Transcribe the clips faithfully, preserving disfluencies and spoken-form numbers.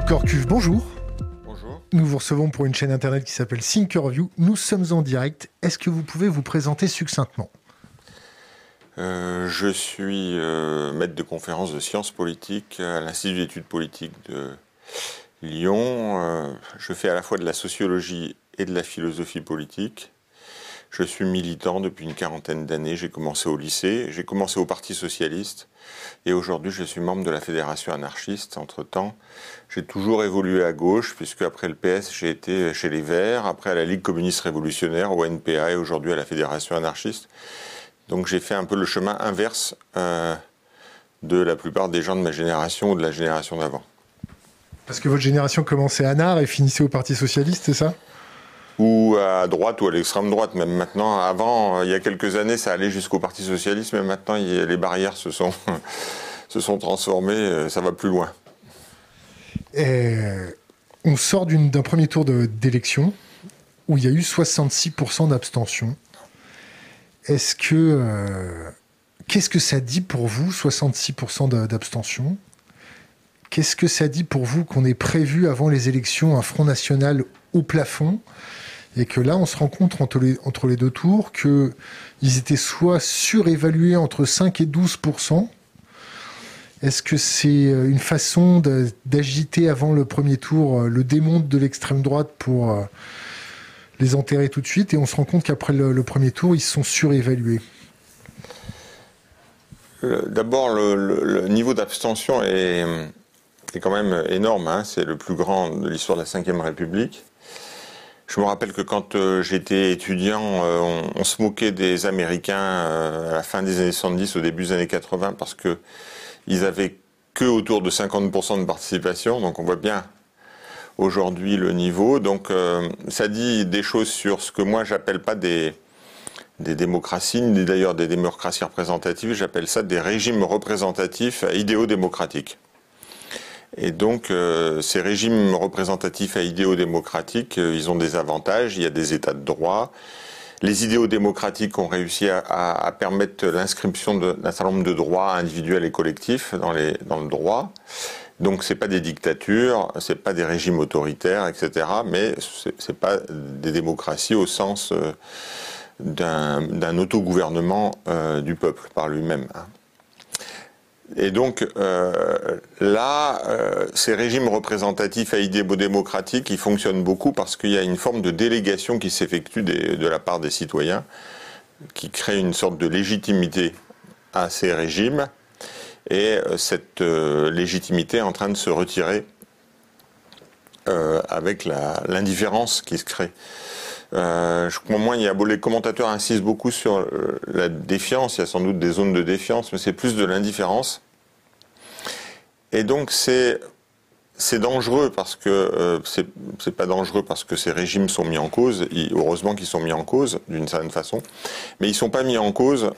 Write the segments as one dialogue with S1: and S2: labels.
S1: Corcuve, bonjour.
S2: Bonjour.
S1: Nous vous recevons pour une chaîne internet qui s'appelle Thinkerview. Nous sommes en direct. Est-ce que vous pouvez vous présenter succinctement ?
S2: Euh, je suis euh, maître de conférence de sciences politiques à l'Institut d'études politiques de Lyon. Euh, je fais à la fois de la sociologie et de la philosophie politique. Je suis militant depuis une quarantaine d'années. J'ai commencé au lycée, j'ai commencé au Parti socialiste et aujourd'hui je suis membre de la Fédération anarchiste. Entre-temps, j'ai toujours évolué à gauche puisque après le P S, j'ai été chez les Verts, après à la Ligue communiste révolutionnaire, au N P A et aujourd'hui à la Fédération anarchiste. Donc j'ai fait un peu le chemin inverse euh, de la plupart des gens de ma génération ou de la génération d'avant.
S1: Parce que votre génération commençait à Nard et finissait au Parti socialiste, c'est ça ?
S2: Ou à droite ou à l'extrême droite, même maintenant. Avant, il y a quelques années, ça allait jusqu'au Parti socialiste, mais maintenant, il y a, les barrières se sont, se sont transformées, ça va plus loin.
S1: Et on sort d'une, d'un premier tour de, d'élection où il y a eu soixante-six pour cent d'abstention. Est-ce que... Euh, qu'est-ce que ça dit pour vous, soixante-six pour cent d'abstention ? Qu'est-ce que ça dit pour vous qu'on ait prévu avant les élections un Front National au plafond et que là, on se rend compte entre les, entre les deux tours qu'ils étaient soit surévalués entre cinq et douze pour cent. Est-ce que c'est une façon de, d'agiter avant le premier tour le démon de l'extrême droite pour les enterrer tout de suite, et on se rend compte qu'après le, le premier tour, ils se sont surévalués?
S2: D'abord, le, le, le niveau d'abstention est, est quand même énorme, hein. C'est le plus grand de l'histoire de la cinquième République. Je me rappelle que quand euh, j'étais étudiant, euh, on, on se moquait des Américains euh, à la fin des années soixante-dix, au début des années quatre-vingts, parce qu'ils avaient que autour de cinquante pour cent de participation, donc on voit bien aujourd'hui le niveau. Donc euh, ça dit des choses sur ce que moi j'appelle pas des, des démocraties, ni d'ailleurs des démocraties représentatives, j'appelle ça des régimes représentatifs à idéaux démocratiques. Et donc, euh, ces régimes représentatifs à idéaux démocratiques, euh, ils ont des avantages. Il y a des états de droit. Les idéaux démocratiques ont réussi à, à, à permettre l'inscription d'un certain nombre de droits individuels et collectifs dans, les, dans le droit. Donc, c'est pas des dictatures, c'est pas des régimes autoritaires, et cetera. Mais c'est, c'est pas des démocraties au sens euh, d'un, d'un autogouvernement euh, du peuple par lui-même. Et donc euh, là, euh, ces régimes représentatifs à idéaux démocratiques, ils fonctionnent beaucoup parce qu'il y a une forme de délégation qui s'effectue des, de la part des citoyens, qui crée une sorte de légitimité à ces régimes, et euh, cette euh, légitimité est en train de se retirer euh, avec la, l'indifférence qui se crée. Euh, je crois moins, il y a, les commentateurs insistent beaucoup sur euh, la défiance. Il y a sans doute des zones de défiance, mais c'est plus de l'indifférence. Et donc c'est c'est dangereux parce que euh, c'est c'est pas dangereux parce que ces régimes sont mis en cause. Ils, heureusement qu'ils sont mis en cause d'une certaine façon, mais ils sont pas mis en cause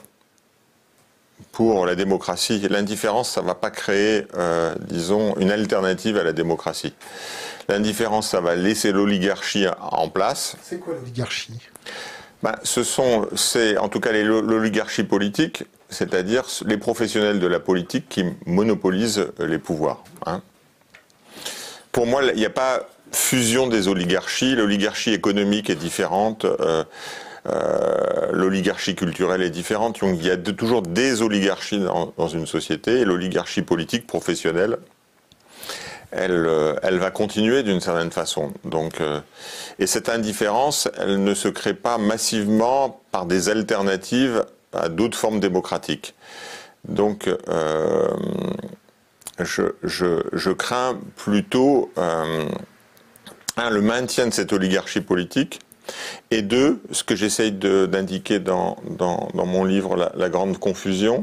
S2: pour la démocratie. L'indifférence, ça va pas créer, euh, disons, une alternative à la démocratie. L'indifférence, ça va laisser l'oligarchie en place.
S1: C'est quoi l'oligarchie ?
S2: Ben, ce sont, c'est en tout cas les, l'oligarchie politique, c'est-à-dire les professionnels de la politique qui monopolisent les pouvoirs. Hein. Pour moi, il n'y a pas fusion des oligarchies. L'oligarchie économique est différente. Euh, euh, l'oligarchie culturelle est différente. Donc, il y a de, toujours des oligarchies dans, dans une société, et l'oligarchie politique professionnelle, Elle, elle va continuer d'une certaine façon. Donc, euh, et cette indifférence, elle ne se crée pas massivement par des alternatives à d'autres formes démocratiques. Donc, euh, je, je, je crains plutôt euh, un, le maintien de cette oligarchie politique, et deux, ce que j'essaye de, d'indiquer dans, dans, dans mon livre La, la grande confusion,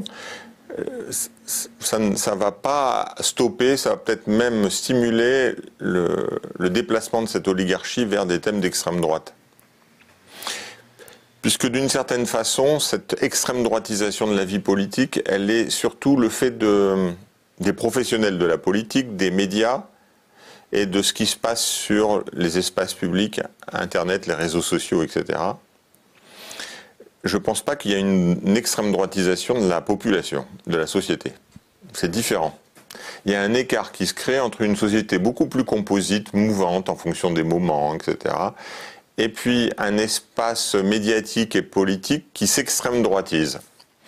S2: ça ne ça va pas stopper, ça va peut-être même stimuler le, le déplacement de cette oligarchie vers des thèmes d'extrême droite. Puisque d'une certaine façon, cette extrême droitisation de la vie politique, elle est surtout le fait de, des professionnels de la politique, des médias, et de ce qui se passe sur les espaces publics, Internet, les réseaux sociaux, et cetera. Je ne pense pas qu'il y ait une, une extrême droitisation de la population, de la société. C'est différent. Il y a un écart qui se crée entre une société beaucoup plus composite, mouvante en fonction des moments, et cetera, et puis un espace médiatique et politique qui s'extrême droitise.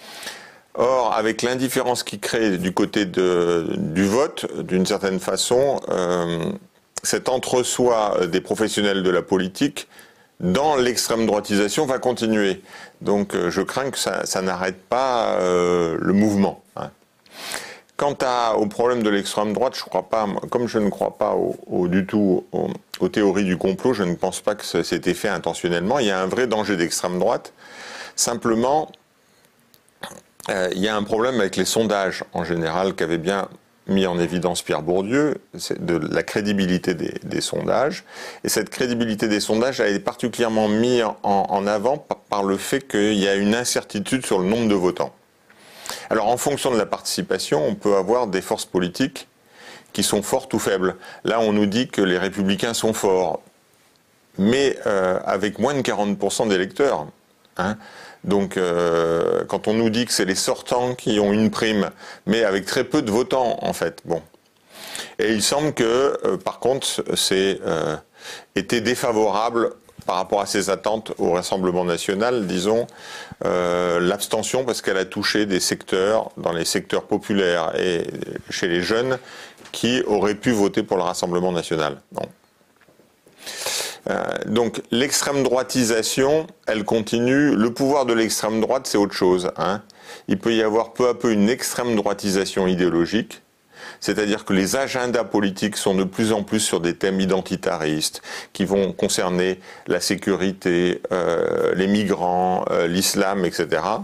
S2: Or, avec l'indifférence qui crée du côté de, du vote, d'une certaine façon, euh, cet entre-soi des professionnels de la politique dans l'extrême droitisation va continuer. Donc euh, je crains que ça, ça n'arrête pas euh, le mouvement. Hein. Quant à, au problème de l'extrême droite, je crois pas, comme je ne crois pas au, au, du tout au, aux théories du complot, je ne pense pas que c'était fait intentionnellement. Il y a un vrai danger d'extrême droite. Simplement, euh, il y a un problème avec les sondages en général qu'avait bien mis en évidence Pierre Bourdieu, c'est de la crédibilité des, des sondages. Et cette crédibilité des sondages a été particulièrement mise en, en avant par, par le fait qu'il y a une incertitude sur le nombre de votants. Alors en fonction de la participation, on peut avoir des forces politiques qui sont fortes ou faibles. Là, on nous dit que les Républicains sont forts, mais euh, avec moins de quarante pour cent d'électeurs. Hein. Donc, euh, quand on nous dit que c'est les sortants qui ont une prime, mais avec très peu de votants, en fait, bon. Et il semble que, euh, par contre, c'est euh, été défavorable par rapport à ses attentes au Rassemblement national, disons, euh, l'abstention, parce qu'elle a touché des secteurs, dans les secteurs populaires et chez les jeunes, qui auraient pu voter pour le Rassemblement national. Bon. Euh, donc l'extrême droitisation, elle continue. Le pouvoir de l'extrême droite, c'est autre chose. Hein. Il peut y avoir peu à peu une extrême droitisation idéologique, c'est-à-dire que les agendas politiques sont de plus en plus sur des thèmes identitaristes qui vont concerner la sécurité, euh, les migrants, euh, l'islam, et cetera.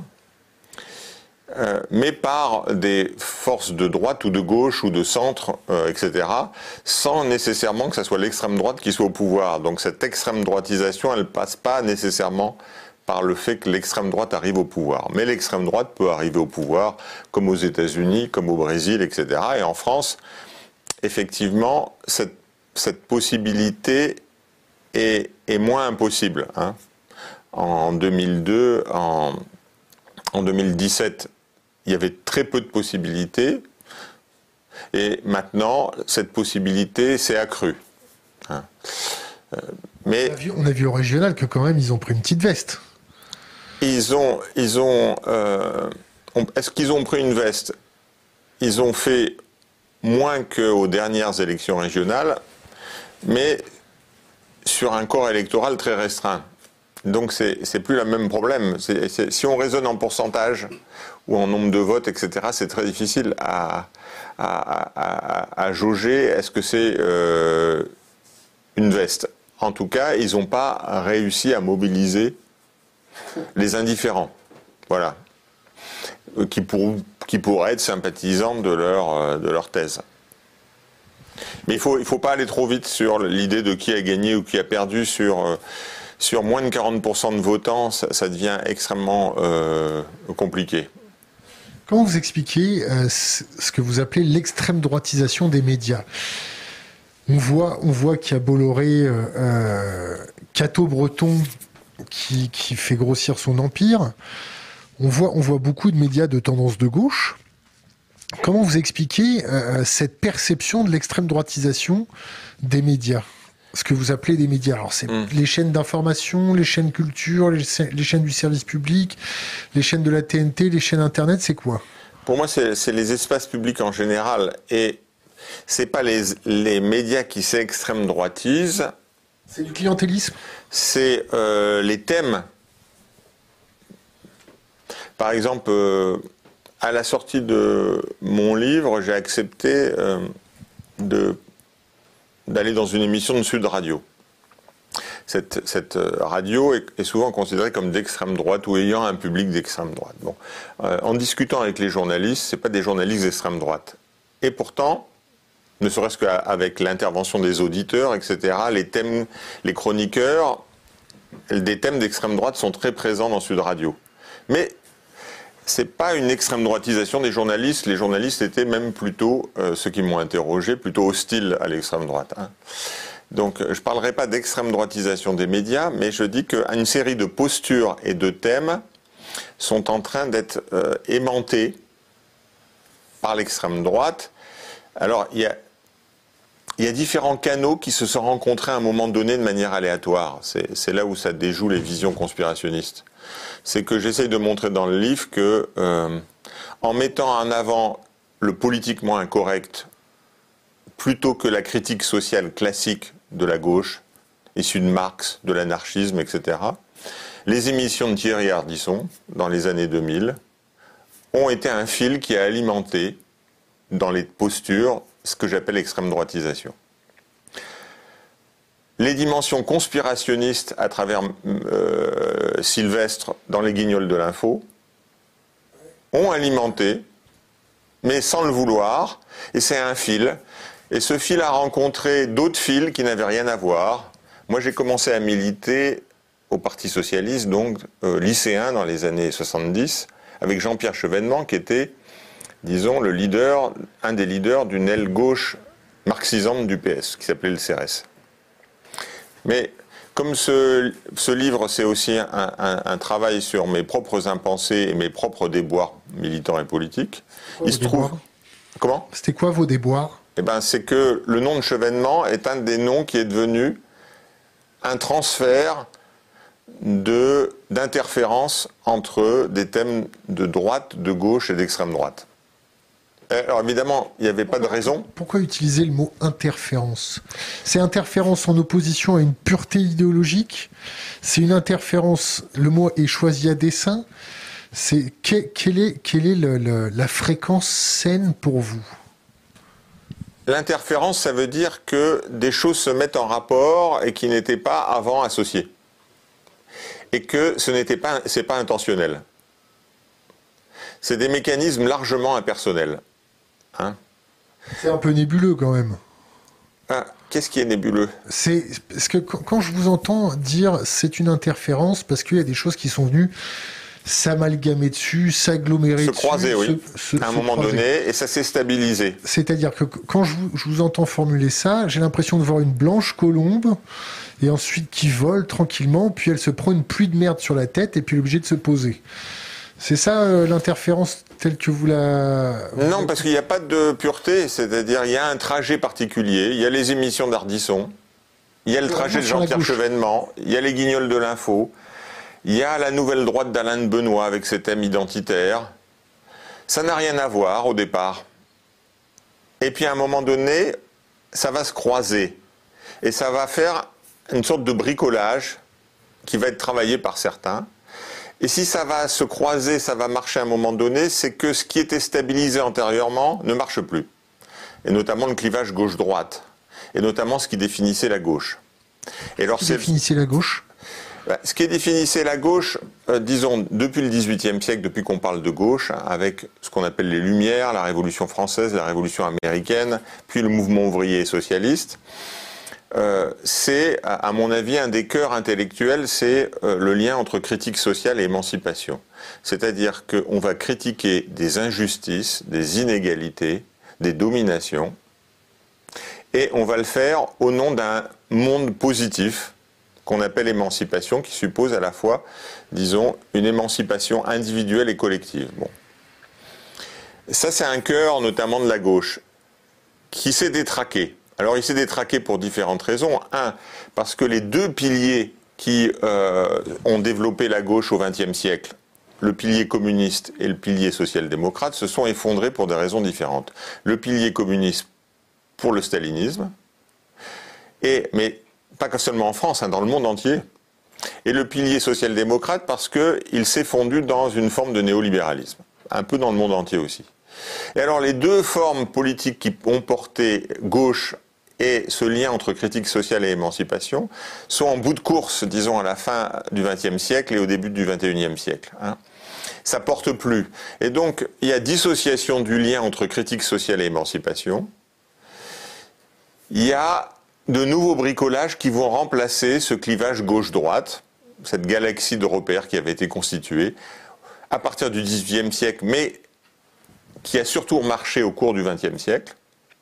S2: Euh, mais par des forces de droite ou de gauche ou de centre, euh, et cetera, sans nécessairement que ce soit l'extrême droite qui soit au pouvoir. Donc cette extrême droitisation, elle ne passe pas nécessairement par le fait que l'extrême droite arrive au pouvoir. Mais l'extrême droite peut arriver au pouvoir, comme aux États-Unis, comme au Brésil, et cetera. Et en France, effectivement, cette, cette possibilité est, est moins impossible. Hein. En deux mille deux, en, en deux mille dix-sept, il y avait très peu de possibilités, et maintenant, cette possibilité s'est accrue. Hein. Euh, mais
S1: on a, vu, on a vu au régional que quand même, ils ont pris une petite veste.
S2: Ils ont... Ils ont euh, est-ce qu'ils ont pris une veste? Ils ont fait moins qu'aux dernières élections régionales, mais sur un corps électoral très restreint. Donc c'est, c'est plus le même problème. C'est, c'est, si on raisonne en pourcentage ou en nombre de votes, et cetera, c'est très difficile à, à, à, à jauger. Est-ce que c'est euh, une veste? En tout cas, ils n'ont pas réussi à mobiliser les indifférents, voilà, qui, pour, qui pourraient être sympathisants de leur, de leur thèse. Mais il ne faut, il faut pas aller trop vite sur l'idée de qui a gagné ou qui a perdu sur... Sur moins de quarante pour cent de votants, ça, ça devient extrêmement euh, compliqué.
S1: Comment vous expliquez euh, ce que vous appelez l'extrême droitisation des médias? On voit, on voit qu'il y a Bolloré, euh, euh, Cato Breton, qui, qui fait grossir son empire. On voit, on voit beaucoup de médias de tendance de gauche. Comment vous expliquez euh, cette perception de l'extrême droitisation des médias? Ce que vous appelez des médias. Alors, c'est mmh. les chaînes d'information, les chaînes culture, les, les chaînes du service public, les chaînes de la T N T, les chaînes Internet, c'est quoi?
S2: Pour moi, c'est, c'est les espaces publics en général. Et c'est pas les, les médias qui s'extrême droitisent.
S1: C'est du clientélisme?
S2: C'est euh, les thèmes. Par exemple, euh, à la sortie de mon livre, j'ai accepté euh, de... d'aller dans une émission de Sud Radio. Cette, cette radio est, est souvent considérée comme d'extrême droite ou ayant un public d'extrême droite. Bon. Euh, en discutant avec les journalistes, ce n'est pas des journalistes d'extrême droite. Et pourtant, ne serait-ce qu'avec l'intervention des auditeurs, et cetera, les thèmes, les chroniqueurs, des thèmes d'extrême droite sont très présents dans Sud Radio. Mais c'est pas une extrême droitisation des journalistes. Les journalistes étaient même plutôt, euh, ceux qui m'ont interrogé, plutôt hostiles à l'extrême droite. Hein. Donc je ne parlerai pas d'extrême droitisation des médias, mais je dis qu'une série de postures et de thèmes sont en train d'être euh, aimantés par l'extrême droite, Alors, il y a, il y a différents canaux qui se sont rencontrés à un moment donné de manière aléatoire. C'est là où ça déjoue les visions conspirationnistes. C'est que j'essaye de montrer dans le livre que, euh, en mettant en avant le politiquement incorrect, plutôt que la critique sociale classique de la gauche, issue de Marx, de l'anarchisme, et cetera, les émissions de Thierry Ardisson, dans les années deux mille, ont été un fil qui a alimenté, dans les postures, ce que j'appelle l'extrême droitisation. Les dimensions conspirationnistes à travers euh, Sylvestre dans les Guignols de l'info ont alimenté, mais sans le vouloir, et c'est un fil. Et ce fil a rencontré d'autres fils qui n'avaient rien à voir. Moi, j'ai commencé à militer au Parti socialiste, donc euh, lycéen dans les années soixante-dix, avec Jean-Pierre Chevènement, qui était, disons, le leader, un des leaders d'une aile gauche marxisante du P S, qui s'appelait le C R S. Mais comme ce, ce livre, c'est aussi un, un, un travail sur mes propres impensés et mes propres déboires militants et politiques, il se trouve... Comment ?
S1: C'était quoi vos déboires ?
S2: Eh ben, c'est que le nom de Chevènement est un des noms qui est devenu un transfert de, d'interférence entre des thèmes de droite, de gauche et d'extrême droite. Alors évidemment, il n'y avait pas de raison.
S1: Pourquoi utiliser le mot interférence ? C'est interférence en opposition à une pureté idéologique ? C'est une interférence, le mot est choisi à dessein ? C'est, quelle, quelle est, quelle est le, le, la fréquence saine pour vous ?
S2: L'interférence, ça veut dire que des choses se mettent en rapport et qui n'étaient pas avant associées. Et que ce n'était pas, c'est pas intentionnel. C'est des mécanismes largement impersonnels. Hein ?
S1: C'est un peu nébuleux quand même.
S2: Ah, qu'est-ce qui est nébuleux ?
S1: C'est parce que quand je vous entends dire c'est une interférence, parce qu'il y a des choses qui sont venues s'amalgamer dessus, s'agglomérer
S2: se
S1: dessus.
S2: Croiser, oui, se, se, à un moment croiser. donné, et ça s'est stabilisé.
S1: C'est-à-dire que quand je vous, je vous entends formuler ça, j'ai l'impression de voir une blanche colombe, et ensuite qui vole tranquillement, puis elle se prend une pluie de merde sur la tête, et puis elle est obligée de se poser. C'est ça euh, l'interférence telle que vous la...
S2: Non, parce qu'il n'y a pas de pureté, c'est-à-dire il y a un trajet particulier, il y a les émissions d'Ardisson, il y a le trajet de Jean-Pierre Chevènement, il y a les Guignols de l'info, il y a la nouvelle droite d'Alain de Benoît avec ses thèmes identitaires. Ça n'a rien à voir au départ. Et puis à un moment donné, ça va se croiser. Et ça va faire une sorte de bricolage qui va être travaillé par certains. Et si ça va se croiser, ça va marcher à un moment donné, c'est que ce qui était stabilisé antérieurement ne marche plus. Et notamment le clivage gauche-droite. Et notamment ce qui définissait la gauche.
S1: Et alors, ce qui définissait la gauche ?
S2: Ce qui définissait la gauche, euh, disons, depuis le dix-huitième siècle, depuis qu'on parle de gauche, avec ce qu'on appelle les Lumières, la Révolution française, la Révolution américaine, puis le mouvement ouvrier et socialiste, euh, c'est, à mon avis, un des cœurs intellectuels, c'est euh, le lien entre critique sociale et émancipation. C'est-à-dire qu'on va critiquer des injustices, des inégalités, des dominations, et on va le faire au nom d'un monde positif, qu'on appelle émancipation, qui suppose à la fois, disons, une émancipation individuelle et collective. Bon. Ça, c'est un cœur, notamment de la gauche, qui s'est détraqué. Alors, il s'est détraqué pour différentes raisons. Un, parce que les deux piliers qui euh, ont développé la gauche au vingtième siècle, le pilier communiste et le pilier social-démocrate, se sont effondrés pour des raisons différentes. Le pilier communiste pour le stalinisme, et, mais pas que seulement en France, hein, dans le monde entier. Et le pilier social-démocrate parce qu'il s'est fondu dans une forme de néolibéralisme, un peu dans le monde entier aussi. Et alors les deux formes politiques qui ont porté gauche et ce lien entre critique sociale et émancipation sont en bout de course, disons, à la fin du vingtième siècle et au début du vingt et unième siècle. Hein. Ça porte plus. Et donc, il y a dissociation du lien entre critique sociale et émancipation. Il y a de nouveaux bricolages qui vont remplacer ce clivage gauche-droite, cette galaxie de repères qui avait été constituée à partir du dix-huitième siècle, mais qui a surtout marché au cours du vingtième siècle,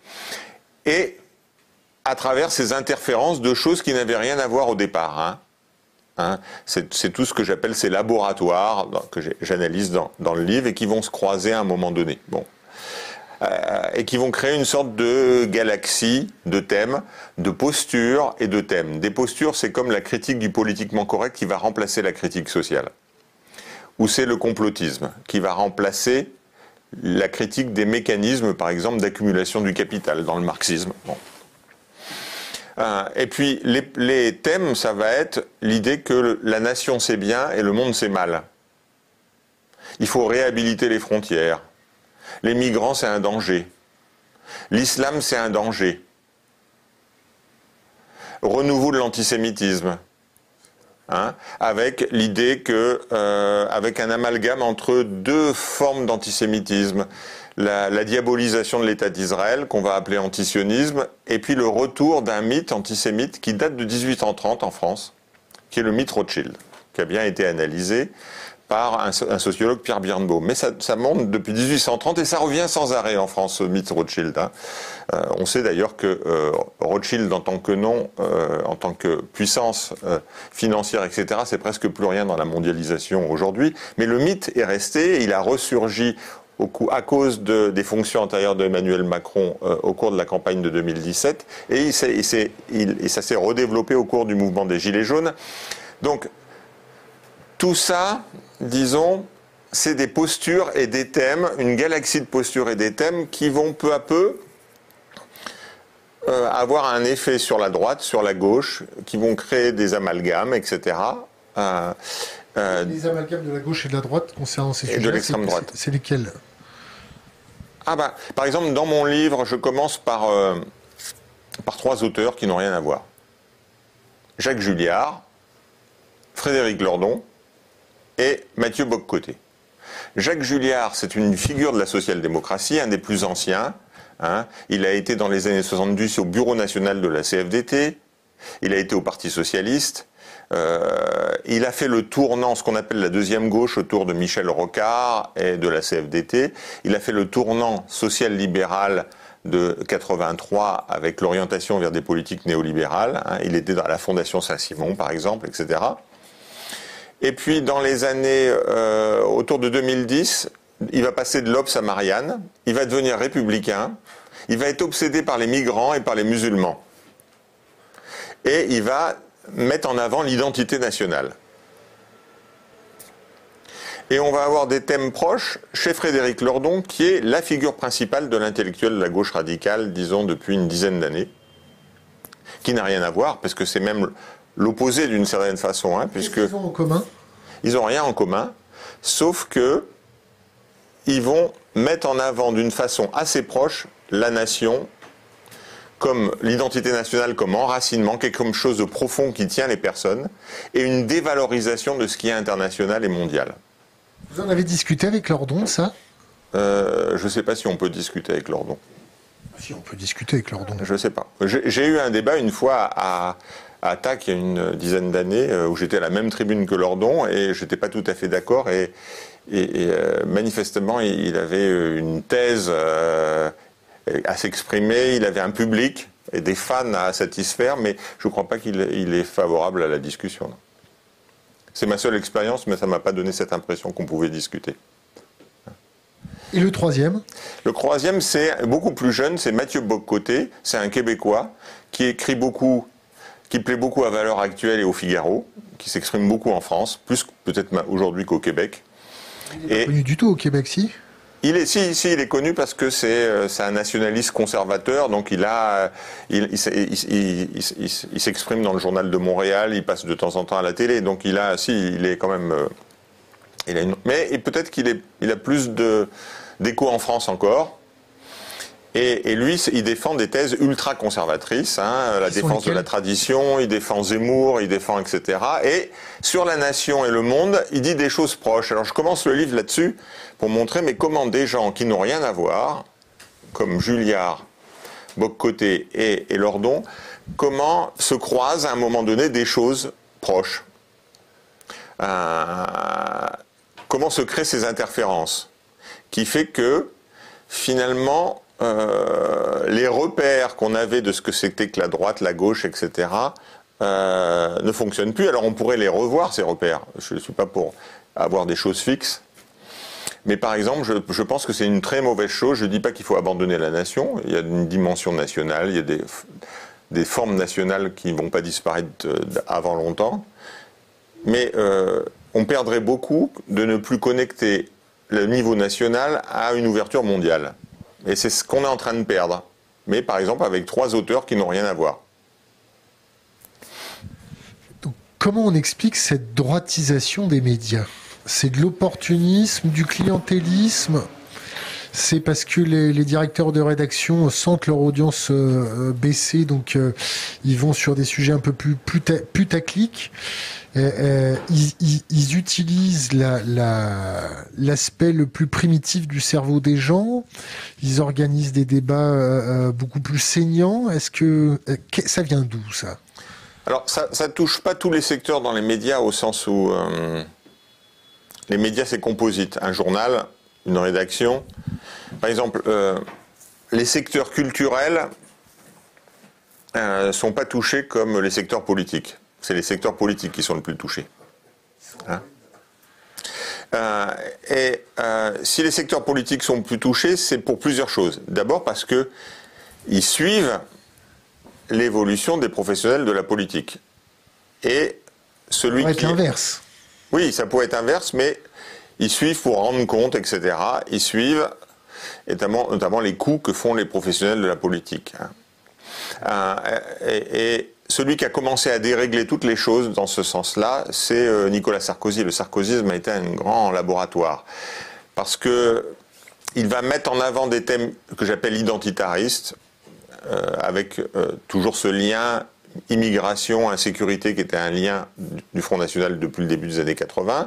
S2: et à travers ces interférences de choses qui n'avaient rien à voir au départ. Hein. Hein, c'est, c'est tout ce que j'appelle ces laboratoires que j'analyse dans, dans le livre et qui vont se croiser à un moment donné. Bon. euh, et qui vont créer une sorte de galaxie de thèmes, de postures et de thèmes. Des postures, c'est comme la critique du politiquement correct qui va remplacer la critique sociale. Ou c'est le complotisme qui va remplacer la critique des mécanismes, par exemple, d'accumulation du capital dans le marxisme. Bon. Euh, et puis, les, les thèmes, ça va être l'idée que le, la nation c'est bien et le monde c'est mal. Il faut réhabiliter les frontières. Les migrants, c'est un danger. L'islam, c'est un danger. Renouveau de l'antisémitisme. Hein, avec l'idée que, euh, avec un amalgame entre deux formes d'antisémitisme, la, la diabolisation de l'État d'Israël, qu'on va appeler antisionisme, et puis le retour d'un mythe antisémite qui date de dix-huit cent trente en France, qui est le mythe Rothschild, qui a bien été analysé par un, un sociologue, Pierre Birnbaum. Mais ça, ça monte depuis dix-huit cent trente et ça revient sans arrêt en France, ce mythe Rothschild. Hein. Euh, on sait d'ailleurs que euh, Rothschild, en tant que nom, euh, en tant que puissance euh, financière, et cetera, c'est presque plus rien dans la mondialisation aujourd'hui. Mais le mythe est resté, il a ressurgi au coup, à cause de, des fonctions antérieures de Emmanuel Macron euh, au cours de la campagne de deux mille dix-sept, et, il s'est, il s'est, il, et ça s'est redéveloppé au cours du mouvement des Gilets jaunes. Donc, tout ça, disons, c'est des postures et des thèmes, une galaxie de postures et des thèmes qui vont peu à peu euh, avoir un effet sur la droite, sur la gauche, qui vont créer des amalgames, et cetera. Euh,
S1: euh, les amalgames de la gauche et de la droite concernant ces sujets,
S2: de l'extrême droite.
S1: C'est, c'est lesquels?
S2: Ah bah, par exemple, dans mon livre, je commence par, euh, par trois auteurs qui n'ont rien à voir. Jacques Julliard, Frédéric Lordon et Mathieu Bock-Côté. Jacques Julliard, c'est une figure de la social-démocratie, un des plus anciens. Hein. Il a été dans les années soixante-dix au bureau national de la C F D T, il a été au Parti socialiste, euh, il a fait le tournant, ce qu'on appelle la deuxième gauche, autour de Michel Rocard et de la C F D T. Il a fait le tournant social-libéral de quatre-vingt-trois avec l'orientation vers des politiques néolibérales. Hein. Il était dans la Fondation Saint-Simon, par exemple, et cetera. Et puis, dans les années euh, autour de deux mille dix, il va passer de l'Obs à Marianne, il va devenir républicain, il va être obsédé par les migrants et par les musulmans. Et il va mettre en avant l'identité nationale. Et on va avoir des thèmes proches chez Frédéric Lordon, qui est la figure principale de l'intellectuel de la gauche radicale, disons, depuis une dizaine d'années, qui n'a rien à voir, parce que c'est même l'opposé d'une certaine façon. Hein, puisque
S1: Qu'est-ce qu'ils ont en commun ?
S2: Ils n'ont rien en commun, sauf que ils vont mettre en avant d'une façon assez proche la nation, comme l'identité nationale, comme enracinement, quelque chose de profond qui tient les personnes, et une dévalorisation de ce qui est international et mondial.
S1: Vous en avez discuté avec Lordon, ça ?
S2: euh, Je ne sais pas si on peut discuter avec Lordon.
S1: Si on peut discuter avec Lordon.
S2: Je ne sais pas. J'ai, j'ai eu un débat une fois à, à T A C il y a une dizaine d'années, où j'étais à la même tribune que Lordon, et je n'étais pas tout à fait d'accord, et, et, et euh, manifestement, il avait une thèse euh, à s'exprimer, il avait un public et des fans à satisfaire, mais je ne crois pas qu'il il est favorable à la discussion. Non. C'est ma seule expérience, mais ça ne m'a pas donné cette impression qu'on pouvait discuter.
S1: Et le troisième ?
S2: Le troisième, c'est beaucoup plus jeune, c'est Mathieu Bock-Côté, c'est un Québécois qui écrit beaucoup, qui plaît beaucoup à Valeurs Actuelles et au Figaro, qui s'exprime beaucoup en France, plus peut-être aujourd'hui qu'au Québec.
S1: Il n'est pas connu du tout au Québec, si ?
S2: Il est, si, si, il est connu parce que c'est, c'est un nationaliste conservateur, donc il a, il, il, il, il, il, il s'exprime dans le Journal de Montréal, il passe de temps en temps à la télé, donc il a, si, il est quand même, il a une, mais et peut-être qu'il est, il a plus de, d'écho en France encore. Et, et lui, il défend des thèses ultra-conservatrices, hein, la défense de la tradition, il défend Zemmour, il défend et cetera. Et sur la nation et le monde, il dit des choses proches. Alors je commence le livre là-dessus pour montrer mais comment des gens qui n'ont rien à voir, comme Julliard, Bock-Côté et, et Lordon, comment se croisent à un moment donné des choses proches. Euh, comment se créent ces interférences qui fait que, finalement, Euh, les repères qu'on avait de ce que c'était que la droite, la gauche, et cetera, euh, ne fonctionnent plus. Alors on pourrait les revoir, ces repères. Je ne suis pas pour avoir des choses fixes. Mais par exemple, je, je pense que c'est une très mauvaise chose. Je ne dis pas qu'il faut abandonner la nation. Il y a une dimension nationale, il y a des, des formes nationales qui ne vont pas disparaître avant longtemps. Mais euh, on perdrait beaucoup de ne plus connecter le niveau national à une ouverture mondiale. Et c'est ce qu'on est en train de perdre. Mais par exemple avec trois auteurs qui n'ont rien à voir.
S1: Donc, comment on explique cette droitisation des médias ? C'est de l'opportunisme, du clientélisme. C'est parce que les, les directeurs de rédaction sentent leur audience euh, baisser, donc euh, ils vont sur des sujets un peu plus puta, putaclic. Euh, euh, ils, ils, ils utilisent la, la, l'aspect le plus primitif du cerveau des gens. Ils organisent des débats euh, beaucoup plus saignants. Est-ce que, euh, que ça vient d'où ça ?
S2: Alors ça, ça touche pas tous les secteurs dans les médias au sens où euh, les médias c'est composite. Un journal, une rédaction. Par exemple, euh, les secteurs culturels euh, sont pas touchés comme les secteurs politiques. C'est les secteurs politiques qui sont le plus touchés. Hein euh, et euh, si les secteurs politiques sont plus touchés, c'est pour plusieurs choses. D'abord parce que ils suivent l'évolution des professionnels de la politique. Et celui
S1: ça pourrait
S2: qui
S1: être l'inverse.
S2: Oui, ça pourrait être inverse, mais ils suivent pour rendre compte, et cetera. Ils suivent notamment, notamment les coups que font les professionnels de la politique. Euh, et, et celui qui a commencé à dérégler toutes les choses dans ce sens-là, c'est Nicolas Sarkozy. Le sarkozysme a été un grand laboratoire. Parce que il va mettre en avant des thèmes que j'appelle identitaristes, euh, avec euh, toujours ce lien immigration, insécurité, qui était un lien du Front National depuis le début des années quatre-vingts.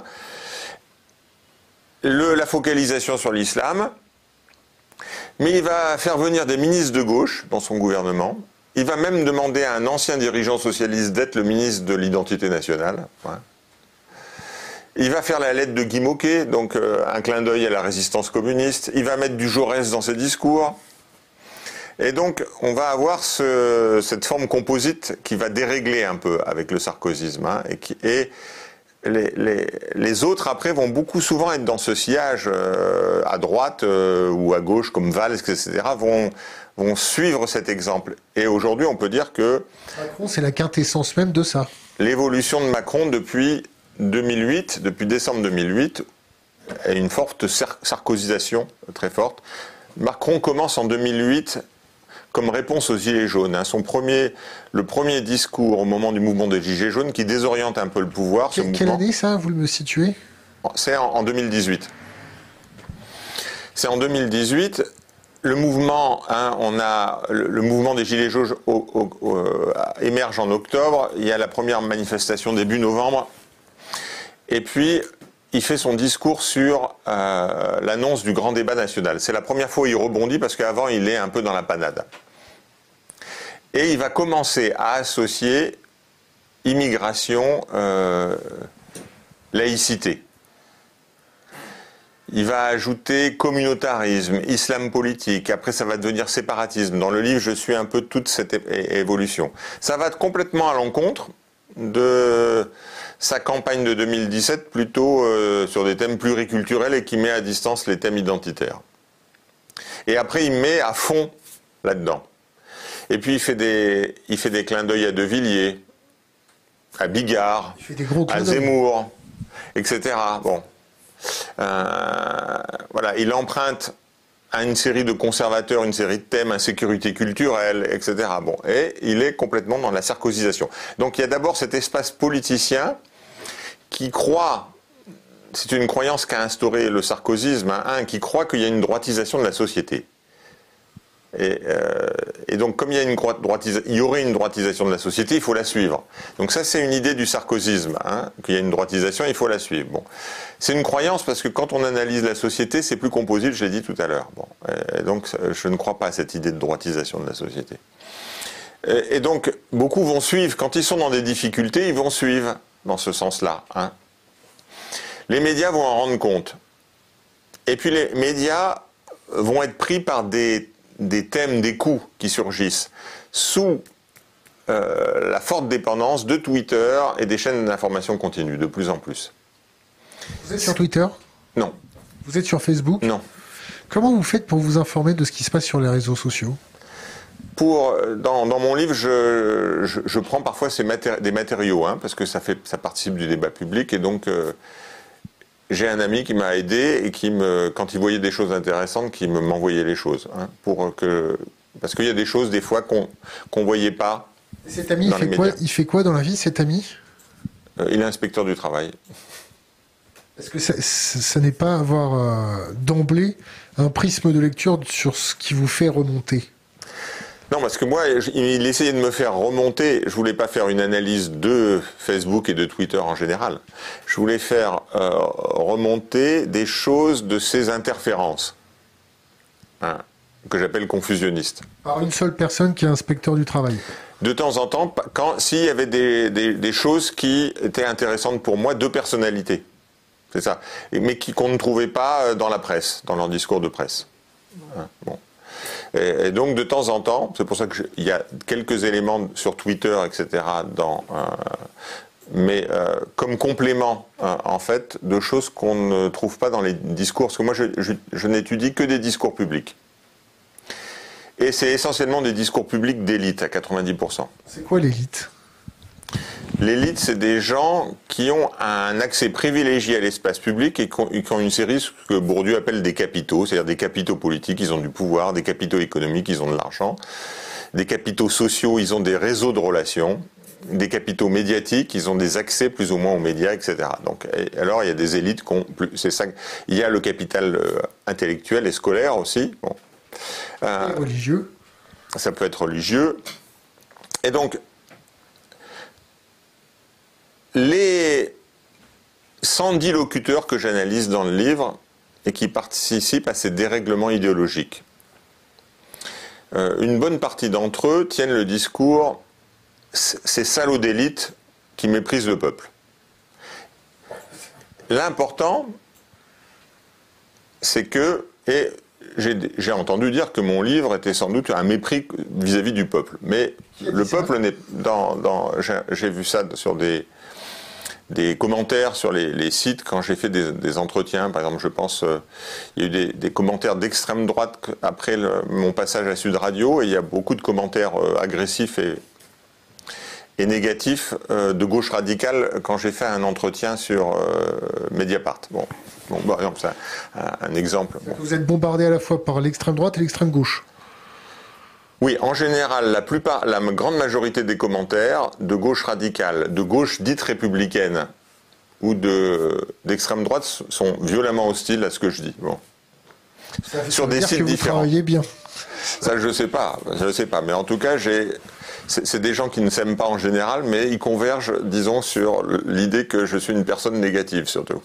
S2: Le, la focalisation sur l'islam. Mais il va faire venir des ministres de gauche dans son gouvernement. Il va même demander à un ancien dirigeant socialiste d'être le ministre de l'identité nationale. Ouais. Il va faire la lettre de Guy Môquet, donc euh, un clin d'œil à la résistance communiste. Il va mettre du Jaurès dans ses discours. Et donc, on va avoir ce, cette forme composite qui va dérégler un peu avec le sarkozysme. Hein, et qui, et les, les, les autres, après, vont beaucoup souvent être dans ce sillage euh, à droite euh, ou à gauche, comme Valls, et cetera, vont, vont suivre cet exemple. Et aujourd'hui, on peut dire que
S1: Macron, c'est la quintessence même de ça.
S2: L'évolution de Macron depuis deux mille huit, depuis décembre deux mille huit, est une forte sar- sarkozisation très forte. Macron commence en deux mille huit comme réponse aux Gilets jaunes. Hein. Son premier, le premier discours au moment du mouvement des Gilets jaunes qui désoriente un peu le pouvoir.
S1: Que, quelle année ça, vous le situez ?
S2: C'est en, en deux mille dix-huit. C'est en deux mille dix-huit. Le mouvement, hein, on a le, le mouvement des Gilets jaunes au, au, au, euh, émerge en octobre. Il y a la première manifestation début novembre. Et puis, il fait son discours sur euh, l'annonce du grand débat national. C'est la première fois où il rebondit parce qu'avant, il est un peu dans la panade. Et il va commencer à associer immigration, euh, laïcité. Il va ajouter communautarisme, islam politique. Après, ça va devenir séparatisme. Dans le livre, je suis un peu toute cette é- évolution. Ça va être complètement à l'encontre de sa campagne de deux mille dix-sept, plutôt euh, sur des thèmes pluriculturels et qui met à distance les thèmes identitaires. Et après, il met à fond là-dedans. Et puis, il fait des, il fait des clins d'œil à De Villiers, à Bigard, à Zemmour, et cetera. Bon. Euh, voilà, il emprunte à une série de conservateurs, une série de thèmes, insécurité culturelle, et cetera. Bon, et il est complètement dans la sarkozisation. Donc il y a d'abord cet espace politicien qui croit, c'est une croyance qu'a instauré le sarkozysme, hein, un, qui croit qu'il y a une droitisation de la société. Et, euh, et donc, comme il y, a une droitisa- il y aurait une droitisation de la société, il faut la suivre. Donc ça, c'est une idée du sarkozysme, hein, qu'il y a une droitisation, il faut la suivre. Bon. C'est une croyance parce que quand on analyse la société, c'est plus composite, je l'ai dit tout à l'heure. Bon. Et donc, je ne crois pas à cette idée de droitisation de la société. Et, et donc, beaucoup vont suivre. Quand ils sont dans des difficultés, ils vont suivre dans ce sens-là. Hein. Les médias vont en rendre compte. Et puis, les médias vont être pris par des des thèmes, des coups qui surgissent sous euh, la forte dépendance de Twitter et des chaînes d'information continue, de plus en plus.
S1: Vous êtes sur Twitter ?
S2: Non.
S1: Vous êtes sur Facebook?
S2: Non.
S1: Comment vous faites pour vous informer de ce qui se passe sur les réseaux sociaux?
S2: Pour, dans, dans mon livre, je, je, je prends parfois ces matéri- des matériaux, hein, parce que ça, fait, ça participe du débat public, et donc euh, j'ai un ami qui m'a aidé, et qui, me, quand il voyait des choses intéressantes, qui me, m'envoyait les choses. Hein, pour que, parce qu'il y a des choses, des fois, qu'on qu'on ne voyait pas.
S1: Et cet ami, il fait, quoi, il fait quoi dans la vie, cet ami?
S2: euh, Il est inspecteur du travail.
S1: Est-ce que ça, ça n'est pas avoir euh, d'emblée un prisme de lecture sur ce qui vous fait remonter?
S2: Non, parce que moi, il essayait de me faire remonter. Je voulais pas faire une analyse de Facebook et de Twitter en général. Je voulais faire euh, remonter des choses de ces interférences, hein, que j'appelle confusionnistes.
S1: Par une seule personne qui est inspecteur du travail.
S2: De temps en temps, quand s'il y avait des, des, des choses qui étaient intéressantes pour moi, deux personnalités. C'est ça. Mais qui, qu'on ne trouvait pas dans la presse, dans leur discours de presse. Hein, bon. Et, et donc, de temps en temps, c'est pour ça qu'il y a quelques éléments sur Twitter, et cetera, dans, euh, mais euh, comme complément, euh, en fait, de choses qu'on ne trouve pas dans les discours. Parce que moi, je, je, je n'étudie que des discours publics. Et c'est essentiellement des discours publics d'élite, à quatre-vingt-dix pour cent.
S1: C'est quoi l'élite ?
S2: L'élite, c'est des gens qui ont un accès privilégié à l'espace public et qui ont, qui ont une série, ce que Bourdieu appelle des capitaux, c'est-à-dire des capitaux politiques, ils ont du pouvoir, des capitaux économiques, ils ont de l'argent, des capitaux sociaux, ils ont des réseaux de relations, des capitaux médiatiques, ils ont des accès plus ou moins aux médias, et cetera. Donc, et alors, il y a des élites qui ont plus, c'est ça, il y a le capital euh, intellectuel et scolaire aussi. Bon.
S1: Euh, religieux.
S2: Ça peut être religieux. Et donc, les cent dix locuteurs que j'analyse dans le livre et qui participent à ces dérèglements idéologiques, euh, une bonne partie d'entre eux tiennent le discours « ces salauds d'élite qui méprisent le peuple ». L'important, c'est que, et j'ai, j'ai entendu dire que mon livre était sans doute un mépris vis-à-vis du peuple, mais le peuple n'est dans, dans j'ai, j'ai vu ça sur des des commentaires sur les, les sites quand j'ai fait des, des entretiens. Par exemple, je pense euh, il y a eu des, des commentaires d'extrême droite après le, mon passage à Sud Radio, et il y a beaucoup de commentaires euh, agressifs et, et négatifs euh, de gauche radicale quand j'ai fait un entretien sur euh, Mediapart. Bon, bon par exemple, c'est un, un exemple. Bon.
S1: Vous êtes bombardé à la fois par l'extrême droite et l'extrême gauche.
S2: Oui, en général, la plupart, la grande majorité des commentaires de gauche radicale, de gauche dite républicaine ou de, d'extrême droite sont violemment hostiles à ce que je dis. Bon.
S1: Ça veut
S2: Sur des
S1: dire
S2: sites
S1: que vous
S2: différents.
S1: travaillez bien.
S2: Ça, je sais pas, je sais pas. Mais en tout cas, j'ai, c'est, c'est des gens qui ne s'aiment pas en général, mais ils convergent, disons, sur l'idée que je suis une personne négative, surtout.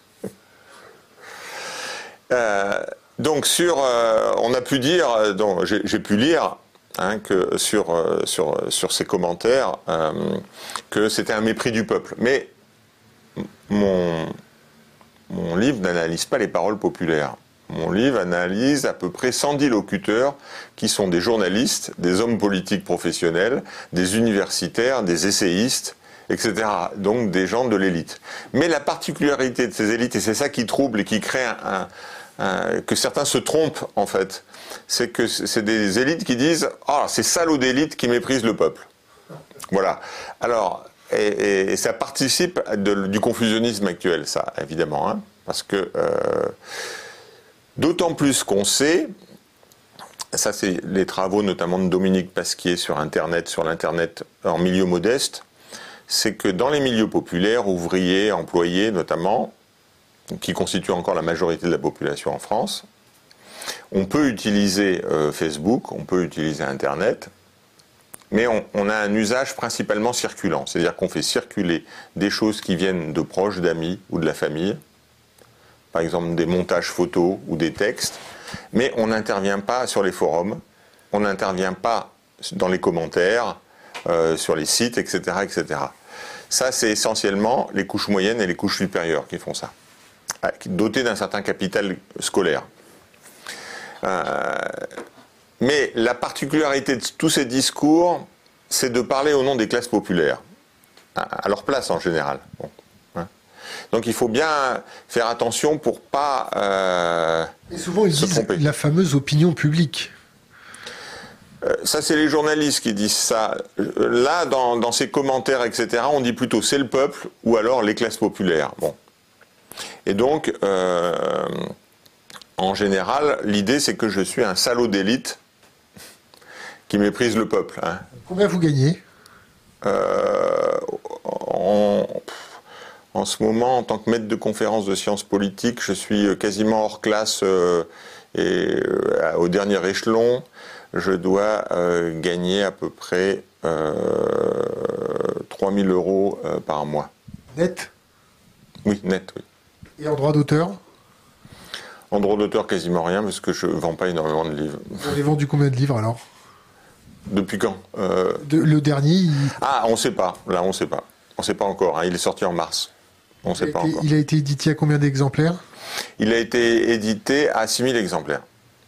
S2: euh, Donc sur, euh, on a pu dire, donc j'ai, j'ai pu lire hein, que sur euh, sur sur ces commentaires euh, que c'était un mépris du peuple. Mais mon mon livre n'analyse pas les paroles populaires. Mon livre analyse à peu près cent dix locuteurs qui sont des journalistes, des hommes politiques professionnels, des universitaires, des essayistes, et cetera. Donc des gens de l'élite. Mais la particularité de ces élites, et c'est ça qui trouble et qui crée un, un Euh, que certains se trompent en fait, c'est que c'est des élites qui disent « Ah, c'est salauds d'élite qui méprisent le peuple ». Voilà. Alors, et, et, et ça participe de, du confusionnisme actuel, ça, évidemment, hein, parce que euh, d'autant plus qu'on sait, ça c'est les travaux notamment de Dominique Pasquier sur Internet, sur l'Internet en milieu modeste, c'est que dans les milieux populaires, ouvriers, employés notamment, qui constitue encore la majorité de la population en France, on peut utiliser euh, Facebook, on peut utiliser Internet, mais on, on a un usage principalement circulant, c'est-à-dire qu'on fait circuler des choses qui viennent de proches, d'amis ou de la famille, par exemple des montages photos ou des textes, mais on n'intervient pas sur les forums, on n'intervient pas dans les commentaires, euh, sur les sites, et cetera, et cetera. Ça, c'est essentiellement les couches moyennes et les couches supérieures qui font ça, dotés d'un certain capital scolaire. Euh, mais la particularité de tous ces discours, c'est de parler au nom des classes populaires, à leur place en général. Bon, hein. Donc il faut bien faire attention pour pas euh,
S1: Et souvent ils
S2: se
S1: disent
S2: tromper.
S1: la fameuse opinion publique.
S2: Euh, ça, c'est les journalistes qui disent ça. Là, dans, dans ces commentaires, et cetera, on dit plutôt c'est le peuple ou alors les classes populaires. Bon. Et donc, euh, en général, l'idée, c'est que je suis un salaud d'élite qui méprise le peuple. Hein.
S1: Combien vous gagnez?
S2: euh, en, en ce moment, en tant que maître de conférence de sciences politiques, je suis quasiment hors classe euh, et euh, au dernier échelon, je dois euh, gagner à peu près euh, trois mille euros euh, par mois.
S1: Net?
S2: Oui, net, oui.
S1: Et en droit d'auteur?
S2: En droit d'auteur, quasiment rien, parce que je ne vends pas énormément de livres.
S1: Vous avez vendu combien de livres alors?
S2: Depuis quand euh...
S1: de, Le dernier il...
S2: Ah, on ne sait pas. Là, on ne sait pas. On ne sait pas encore. Hein. Il est sorti en mars. On ne sait pas
S1: été,
S2: encore.
S1: Il a été édité à combien d'exemplaires?
S2: Il a été édité à six mille exemplaires.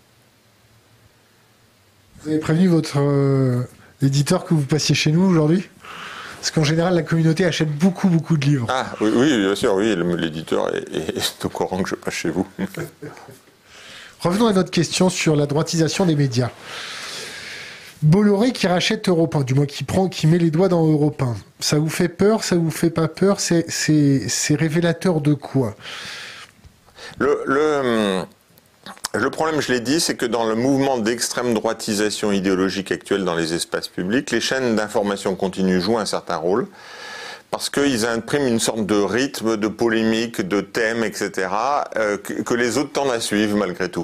S1: Vous avez prévenu votre euh, éditeur que vous passiez chez nous aujourd'hui? Parce qu'en général, la communauté achète beaucoup, beaucoup de livres.
S2: Ah, oui, oui bien sûr, oui. L'éditeur est, est au courant que je passe chez vous.
S1: Revenons à notre question sur la droitisation des médias. Bolloré qui rachète Europe un, du moins qui prend, qui met les doigts dans Europe un. Ça vous fait peur? Ça vous fait pas peur? C'est, c'est, c'est révélateur de quoi?
S2: Le, le, le problème, je l'ai dit, c'est que dans le mouvement d'extrême droitisation idéologique actuel dans les espaces publics, les chaînes d'information continue jouent un certain rôle parce qu'ils impriment une sorte de rythme, de polémique, de thème, et cetera, euh, que, que les autres tendent à suivre malgré tout.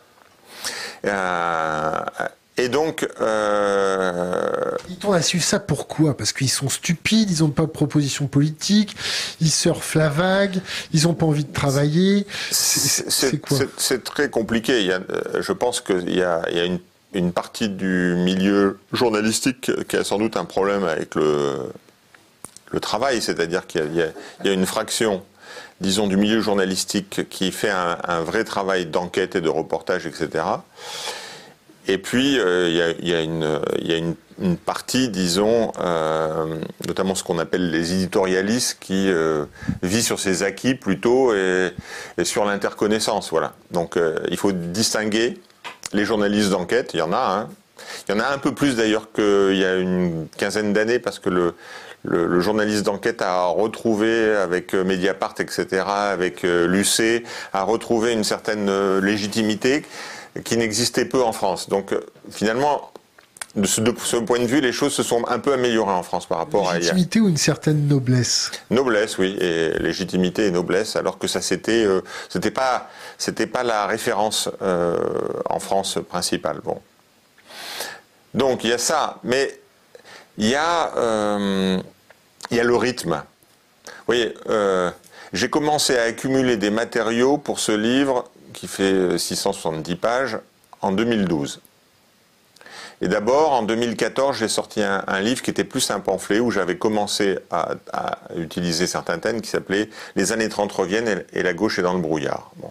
S2: Euh, Et donc... Euh...
S1: Ils t'ont su ça pourquoi? Parce qu'ils sont stupides, ils n'ont pas de proposition politique, ils surfent la vague, ils n'ont pas envie de travailler. C'est, c'est quoi?
S2: c'est, c'est très compliqué. Il y a, je pense qu'il y a, il y a une, une partie du milieu journalistique qui a sans doute un problème avec le, le travail, c'est-à-dire qu'il y a, il y a, il y a une fraction, disons, du milieu journalistique qui fait un, un vrai travail d'enquête et de reportage, et cetera. Et puis, euh, il y a, il y a, une, il y a une, une partie, disons, euh, notamment ce qu'on appelle les éditorialistes, qui euh, vit sur ses acquis plutôt et, et sur l'interconnaissance. Voilà. Donc, euh, il faut distinguer les journalistes d'enquête. Il y en a, hein. Il y en a un peu plus d'ailleurs qu'il y a une quinzaine d'années, parce que le, le, le journaliste d'enquête a retrouvé, avec Mediapart, et cetera, avec euh, l'U C, a retrouvé une certaine euh, légitimité qui n'existait peu en France. Donc euh, finalement, de ce, de ce point de vue, les choses se sont un peu améliorées en France par rapport à...
S1: Légitimité ou une certaine noblesse?
S2: Noblesse, oui, et légitimité et noblesse, alors que ça c'était, euh, c'était pas, c'était pas la référence euh, en France principale. Bon. Donc il y a ça, mais il y a, euh, il y a le rythme. Vous voyez, euh, j'ai commencé à accumuler des matériaux pour ce livre qui fait six cent soixante-dix pages, en deux mille douze. Et d'abord, en deux mille quatorze, j'ai sorti un, un livre qui était plus un pamphlet, où j'avais commencé à, à utiliser certains thèmes, qui s'appelait « Les années trente reviennent et la gauche est dans le brouillard ». Bon.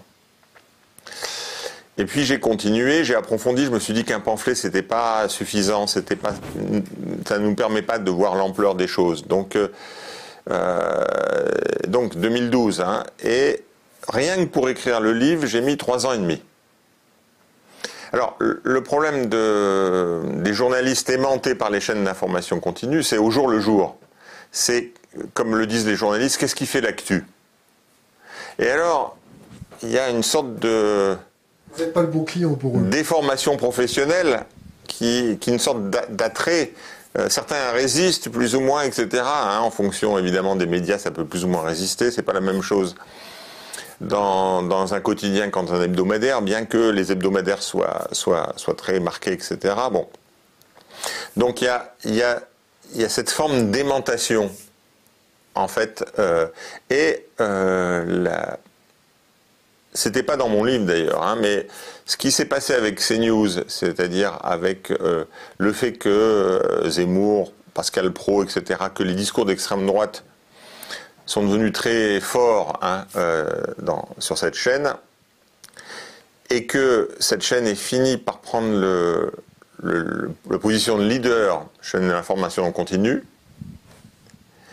S2: Et puis j'ai continué, j'ai approfondi, je me suis dit qu'un pamphlet, c'était pas suffisant, c'était pas, ça ne nous permet pas de voir l'ampleur des choses. Donc, euh, donc deux mille douze, hein, et rien que pour écrire le livre, j'ai mis trois ans et demi. Alors, le problème de, des journalistes aimantés par les chaînes d'information continue, c'est au jour le jour. C'est, comme le disent les journalistes, qu'est-ce qui fait l'actu? Et alors, il y a une sorte de...
S1: Vous n'êtes pas le bon client pour eux.
S2: Déformation professionnelle, qui, qui est une sorte d'attrait. Euh, certains résistent plus ou moins, et cetera. Hein, en fonction, évidemment, des médias, ça peut plus ou moins résister. C'est pas la même chose Dans, dans un quotidien qu'en un hebdomadaire, bien que les hebdomadaires soient, soient, soient très marqués, et cetera. Bon. Donc il y a, y, a, y a cette forme d'aimantation, en fait, euh, et euh, la... c'était pas dans mon livre d'ailleurs, hein, mais ce qui s'est passé avec CNews, c'est-à-dire avec euh, le fait que euh, Zemmour, Pascal Praud, et cetera, que les discours d'extrême droite sont devenus très forts, hein, euh, dans, sur cette chaîne, et que cette chaîne ait fini par prendre le, le, le, la position de leader chaîne de l'information en continu,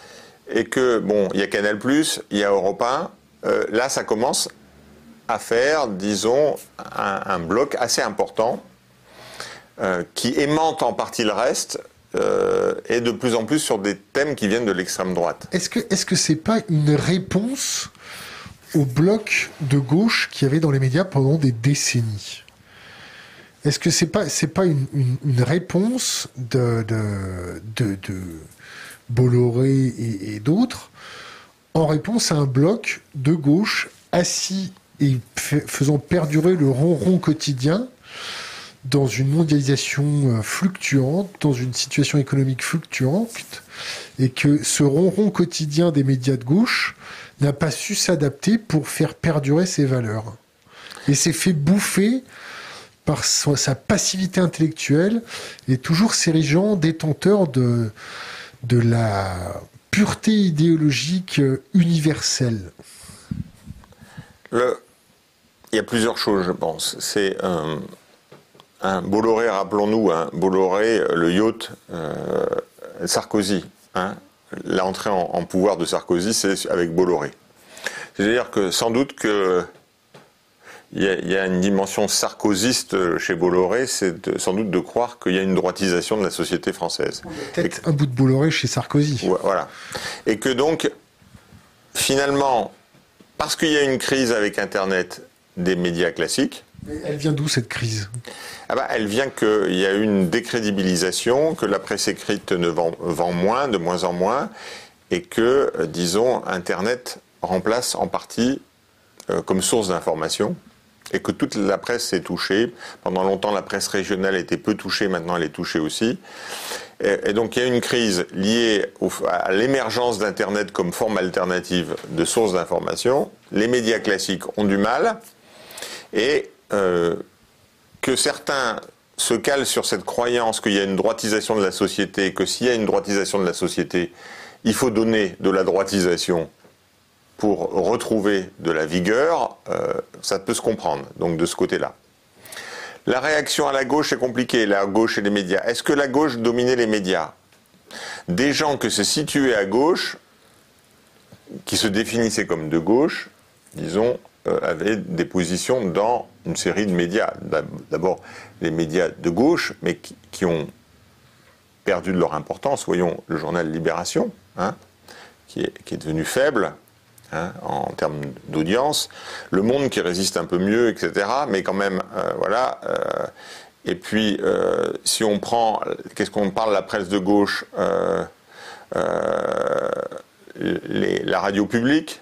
S2: et que, bon, il y a Canal plus, il y a Europe un, euh, là, ça commence à faire, disons, un, un bloc assez important euh, qui aimante en partie le reste euh, et de plus en plus sur des thèmes qui viennent de l'extrême droite.
S1: Est-ce que est-ce que c'est pas une réponse au bloc de gauche qu'il y avait dans les médias pendant des décennies? Est-ce que c'est pas c'est pas une, une, une réponse de de, de, de Bolloré et, et d'autres en réponse à un bloc de gauche assis et faisant perdurer le ronron quotidien dans une mondialisation fluctuante, dans une situation économique fluctuante, et que ce ronron quotidien des médias de gauche n'a pas su s'adapter pour faire perdurer ses valeurs. Et s'est fait bouffer par sa passivité intellectuelle et toujours s'érigeant détenteur de, de la pureté idéologique universelle.
S2: Le... Il y a plusieurs choses, je pense. C'est un, un Bolloré, rappelons-nous, un Bolloré, le yacht euh, Sarkozy. Hein, l'entrée en, en pouvoir de Sarkozy, c'est avec Bolloré. C'est-à-dire que sans doute que il y, a, il y a une dimension sarkozyste chez Bolloré, c'est de, sans doute de croire qu'il y a une droitisation de la société française.
S1: Peut-être un bout de Bolloré chez Sarkozy.
S2: Voilà. Et que donc, finalement, parce qu'il y a une crise avec Internet des médias classiques.
S1: Mais elle vient d'où cette crise?
S2: Ah bah, elle vient qu'il y a une décrédibilisation, que la presse écrite ne vend, vend moins, de moins en moins, et que, disons, Internet remplace en partie euh, comme source d'information, et que toute la presse est touchée. Pendant longtemps, la presse régionale était peu touchée, maintenant elle est touchée aussi. Et, et donc il y a une crise liée au, à l'émergence d'Internet comme forme alternative de source d'information. Les médias classiques ont du mal, et euh, que certains se calent sur cette croyance qu'il y a une droitisation de la société, que s'il y a une droitisation de la société, il faut donner de la droitisation pour retrouver de la vigueur, euh, ça peut se comprendre, donc de ce côté-là. La réaction à la gauche est compliquée, la gauche et les médias. Est-ce que la gauche dominait les médias? Des gens qui se situaient à gauche, qui se définissaient comme de gauche, disons, euh, avaient des positions dans une série de médias. D'abord, les médias de gauche, mais qui, qui ont perdu de leur importance. Voyons le journal Libération, hein, qui est, qui est devenu faible, hein, en termes d'audience, Le Monde qui résiste un peu mieux, et cetera. Mais quand même, euh, voilà. Euh, et puis, euh, si on prend, qu'est-ce qu'on parle, la presse de gauche, euh, euh, les, la radio publique,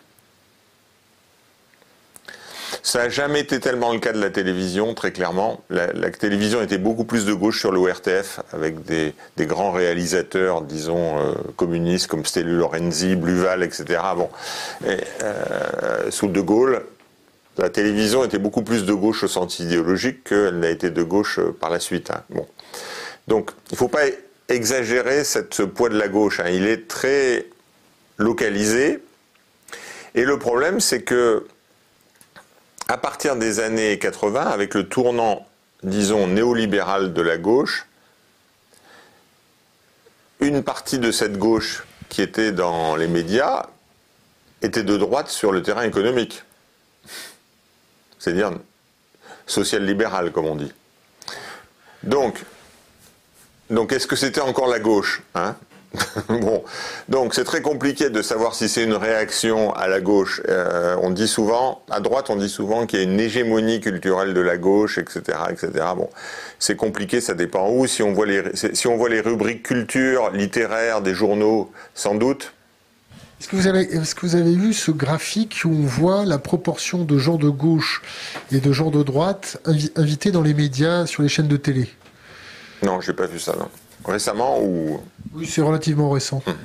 S2: ça n'a jamais été tellement le cas de la télévision, très clairement. La, la télévision était beaucoup plus de gauche sur le O R T F, avec des, des grands réalisateurs, disons, euh, communistes, comme Stello Lorenzi, Bluval, et cetera. Bon. Et, euh, sous De Gaulle, la télévision était beaucoup plus de gauche au sens idéologique qu'elle n'a été de gauche par la suite. Hein. Bon. Donc, il ne faut pas exagérer cette, ce poids de la gauche. Hein. Il est très localisé. Et le problème, c'est que à partir des années quatre-vingts, avec le tournant, disons, néolibéral de la gauche, une partie de cette gauche qui était dans les médias était de droite sur le terrain économique. C'est-à-dire social-libéral, comme on dit. Donc, donc est-ce que c'était encore la gauche, hein? Bon, donc c'est très compliqué de savoir si c'est une réaction à la gauche. Euh, on dit souvent, à droite, on dit souvent qu'il y a une hégémonie culturelle de la gauche, et cetera, et cetera. Bon, c'est compliqué, ça dépend où. Si on voit les, si on voit les rubriques culture, littéraire des journaux, sans doute.
S1: Est-ce que vous avez, est-ce que vous avez vu ce graphique où on voit la proportion de gens de gauche et de gens de droite invi- invités dans les médias sur les chaînes de télé?
S2: Non, j'ai pas vu ça, non. Récemment ou...
S1: Oui, c'est relativement récent.
S2: Hum.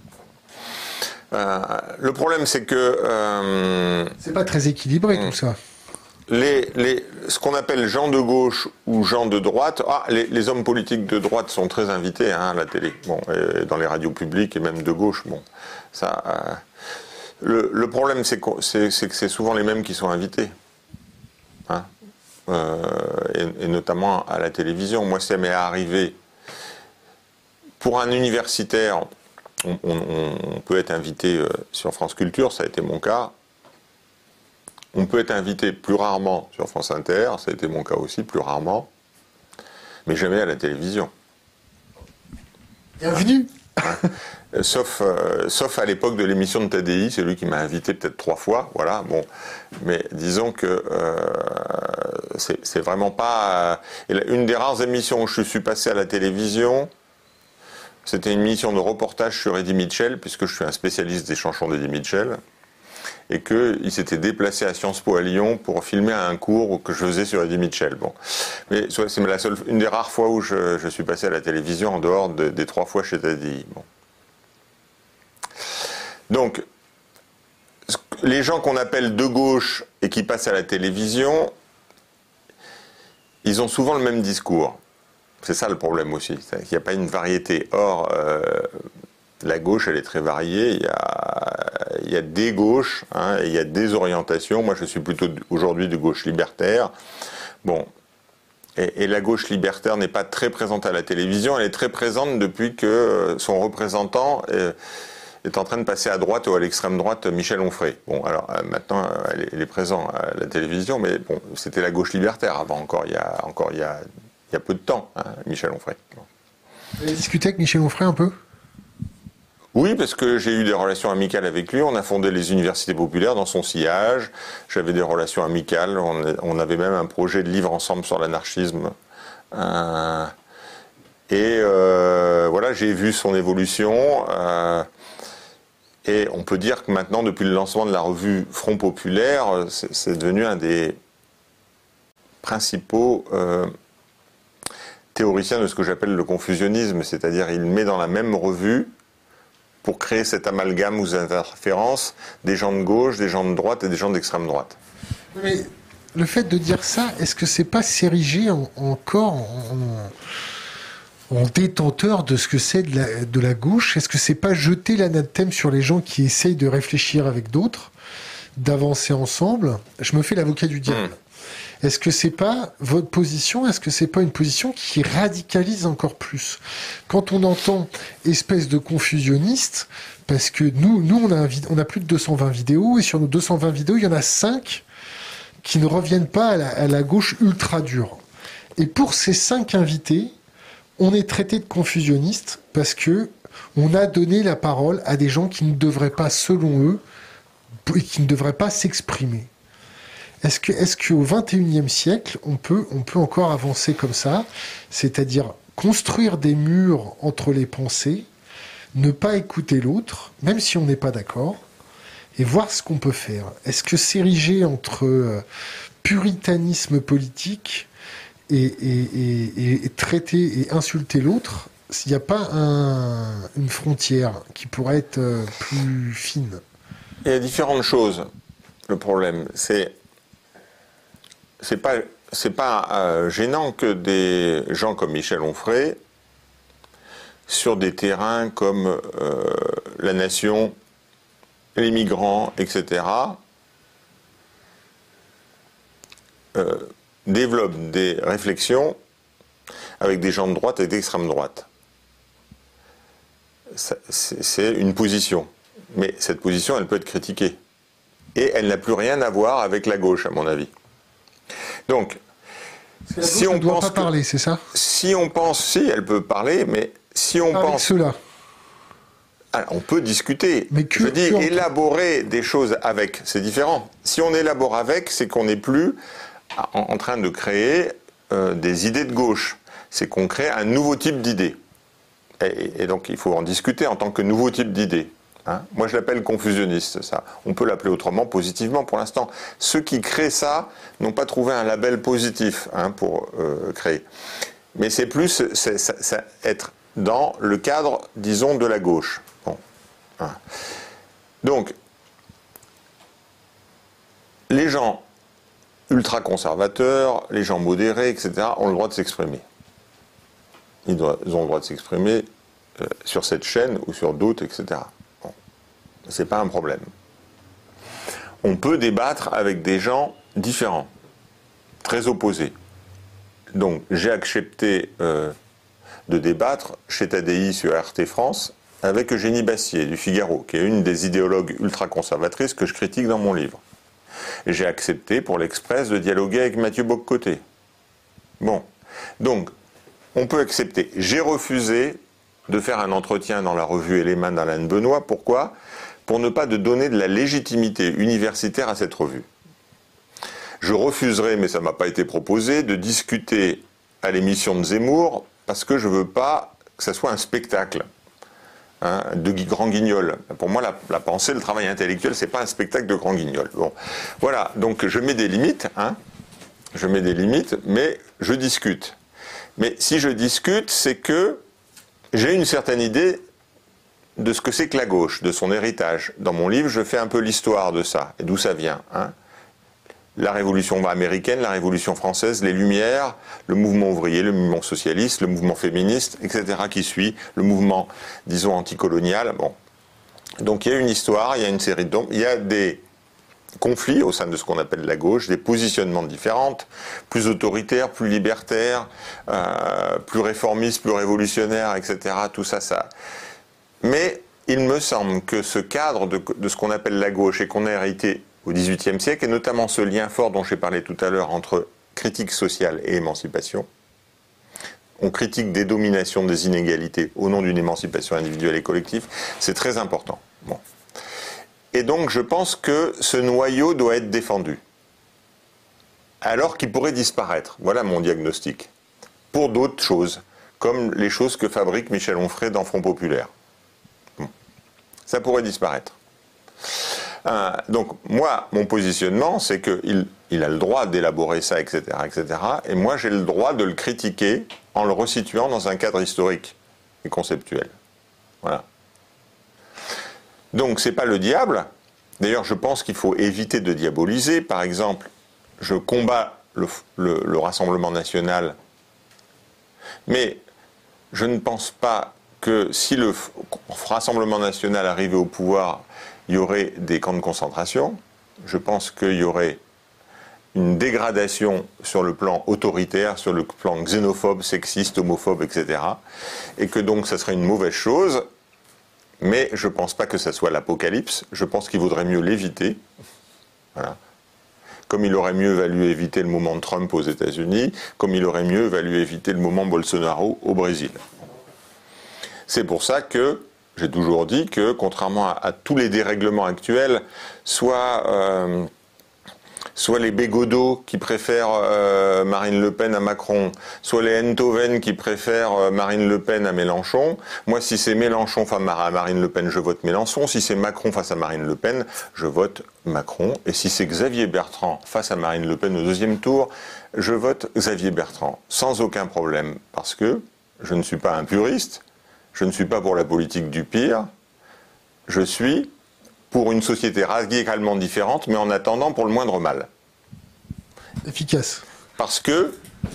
S2: Euh, le problème, c'est que... Euh,
S1: c'est pas très équilibré,
S2: hum.
S1: tout ça.
S2: Les, les, ce qu'on appelle gens de gauche ou gens de droite, ah, les, les hommes politiques de droite sont très invités, hein, à la télé, bon, et dans les radios publiques et même de gauche. Bon, ça, euh, le, le problème, c'est que c'est, c'est, que c'est souvent les mêmes qui sont invités, hein, euh, et, et notamment à la télévision. Moi, ça m'est arrivé pour un universitaire on, on, on peut être invité euh, sur France Culture, ça a été mon cas. On peut être invité plus rarement sur France Inter, ça a été mon cas aussi, plus rarement, mais jamais à la télévision.
S1: Bienvenue.
S2: Hein, sauf, euh, sauf à l'époque de l'émission de Tadei, c'est lui qui m'a invité peut-être trois fois, voilà, bon. Mais disons que euh, c'est, c'est vraiment pas... Euh, une des rares émissions où je suis passé à la télévision, c'était une émission de reportage sur Eddie Mitchell, puisque je suis un spécialiste des chansons d'Eddie Mitchell, et qu'il s'était déplacé à Sciences Po à Lyon pour filmer un cours que je faisais sur Eddie Mitchell. Bon. Mais c'est la seule, une des rares fois où je, je suis passé à la télévision en dehors de, des trois fois chez Tadei. Bon. Donc, les gens qu'on appelle de gauche et qui passent à la télévision, ils ont souvent le même discours. C'est ça le problème aussi, il n'y a pas une variété. Or, euh, la gauche, elle est très variée. Il y a, il y a des gauches, hein, et il y a des orientations. Moi, je suis plutôt aujourd'hui de gauche libertaire. Bon, et, et la gauche libertaire n'est pas très présente à la télévision. Elle est très présente depuis que son représentant est, est en train de passer à droite ou à l'extrême droite, Michel Onfray. Bon, alors maintenant, elle est, elle est présente à la télévision, mais bon, c'était la gauche libertaire avant, encore il y a, encore il y a, il y a peu de temps, hein, Michel Onfray. Bon.
S1: Vous avez discuté avec Michel Onfray un peu ?
S2: Oui, parce que j'ai eu des relations amicales avec lui. On a fondé les universités populaires dans son sillage. J'avais des relations amicales. On, on avait même un projet de livre ensemble sur l'anarchisme. Euh, et euh, voilà, j'ai vu son évolution. Euh, et on peut dire que maintenant, depuis le lancement de la revue Front Populaire, c'est, c'est devenu un des principaux euh, théoriciens de ce que j'appelle le confusionnisme. C'est-à-dire, il met dans la même revue, pour créer cet amalgame ou cette interférence, des gens de gauche, des gens de droite et des gens d'extrême droite.
S1: Mais le fait de dire ça, est-ce que c'est pas s'ériger en, encore en, en détenteur de ce que c'est de la, de la gauche ? Est-ce que c'est pas jeter l'anathème sur les gens qui essayent de réfléchir avec d'autres, d'avancer ensemble ? Je me fais l'avocat du diable. Mmh. Est-ce que c'est pas votre position ? Est-ce que c'est pas une position qui radicalise encore plus ? Quand on entend espèce de confusionniste, parce que nous, nous on a, un, on a plus de deux cent vingt vidéos, et sur nos deux cent vingt vidéos, il y en a cinq qui ne reviennent pas à la, à la gauche ultra dure. Et pour ces cinq invités, on est traité de confusionniste parce que on a donné la parole à des gens qui ne devraient pas, selon eux, qui ne devraient pas s'exprimer. Est-ce que, est-ce qu'au vingt et unième siècle, on peut, on peut encore avancer comme ça, c'est-à-dire construire des murs entre les pensées, ne pas écouter l'autre, même si on n'est pas d'accord, et voir ce qu'on peut faire. Est-ce que s'ériger entre euh, puritanisme politique et, et, et, et traiter et insulter l'autre, s'il n'y a pas un, une frontière qui pourrait être euh, plus fine ?
S2: Il y a différentes choses. Le problème, c'est c'est pas c'est pas euh, gênant que des gens comme Michel Onfray, sur des terrains comme euh, la nation, les migrants, et cetera, euh, développent des réflexions avec des gens de droite et d'extrême droite. Ça, c'est, c'est une position. Mais cette position, elle peut être critiquée. Et elle n'a plus rien à voir avec la gauche, à mon avis. Donc, si on
S1: ne doit
S2: pense
S1: pas
S2: que,
S1: parler, c'est ça ?
S2: Si on pense, si, elle peut parler, mais si on
S1: avec
S2: pense...
S1: ceux-là.
S2: Alors, on peut discuter.
S1: Mais que,
S2: Je dis,
S1: que
S2: élaborer des choses avec, c'est différent. Si on élabore avec, c'est qu'on n'est plus en, en train de créer euh, des idées de gauche. C'est qu'on crée un nouveau type d'idées. Et, et donc, il faut en discuter en tant que nouveau type d'idées. Hein, moi, je l'appelle confusionniste, ça. On peut l'appeler autrement, positivement, pour l'instant. Ceux qui créent ça n'ont pas trouvé un label positif, hein, pour euh, créer. Mais c'est plus c'est, ça, ça, être dans le cadre, disons, de la gauche. Bon. Hein. Donc, les gens ultra-conservateurs, les gens modérés, et cetera, ont le droit de s'exprimer. Ils, doivent, ils ont le droit de s'exprimer euh, sur cette chaîne ou sur d'autres, et cetera. C'est pas un problème. On peut débattre avec des gens différents, très opposés. Donc j'ai accepté euh, de débattre chez Tadei sur R T France avec Eugénie Bastier du Figaro, qui est une des idéologues ultra-conservatrices que je critique dans mon livre. Et j'ai accepté pour l'Express de dialoguer avec Mathieu Bock-Côté. Bon, donc, on peut accepter. J'ai refusé de faire un entretien dans la revue Éléments d'Alain Benoît. Pourquoi ? Pour ne pas de donner de la légitimité universitaire à cette revue. Je refuserai, mais ça ne m'a pas été proposé, de discuter à l'émission de Zemmour, parce que je ne veux pas que ça soit un spectacle. Hein, de grand guignol. Pour moi, la, la pensée, le travail intellectuel, c'est pas un spectacle de grand guignol. Bon, voilà. Donc, je mets des limites. Hein, je mets des limites, mais je discute. Mais si je discute, c'est que j'ai une certaine idée de ce que c'est que la gauche, de son héritage. Dans mon livre, je fais un peu l'histoire de ça et d'où ça vient. Hein. La Révolution américaine, la Révolution française, les Lumières, le mouvement ouvrier, le mouvement socialiste, le mouvement féministe, et cetera qui suit, le mouvement, disons, anticolonial. Bon. Donc il y a une histoire, il y a une série de... Il y a des conflits au sein de ce qu'on appelle la gauche, des positionnements différents, plus autoritaires, plus libertaires, euh, plus réformistes, plus révolutionnaires, et cetera. Tout ça, ça... Mais il me semble que ce cadre de, de ce qu'on appelle la gauche et qu'on a hérité au dix-huitième siècle, et notamment ce lien fort dont j'ai parlé tout à l'heure entre critique sociale et émancipation. On critique des dominations, des inégalités au nom d'une émancipation individuelle et collective. C'est très important. Bon. Et donc je pense que ce noyau doit être défendu. Alors qu'il pourrait disparaître. Voilà mon diagnostic. Pour d'autres choses, comme les choses que fabrique Michel Onfray dans Front Populaire. Bon. Ça pourrait disparaître. Euh, donc moi, mon positionnement, c'est qu'il il a le droit d'élaborer ça, et cetera, et cetera. Et moi, j'ai le droit de le critiquer en le resituant dans un cadre historique et conceptuel. Voilà. Donc, c'est pas le diable. D'ailleurs, je pense qu'il faut éviter de diaboliser. Par exemple, je combats le, le, le Rassemblement national, mais je ne pense pas que si le Rassemblement national arrivait au pouvoir, il y aurait des camps de concentration. Je pense qu'il y aurait une dégradation sur le plan autoritaire, sur le plan xénophobe, sexiste, homophobe, et cetera. Et que donc ça serait une mauvaise chose, mais je ne pense pas que ça soit l'apocalypse. Je pense qu'il vaudrait mieux l'éviter. Voilà. Comme il aurait mieux valu éviter le moment de Trump aux États-Unis, comme il aurait mieux valu éviter le moment Bolsonaro au Brésil. C'est pour ça que j'ai toujours dit que, contrairement à, à tous les dérèglements actuels, soit, euh, soit les Bégodeaux qui préfèrent euh, Marine Le Pen à Macron, soit les Enthoven qui préfèrent euh, Marine Le Pen à Mélenchon, moi, si c'est Mélenchon face à Marine Le Pen, je vote Mélenchon. Si c'est Macron face à Marine Le Pen, je vote Macron. Et si c'est Xavier Bertrand face à Marine Le Pen au deuxième tour, je vote Xavier Bertrand, sans aucun problème, parce que je ne suis pas un puriste. Je ne suis pas pour la politique du pire, je suis pour une société radicalement différente, mais en attendant pour le moindre mal.
S1: Efficace.
S2: Parce que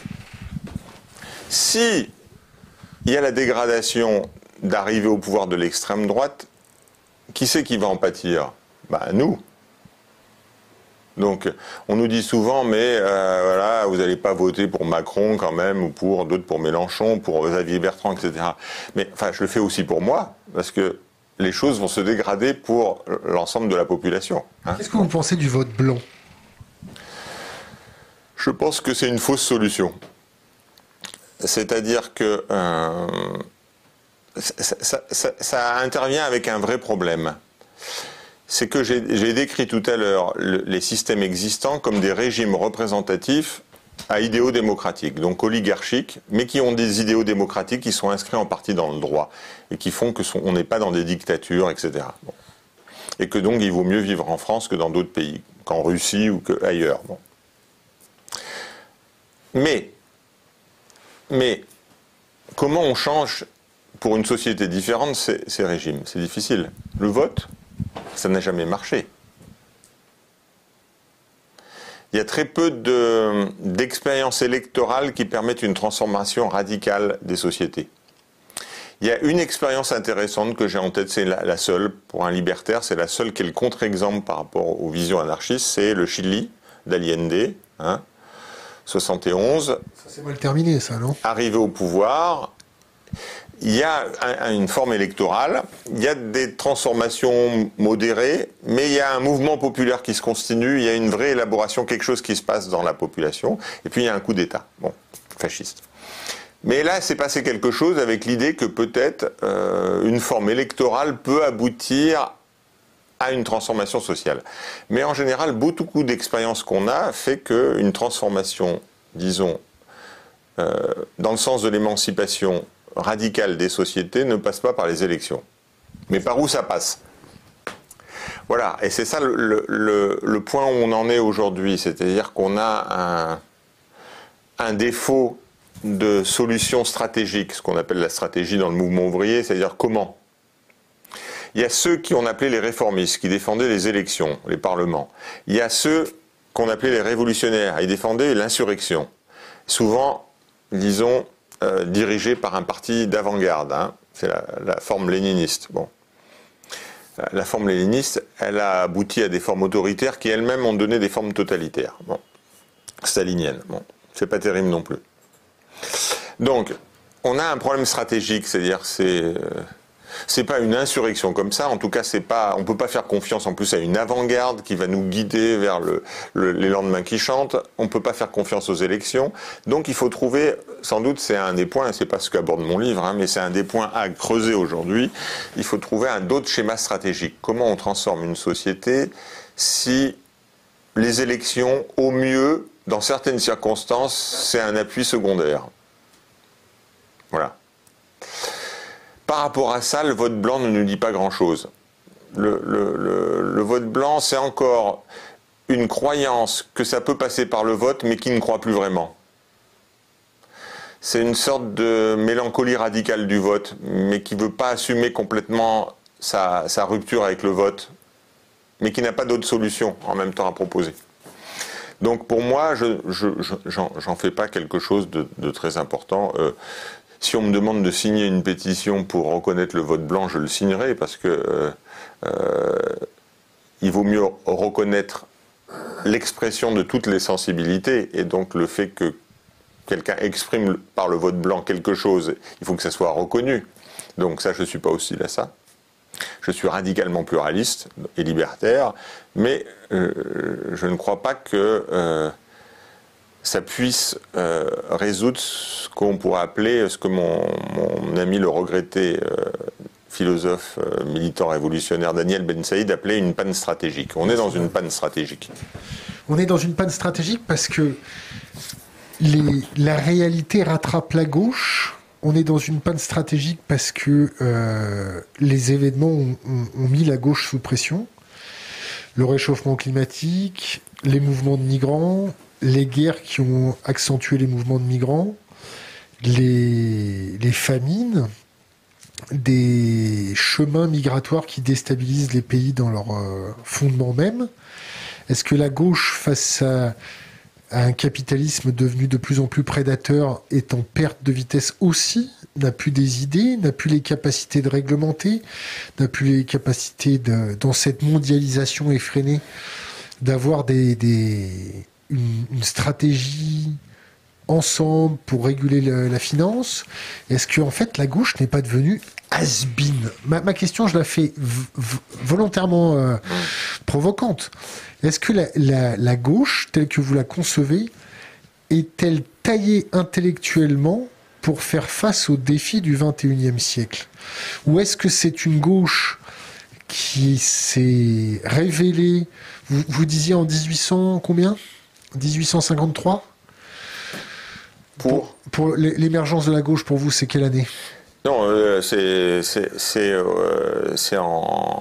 S2: si il y a la dégradation d'arriver au pouvoir de l'extrême droite, qui c'est qui va en pâtir ? Ben, nous. Donc, on nous dit souvent, mais euh, voilà, vous n'allez pas voter pour Macron quand même, ou pour d'autres pour Mélenchon, pour Xavier Bertrand, et cetera. Mais enfin, je le fais aussi pour moi, parce que les choses vont se dégrader pour l'ensemble de la population. Hein.
S1: Qu'est-ce que vous pensez du vote blanc ?
S2: Je pense que c'est une fausse solution. C'est-à-dire que euh, ça, ça, ça, ça intervient avec un vrai problème. C'est que j'ai décrit tout à l'heure le, les systèmes existants comme des régimes représentatifs à idéaux démocratiques, donc oligarchiques, mais qui ont des idéaux démocratiques qui sont inscrits en partie dans le droit et qui font que son, on n'est pas dans des dictatures, et cetera. Bon. Et que donc il vaut mieux vivre en France que dans d'autres pays, qu'en Russie ou qu'ailleurs. Bon. Mais, mais comment on change pour une société différente ces, ces régimes ? C'est difficile. Le vote ? Ça n'a jamais marché. Il y a très peu de, d'expériences électorales qui permettent une transformation radicale des sociétés. Il y a une expérience intéressante que j'ai en tête, c'est la, la seule, pour un libertaire, c'est la seule qui est le contre-exemple par rapport aux visions anarchistes, c'est le Chili d'Allende, hein, soixante et onze.
S1: Ça s'est mal terminé, ça, non ?
S2: Arrivé au pouvoir, il y a un, une forme électorale, il y a des transformations modérées, mais il y a un mouvement populaire qui se constitue, il y a une vraie élaboration, quelque chose qui se passe dans la population, et puis il y a un coup d'État, bon, fasciste. Mais là, c'est passé quelque chose avec l'idée que peut-être euh, une forme électorale peut aboutir à une transformation sociale. Mais en général, beaucoup d'expériences qu'on a fait qu'une transformation, disons, euh, dans le sens de l'émancipation radicale des sociétés, ne passe pas par les élections. Mais par où ça passe ? Voilà, et c'est ça le, le, le point où on en est aujourd'hui, c'est-à-dire qu'on a un, un défaut de solutions stratégiques, ce qu'on appelle la stratégie dans le mouvement ouvrier, c'est-à-dire comment. Il y a ceux qui on appelait les réformistes, qui défendaient les élections, les parlements. Il y a ceux qu'on appelait les révolutionnaires, ils défendaient l'insurrection. Souvent, disons, euh, dirigés par un parti d'avant-garde, hein. C'est la, la forme léniniste. Bon. La forme léniniste, elle a abouti à des formes autoritaires qui elles-mêmes ont donné des formes totalitaires. Bon. Staliniennes. Bon. C'est pas terrible non plus. Donc, on a un problème stratégique, c'est-à-dire c'est euh, c'est pas une insurrection comme ça. En tout cas, c'est pas, on peut pas faire confiance en plus à une avant-garde qui va nous guider vers le, le, les lendemains qui chantent. On peut pas faire confiance aux élections. Donc, il faut trouver, sans doute, c'est un des points, c'est pas ce qu'aborde mon livre, hein, mais c'est un des points à creuser aujourd'hui. Il faut trouver un d'autres schémas stratégiques. Comment on transforme une société si les élections, au mieux, dans certaines circonstances, c'est un appui secondaire. Voilà. Par rapport à ça, le vote blanc ne nous dit pas grand-chose. Le, le, le, le vote blanc, c'est encore une croyance que ça peut passer par le vote, mais qui ne croit plus vraiment. C'est une sorte de mélancolie radicale du vote, mais qui ne veut pas assumer complètement sa, sa rupture avec le vote, mais qui n'a pas d'autre solution en même temps à proposer. Donc pour moi, je, je, je, j'en, j'en fais pas quelque chose de, de très important. Euh, si on me demande de signer une pétition pour reconnaître le vote blanc, je le signerai parce que euh, euh, il vaut mieux reconnaître l'expression de toutes les sensibilités et donc le fait que quelqu'un exprime par le vote blanc quelque chose, il faut que ça soit reconnu. Donc ça, je ne suis pas hostile à ça. Je suis radicalement pluraliste et libertaire, mais euh, je ne crois pas que euh, ça puisse euh, résoudre ce qu'on pourrait appeler, ce que mon, mon ami le regretté euh, philosophe euh, militant révolutionnaire Daniel Ben Saïd appelait une panne stratégique. On est dans une panne stratégique.
S1: On est dans une panne stratégique parce que les, la réalité rattrape la gauche. On est dans une panne stratégique parce que euh, les événements ont, ont, ont mis la gauche sous pression. Le réchauffement climatique, les mouvements de migrants, les guerres qui ont accentué les mouvements de migrants, les, les famines, des chemins migratoires qui déstabilisent les pays dans leur euh, fondement même. Est-ce que la gauche, face à un capitalisme devenu de plus en plus prédateur, est en perte de vitesse aussi, n'a plus des idées, n'a plus les capacités de réglementer, n'a plus les capacités de, dans cette mondialisation effrénée, d'avoir des, des, une, une stratégie ensemble pour réguler le, la finance? Est-ce que en fait la gauche n'est pas devenue has-been? ma, ma question, je la fais v- v- volontairement euh, provocante. Est-ce que la, la, la gauche, telle que vous la concevez, est-elle taillée intellectuellement pour faire face aux défis du vingt et unième siècle? Ou est-ce que c'est une gauche qui s'est révélée, vous, vous disiez en dix-huit cents, combien dix-huit cent cinquante-trois
S2: Pour,
S1: pour, pour l'émergence de la gauche, pour vous, c'est quelle année?
S2: Non, euh, c'est c'est c'est euh, c'est en,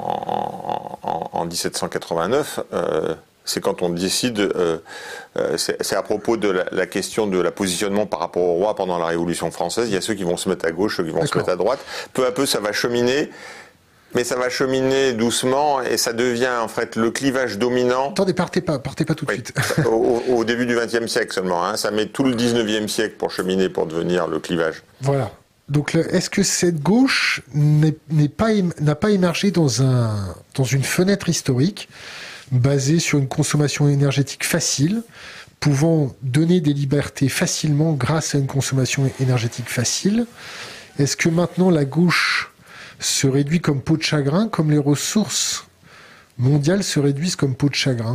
S2: en, en dix-sept cent quatre-vingt-neuf. Euh, c'est quand on décide. Euh, euh, c'est, c'est à propos de la, la question de la positionnement par rapport au roi pendant la Révolution française. Il y a ceux qui vont se mettre à gauche, ceux qui vont D'accord. se mettre à droite. Peu à peu, ça va cheminer. Mais ça va cheminer doucement et ça devient en fait le clivage dominant.
S1: Attendez, partez pas, partez pas tout de
S2: oui,
S1: suite.
S2: au, au début du vingtième siècle seulement. Hein. Ça met tout le dix-neuvième siècle pour cheminer, pour devenir le clivage.
S1: Voilà. Donc, est-ce que cette gauche n'est, n'est pas, n'a pas émergé dans, un, dans une fenêtre historique basée sur une consommation énergétique facile, pouvant donner des libertés facilement grâce à une consommation énergétique facile, Est-ce que maintenant la gauche se réduit comme peau de chagrin, comme les ressources mondiales se réduisent comme peau de chagrin?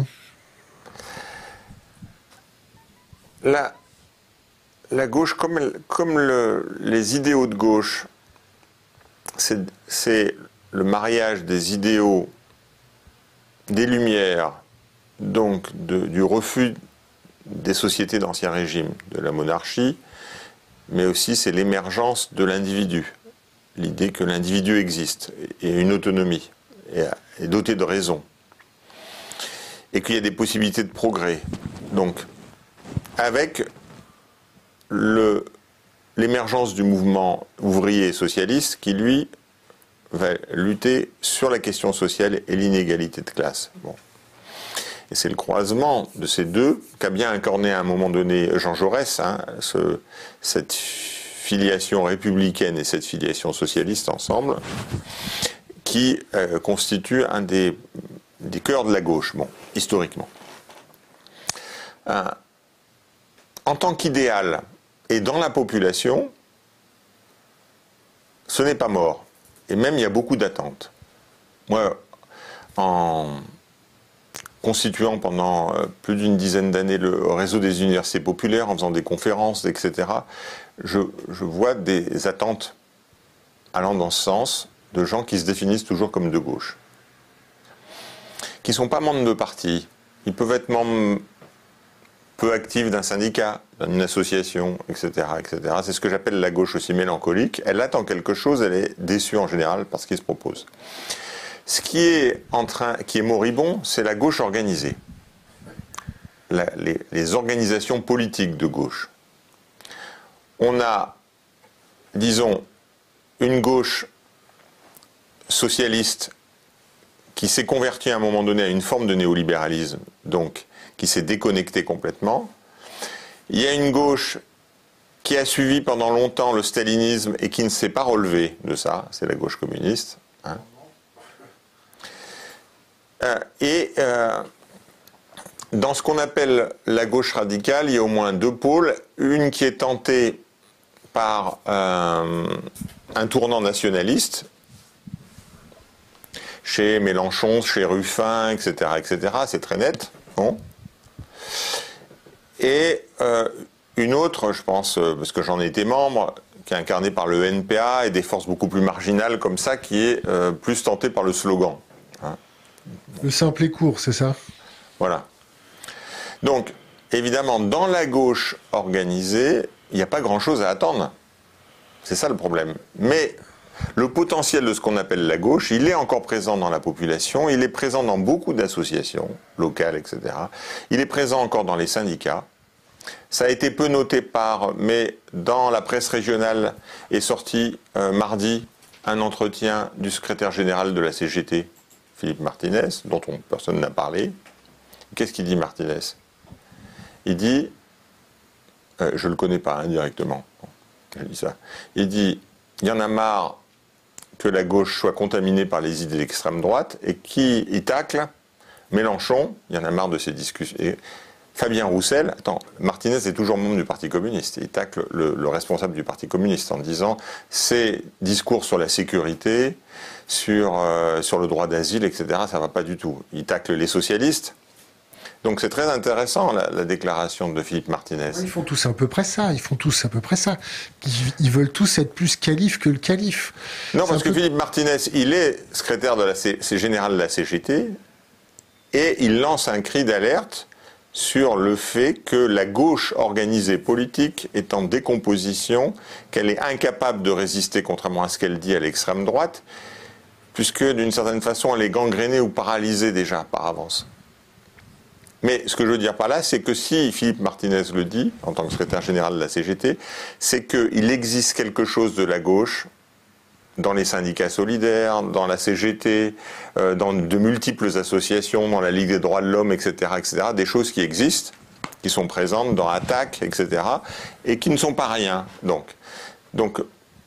S2: La, la gauche, comme, comme le, les idéaux de gauche, c'est le mariage des idéaux des Lumières, donc de, du refus des sociétés d'Ancien Régime, de la monarchie, mais aussi c'est l'émergence de l'individu, l'idée que l'individu existe et une autonomie, et est doté de raison, et qu'il y a des possibilités de progrès. Donc, avec l'émergence du mouvement ouvrier et socialiste qui, lui, va lutter sur la question sociale et l'inégalité de classe. Bon. Et c'est le croisement de ces deux qu'a bien incarné à un moment donné Jean Jaurès, hein, ce, cette filiation républicaine et cette filiation socialiste ensemble, qui euh, constitue un des, des cœurs de la gauche, bon, historiquement. Euh, en tant qu'idéal et dans la population, ce n'est pas mort. Et même, il y a beaucoup d'attentes. Moi, en constituant pendant plus d'une dizaine d'années le réseau des universités populaires, en faisant des conférences, et cetera, je, je vois des attentes allant dans ce sens de gens qui se définissent toujours comme de gauche, qui ne sont pas membres de parti. Ils peuvent être membres peu actifs d'un syndicat, d'une association, et cetera, et cetera. C'est ce que j'appelle la gauche aussi mélancolique. Elle attend quelque chose, elle est déçue en général par ce qui se propose. Ce qui est, en train, qui est moribond, c'est la gauche organisée. La, les, les organisations politiques de gauche. On a, disons, une gauche socialiste qui s'est convertie à un moment donné à une forme de néolibéralisme, donc qui s'est déconnectée complètement. Il y a une gauche qui a suivi pendant longtemps le stalinisme et qui ne s'est pas relevée de ça, c'est la gauche communiste. Hein. Euh, et euh, dans ce qu'on appelle la gauche radicale, il y a au moins deux pôles. Une qui est tentée par euh, un tournant nationaliste, chez Mélenchon, chez Ruffin, et cetera, et cetera. C'est très net. Bon. Et euh, une autre, je pense, parce que j'en ai été membre, qui est incarnée par le N P A et des forces beaucoup plus marginales comme ça, qui est euh, plus tentée par le slogan. Hein.
S1: Le simple et court, c'est ça?
S2: Voilà. Donc, évidemment, dans la gauche organisée, il n'y a pas grand-chose à attendre. C'est ça le problème. Mais le potentiel de ce qu'on appelle la gauche, il est encore présent dans la population, il est présent dans beaucoup d'associations locales, et cetera. Il est présent encore dans les syndicats. Ça a été peu noté par, mais dans la presse régionale est sorti euh, mardi un entretien du secrétaire général de la C G T, Philippe Martinez, dont on, personne n'a parlé. Qu'est-ce qu'il dit, Martinez? Il dit, euh, je ne le connais pas hein, directement, bon, je dis ça, il dit, il y en a marre que la gauche soit contaminée par les idées d'extrême droite, et qui y tacle Mélenchon, il y en a marre de ces discussions. Et Fabien Roussel, attends, Martinez est toujours membre du Parti communiste, il tacle le, le responsable du Parti communiste en disant ces discours sur la sécurité, sur, euh, sur le droit d'asile, et cetera, ça ne va pas du tout. Il tacle les socialistes. Donc c'est très intéressant la, la déclaration de Philippe Martinez.
S1: Ils font tous à peu près ça, ils font tous à peu près ça. Ils, ils veulent tous être plus calife que le calife.
S2: Non, parce que peu... Philippe Martinez, il est secrétaire de la C... c'est général de la C G T et il lance un cri d'alerte sur le fait que la gauche organisée politique est en décomposition, qu'elle est incapable de résister, contrairement à ce qu'elle dit, à l'extrême droite, puisque d'une certaine façon elle est gangrénée ou paralysée déjà par avance. Mais ce que je veux dire par là, c'est que si Philippe Martinez le dit, en tant que secrétaire général de la C G T, c'est qu'il existe quelque chose de la gauche dans les syndicats solidaires, dans la C G T, euh, dans de multiples associations, dans la Ligue des droits de l'homme, et cetera, et cetera, des choses qui existent, qui sont présentes dans Attaque, et cetera, et qui ne sont pas rien. Donc, donc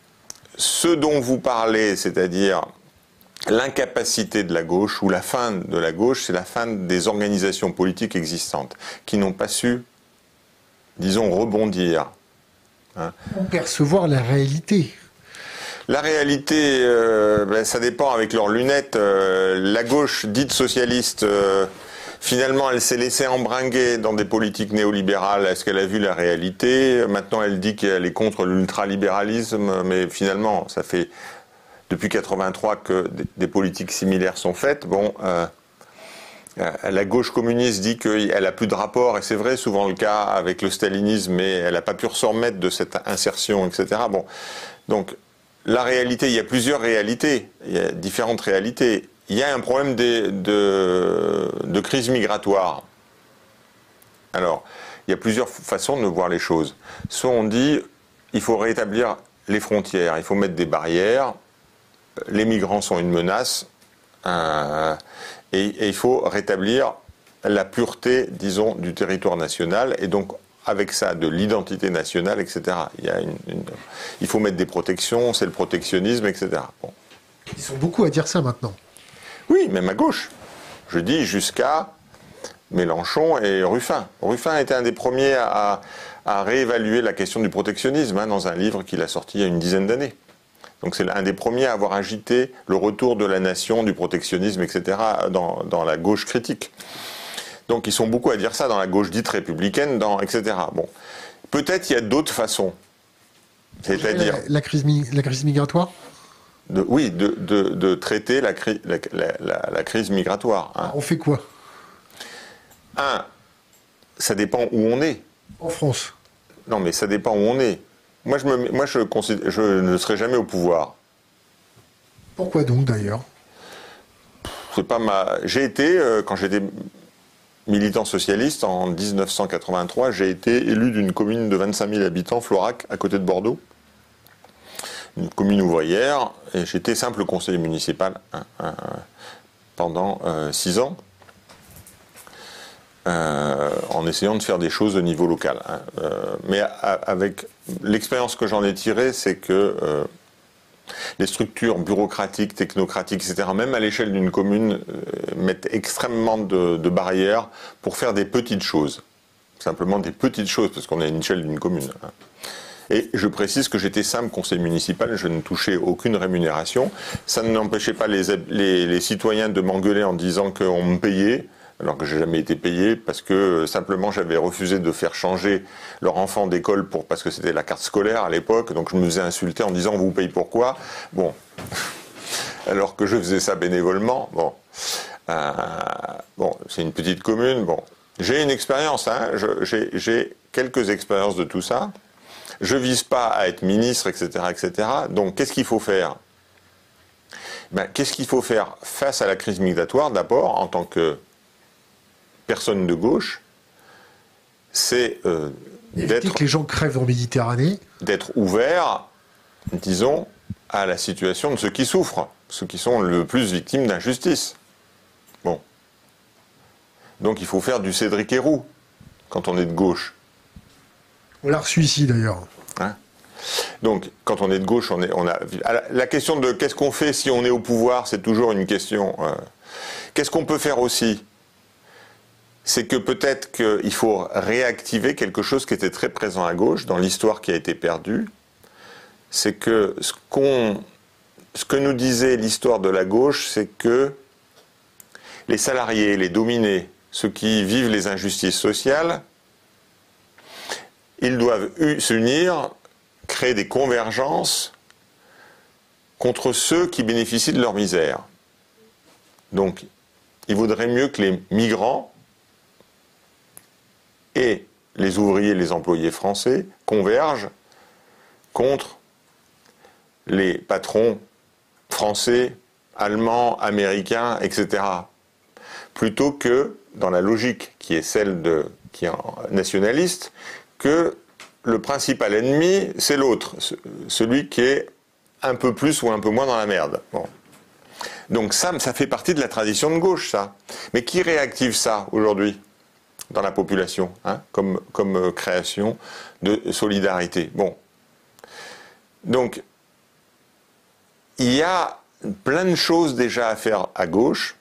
S2: ce dont vous parlez, c'est-à-dire l'incapacité de la gauche, ou la fin de la gauche, c'est la fin des organisations politiques existantes, qui n'ont pas su, disons, rebondir. Hein.
S1: Percevoir la réalité.
S2: La réalité, euh, ben, ça dépend avec leurs lunettes. Euh, la gauche dite socialiste, euh, finalement, elle s'est laissée embringuer dans des politiques néolibérales. Est-ce qu'elle a vu la réalité? Maintenant, elle dit qu'elle est contre l'ultralibéralisme, mais finalement, ça fait depuis quatre-vingt-trois que des, des politiques similaires sont faites. Bon, euh, la gauche communiste dit qu'elle a plus de rapport, et c'est vrai, souvent le cas avec le stalinisme, mais elle n'a pas pu se remettre de cette insertion, et cetera. Bon, donc la réalité, il y a plusieurs réalités, il y a différentes réalités. Il y a un problème de, de, de crise migratoire. Alors, il y a plusieurs façons de voir les choses. Soit on dit, il faut rétablir les frontières, il faut mettre des barrières, les migrants sont une menace, euh, et, et il faut rétablir la pureté, disons, du territoire national, et donc avec ça, de l'identité nationale, et cetera. Il y a une, une, il faut mettre des protections, c'est le protectionnisme, et cetera. Bon.
S1: Ils sont beaucoup à dire ça maintenant.
S2: Oui, même à gauche. Je dis jusqu'à Mélenchon et Ruffin. Ruffin était un des premiers à, à réévaluer la question du protectionnisme hein, dans un livre qu'il a sorti il y a une dizaine d'années. Donc c'est un des premiers à avoir agité le retour de la nation, du protectionnisme, et cetera dans, dans la gauche critique. Donc ils sont beaucoup à dire ça dans la gauche dite républicaine, dans, et cetera. Bon, peut-être il y a d'autres façons. C'est-à-dire
S1: la, la, crise, la crise migratoire.
S2: De, oui, de, de, de traiter la, cri, la, la, la crise migratoire. Hein.
S1: On fait quoi?
S2: Un, ça dépend où on est.
S1: En France.
S2: Non, mais ça dépend où on est. Moi, je, me, moi je, considère, je ne serai jamais au pouvoir.
S1: Pourquoi donc, d'ailleurs?
S2: C'est pas ma... J'ai été, euh, quand j'étais militant socialiste, en dix-neuf cent quatre-vingt-trois, j'ai été élu d'une commune de vingt-cinq mille habitants, Florac, à côté de Bordeaux. Une commune ouvrière, et j'étais simple conseiller municipal hein, hein, pendant euh, six ans, euh, en essayant de faire des choses au niveau local. Hein. Euh, mais a, avec l'expérience que j'en ai tirée, c'est que euh, les structures bureaucratiques, technocratiques, et cetera, même à l'échelle d'une commune, euh, mettent extrêmement de, de barrières pour faire des petites choses. Simplement des petites choses, parce qu'on est à une échelle d'une commune. Hein. Et je précise que j'étais simple conseiller municipal, je ne touchais aucune rémunération. Ça n'empêchait pas les, les, les citoyens de m'engueuler en disant qu'on me payait, alors que je n'ai jamais été payé, parce que simplement j'avais refusé de faire changer leur enfant d'école pour, parce que c'était la carte scolaire à l'époque, donc je me faisais insulter en disant « on vous paye pourquoi ?» Bon, alors que je faisais ça bénévolement. Bon, euh, bon c'est une petite commune. Bon, j'ai une expérience, hein, j'ai quelques expériences de tout ça. Je ne vise pas à être ministre, et cetera, et cetera. Donc, qu'est-ce qu'il faut faire? Ben, qu'est-ce qu'il faut faire face à la crise migratoire? D'abord, en tant que personne de gauche, c'est euh, d'être...
S1: que les gens crèvent en Méditerranée.
S2: D'être ouvert, disons, à la situation de ceux qui souffrent, ceux qui sont le plus victimes d'injustice. Bon. Donc, il faut faire du Cédric Herrou, quand on est de gauche.
S1: On l'a reçu ici d'ailleurs.
S2: Hein? Donc, quand on est de gauche, on est, on a la question de qu'est-ce qu'on fait si on est au pouvoir, c'est toujours une question. Euh, qu'est-ce qu'on peut faire aussi? C'est que peut-être qu'il faut réactiver quelque chose qui était très présent à gauche dans l'histoire qui a été perdue. C'est que ce qu'on, ce que nous disait l'histoire de la gauche, c'est que les salariés, les dominés, ceux qui vivent les injustices sociales, ils doivent s'unir, créer des convergences contre ceux qui bénéficient de leur misère. Donc, il vaudrait mieux que les migrants et les ouvriers et les employés français convergent contre les patrons français, allemands, américains, et cetera. Plutôt que, dans la logique qui est celle de, qui est nationaliste, que le principal ennemi, c'est l'autre, celui qui est un peu plus ou un peu moins dans la merde. Bon. Donc ça, ça fait partie de la tradition de gauche, ça. Mais qui réactive ça aujourd'hui dans la population, hein, comme, comme création de solidarité? Bon. Donc, il y a plein de choses déjà à faire à gauche,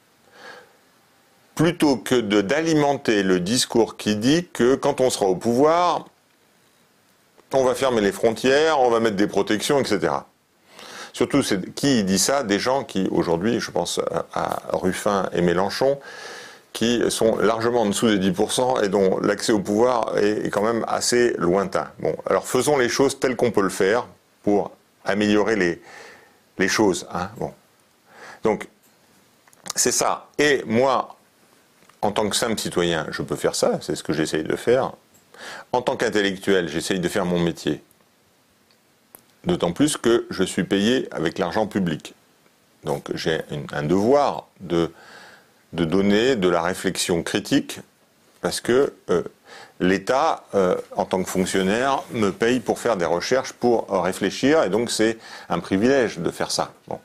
S2: plutôt que d'alimenter le discours qui dit que quand on sera au pouvoir, on va fermer les frontières, on va mettre des protections, et cetera. Surtout, c'est, qui dit ça? Des gens qui, aujourd'hui, je pense à, à Ruffin et Mélenchon, qui sont largement en dessous des dix pour cent et dont l'accès au pouvoir est, est quand même assez lointain. Bon, alors faisons les choses telles qu'on peut le faire pour améliorer les, les choses. Hein, bon. Donc, c'est ça. Et moi, en tant que simple citoyen, je peux faire ça, c'est ce que j'essaye de faire. En tant qu'intellectuel, j'essaye de faire mon métier. D'autant plus que je suis payé avec l'argent public. Donc j'ai une, un devoir de, de donner de la réflexion critique, parce que euh, l'État, euh, en tant que fonctionnaire, me paye pour faire des recherches, pour euh, réfléchir, et donc c'est un privilège de faire ça. Bon.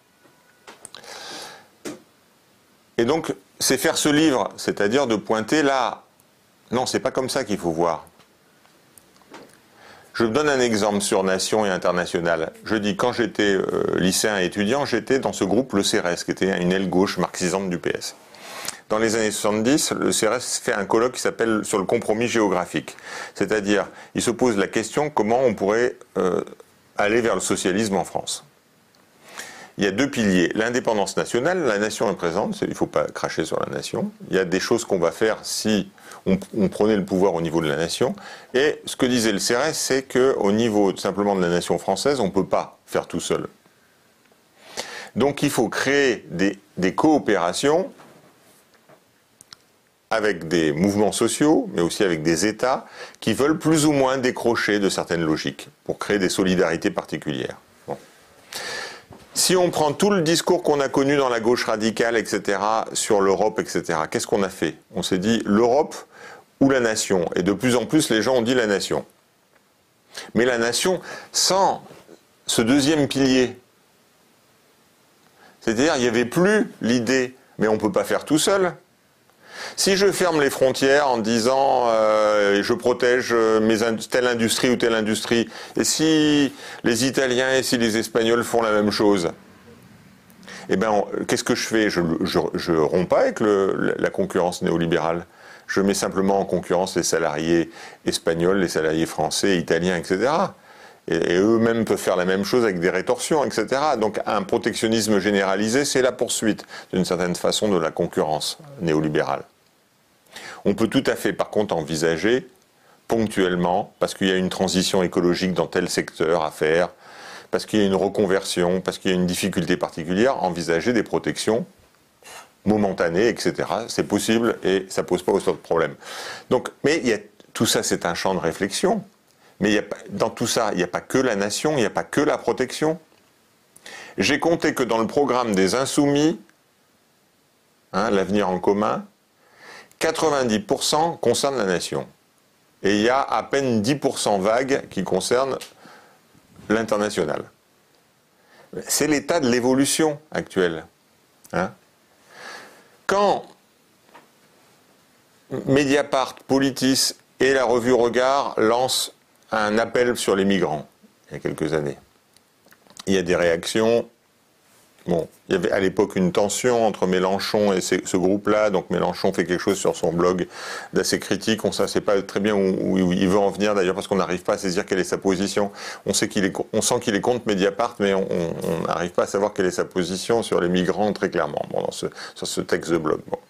S2: Et donc, c'est faire ce livre, c'est-à-dire de pointer là. Non, c'est pas comme ça qu'il faut voir. Je donne un exemple sur Nation et International. Je dis, quand j'étais euh, lycéen et étudiant, j'étais dans ce groupe, le C R E S, qui était une aile gauche marxisante du P S. Dans les années soixante-dix, le C R E S fait un colloque qui s'appelle « Sur le compromis géographique ». C'est-à-dire, il se pose la question comment on pourrait euh, aller vers le socialisme en France. Il y a deux piliers. L'indépendance nationale, la nation est présente, il ne faut pas cracher sur la nation. Il y a des choses qu'on va faire si on, on prenait le pouvoir au niveau de la nation. Et ce que disait le C R E S, c'est qu'au niveau simplement de la nation française, on ne peut pas faire tout seul. Donc il faut créer des, des coopérations avec des mouvements sociaux, mais aussi avec des États qui veulent plus ou moins décrocher de certaines logiques pour créer des solidarités particulières. Bon. Si on prend tout le discours qu'on a connu dans la gauche radicale, et cetera, sur l'Europe, et cetera, qu'est-ce qu'on a fait? On s'est dit l'Europe ou la nation. Et de plus en plus, les gens ont dit la nation. Mais la nation sans ce deuxième pilier. C'est-à-dire, il n'y avait plus l'idée, mais on ne peut pas faire tout seul. Si je ferme les frontières en disant euh, je protège mes telle industrie ou telle industrie, et si les Italiens et si les Espagnols font la même chose, eh ben qu'est-ce que je fais? Je ne romps pas avec le, la concurrence néolibérale. Je mets simplement en concurrence les salariés espagnols, les salariés français, italiens, et cetera. Et, et eux-mêmes peuvent faire la même chose avec des rétorsions, et cetera. Donc un protectionnisme généralisé, c'est la poursuite, d'une certaine façon, de la concurrence néolibérale. On peut tout à fait, par contre, envisager ponctuellement, parce qu'il y a une transition écologique dans tel secteur à faire, parce qu'il y a une reconversion, parce qu'il y a une difficulté particulière, envisager des protections momentanées, et cetera. C'est possible et ça ne pose pas autant de problèmes. Donc, mais il y a, tout ça, c'est un champ de réflexion. Mais il y a, dans tout ça, il n'y a pas que la nation, il n'y a pas que la protection. J'ai compté que dans le programme des Insoumis, hein, l'avenir en commun, quatre-vingt-dix pour cent concerne la nation. Et il y a à peine dix pour cent vagues qui concernent l'international. C'est l'état de l'évolution actuelle. Hein. Quand Mediapart, Politis et la revue Regard lancent un appel sur les migrants, il y a quelques années, il y a des réactions. Bon, il y avait à l'époque une tension entre Mélenchon et ce groupe-là, donc Mélenchon fait quelque chose sur son blog d'assez critique, on ne sait pas très bien où, où il veut en venir d'ailleurs parce qu'on n'arrive pas à saisir quelle est sa position. On sait qu'il est, on sent qu'il est contre Mediapart, mais on n'arrive pas à savoir quelle est sa position sur les migrants très clairement, bon, dans ce, sur ce texte de blog. Bon.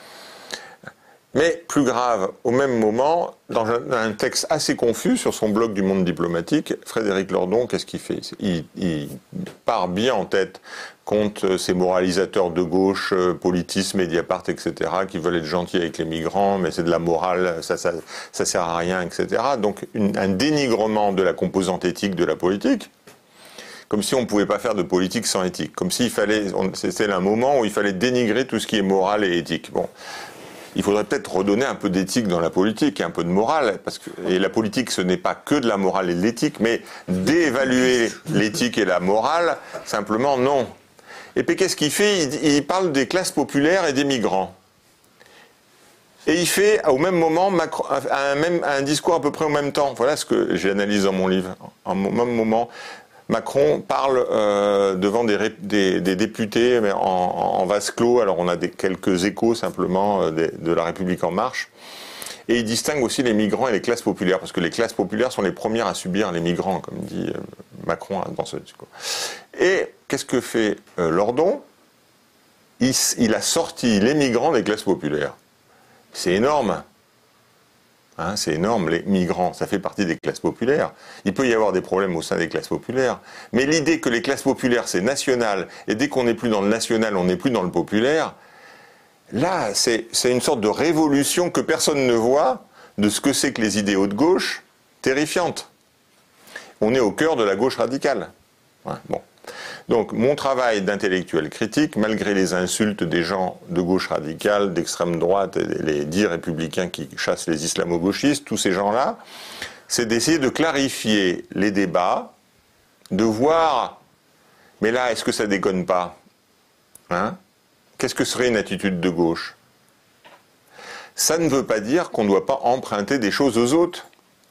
S2: Mais plus grave, au même moment, dans un, un texte assez confus sur son blog du Monde diplomatique, Frédéric Lordon, qu'est-ce qu'il fait? il, il part bien en tête contre ces moralisateurs de gauche, Politis, Mediapart, et cetera, qui veulent être gentils avec les migrants, mais c'est de la morale, ça, ça, ça sert à rien, et cetera. Donc une, un dénigrement de la composante éthique de la politique, comme si on ne pouvait pas faire de politique sans éthique, comme s'il fallait, c'était un moment où il fallait dénigrer tout ce qui est moral et éthique. Bon. Il faudrait peut-être redonner un peu d'éthique dans la politique et un peu de morale, parce que et la politique, ce n'est pas que de la morale et de l'éthique, mais d'évaluer l'éthique et la morale, simplement non. Et puis qu'est-ce qu'il fait? il, il parle des classes populaires et des migrants. Et il fait au même moment Macron, un, même, un discours à peu près au même temps. Voilà ce que j'analyse dans mon livre. Au même moment, Macron parle euh, devant des, des, des députés mais en, en vase clos. Alors on a des, quelques échos simplement euh, de, de La République En Marche. Et il distingue aussi les migrants et les classes populaires, parce que les classes populaires sont les premières à subir les migrants, comme dit euh, Macron dans ce discours. Et qu'est-ce que fait euh, Lordon ? il, il a sorti les migrants des classes populaires. C'est énorme. Hein, c'est énorme, les migrants, ça fait partie des classes populaires. Il peut y avoir des problèmes au sein des classes populaires. Mais l'idée que les classes populaires, c'est national, et dès qu'on n'est plus dans le national, on n'est plus dans le populaire, là, c'est, c'est une sorte de révolution que personne ne voit de ce que c'est que les idéaux de gauche, terrifiante. On est au cœur de la gauche radicale. Ouais, bon. Donc, mon travail d'intellectuel critique, malgré les insultes des gens de gauche radicale, d'extrême droite, et les dits républicains qui chassent les islamo-gauchistes, tous ces gens-là, c'est d'essayer de clarifier les débats, de voir, mais là, est-ce que ça déconne pas ? Hein ? Qu'est-ce que serait une attitude de gauche ? Ça ne veut pas dire qu'on ne doit pas emprunter des choses aux autres.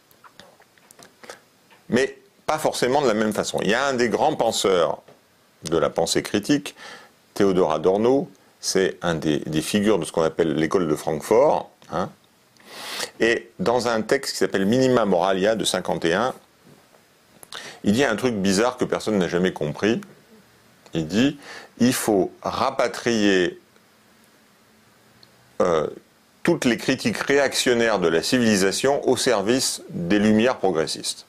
S2: Mais pas forcément de la même façon. Il y a un des grands penseurs de la pensée critique, Théodore Adorno, c'est un des, des figures de ce qu'on appelle l'école de Francfort, hein, et dans un texte qui s'appelle Minima Moralia de cinquante et un, il dit un truc bizarre que personne n'a jamais compris. Il dit, il faut rapatrier euh, toutes les critiques réactionnaires de la civilisation au service des lumières progressistes.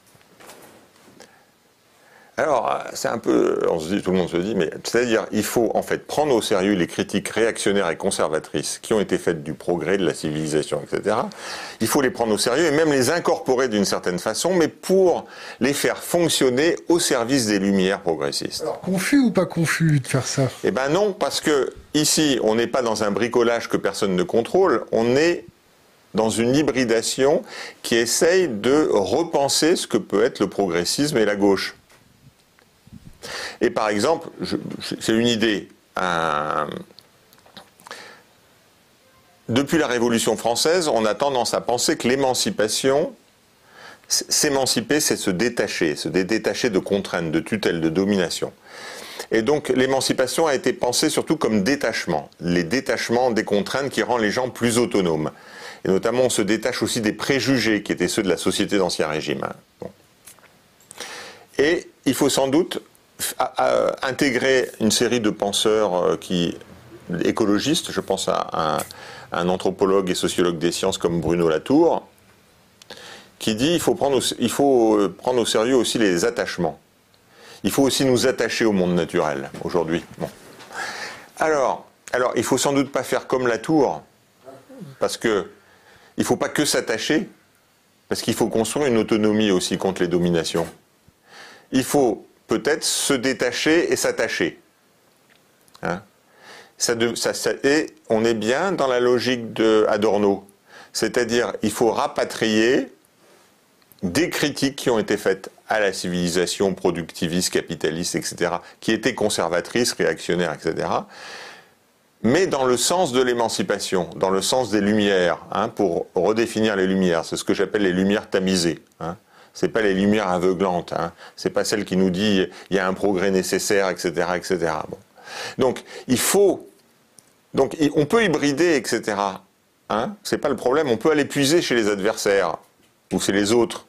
S2: Alors, c'est un peu, on se dit, tout le monde se dit, mais c'est-à-dire, il faut en fait prendre au sérieux les critiques réactionnaires et conservatrices qui ont été faites du progrès, de la civilisation, et cetera. Il faut les prendre au sérieux et même les incorporer d'une certaine façon, mais pour les faire fonctionner au service des lumières progressistes.
S1: Alors, confus ou pas confus de faire ça ?
S2: Eh ben non, parce que ici, on n'est pas dans un bricolage que personne ne contrôle, on est dans une hybridation qui essaye de repenser ce que peut être le progressisme et la gauche. Et par exemple, je, c'est une idée, euh, depuis la Révolution française, on a tendance à penser que l'émancipation, s'émanciper, c'est se détacher, se détacher de contraintes, de tutelles, de domination. Et donc l'émancipation a été pensée surtout comme détachement, les détachements des contraintes qui rendent les gens plus autonomes. Et notamment, on se détache aussi des préjugés qui étaient ceux de la société d'Ancien Régime. Bon. Et il faut sans doute À, à intégrer une série de penseurs qui, écologistes, je pense à un, à un anthropologue et sociologue des sciences comme Bruno Latour, qui dit qu'il faut prendre au, il faut prendre au sérieux aussi les attachements. Il faut aussi nous attacher au monde naturel, aujourd'hui. Bon. Alors, alors, il ne faut sans doute pas faire comme Latour, parce que il ne faut pas que s'attacher, parce qu'il faut construire une autonomie aussi contre les dominations. Il faut peut-être se détacher et s'attacher. Hein, ça de, ça, ça, et on est bien dans la logique d'Adorno. C'est-à-dire, il faut rapatrier des critiques qui ont été faites à la civilisation productiviste, capitaliste, et cetera, qui étaient conservatrices, réactionnaires, et cetera, mais dans le sens de l'émancipation, dans le sens des lumières, hein, pour redéfinir les lumières. C'est ce que j'appelle les lumières tamisées. Hein. C'est pas les lumières aveuglantes, hein. C'est pas celle qui nous dit il y a un progrès nécessaire, et cetera, et cetera. Bon. Donc il faut, donc on peut hybrider, et cetera. Hein. C'est pas le problème. On peut aller puiser chez les adversaires ou chez les autres.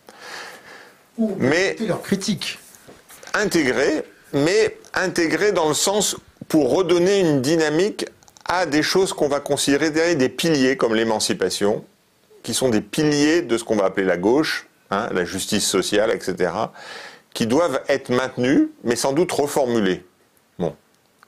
S1: Ou mais leur critique.
S2: Intégrer, mais intégrer dans le sens pour redonner une dynamique à des choses qu'on va considérer derrière des piliers comme l'émancipation, qui sont des piliers de ce qu'on va appeler la gauche. Hein, la justice sociale, et cetera, qui doivent être maintenus, mais sans doute reformulés. Bon.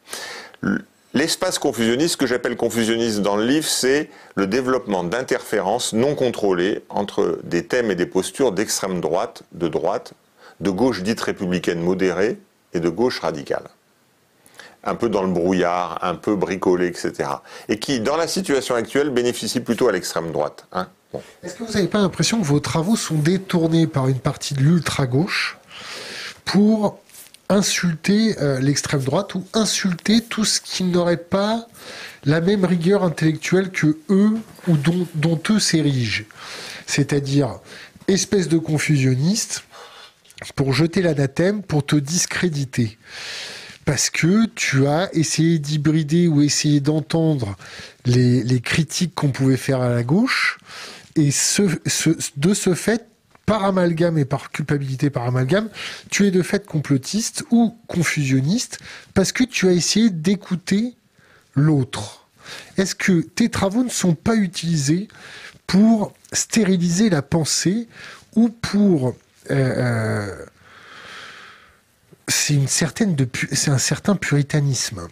S2: L'espace confusionniste, ce que j'appelle confusionniste dans le livre, c'est le développement d'interférences non contrôlées entre des thèmes et des postures d'extrême droite, de droite, de gauche dite républicaine modérée et de gauche radicale. Un peu dans le brouillard, un peu bricolé, et cetera. Et qui, dans la situation actuelle, bénéficient plutôt à l'extrême droite. Hein. Bon.
S1: Est-ce que vous n'avez pas l'impression que vos travaux sont détournés par une partie de l'ultra-gauche pour insulter euh, l'extrême droite ou insulter tout ce qui n'aurait pas la même rigueur intellectuelle que eux ou dont, dont eux s'érigent ? C'est-à-dire, espèce de confusionniste, pour jeter l'anathème, pour te discréditer. Parce que tu as essayé d'hybrider ou essayé d'entendre les, les critiques qu'on pouvait faire à la gauche. Et ce, ce, de ce fait, par amalgame et par culpabilité par amalgame, tu es de fait complotiste ou confusionniste parce que tu as essayé d'écouter l'autre. Est-ce que tes travaux ne sont pas utilisés pour stériliser la pensée ou pour... Euh, euh, c'est une certaine de, c'est un certain puritanisme.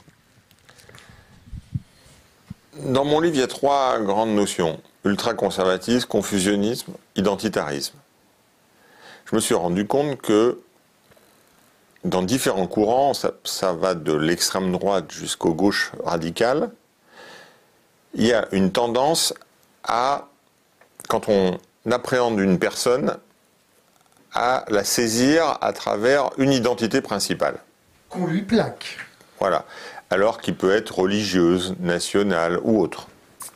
S2: Dans mon livre, il y a trois grandes notions. Ultraconservatisme, confusionnisme, identitarisme. Je me suis rendu compte que dans différents courants, ça, ça va de l'extrême droite jusqu'aux gauches radicales, il y a une tendance à, quand on appréhende une personne, à la saisir à travers une identité principale.
S1: Qu'on lui plaque.
S2: Voilà. Alors qu'il peut être religieuse, nationale ou autre.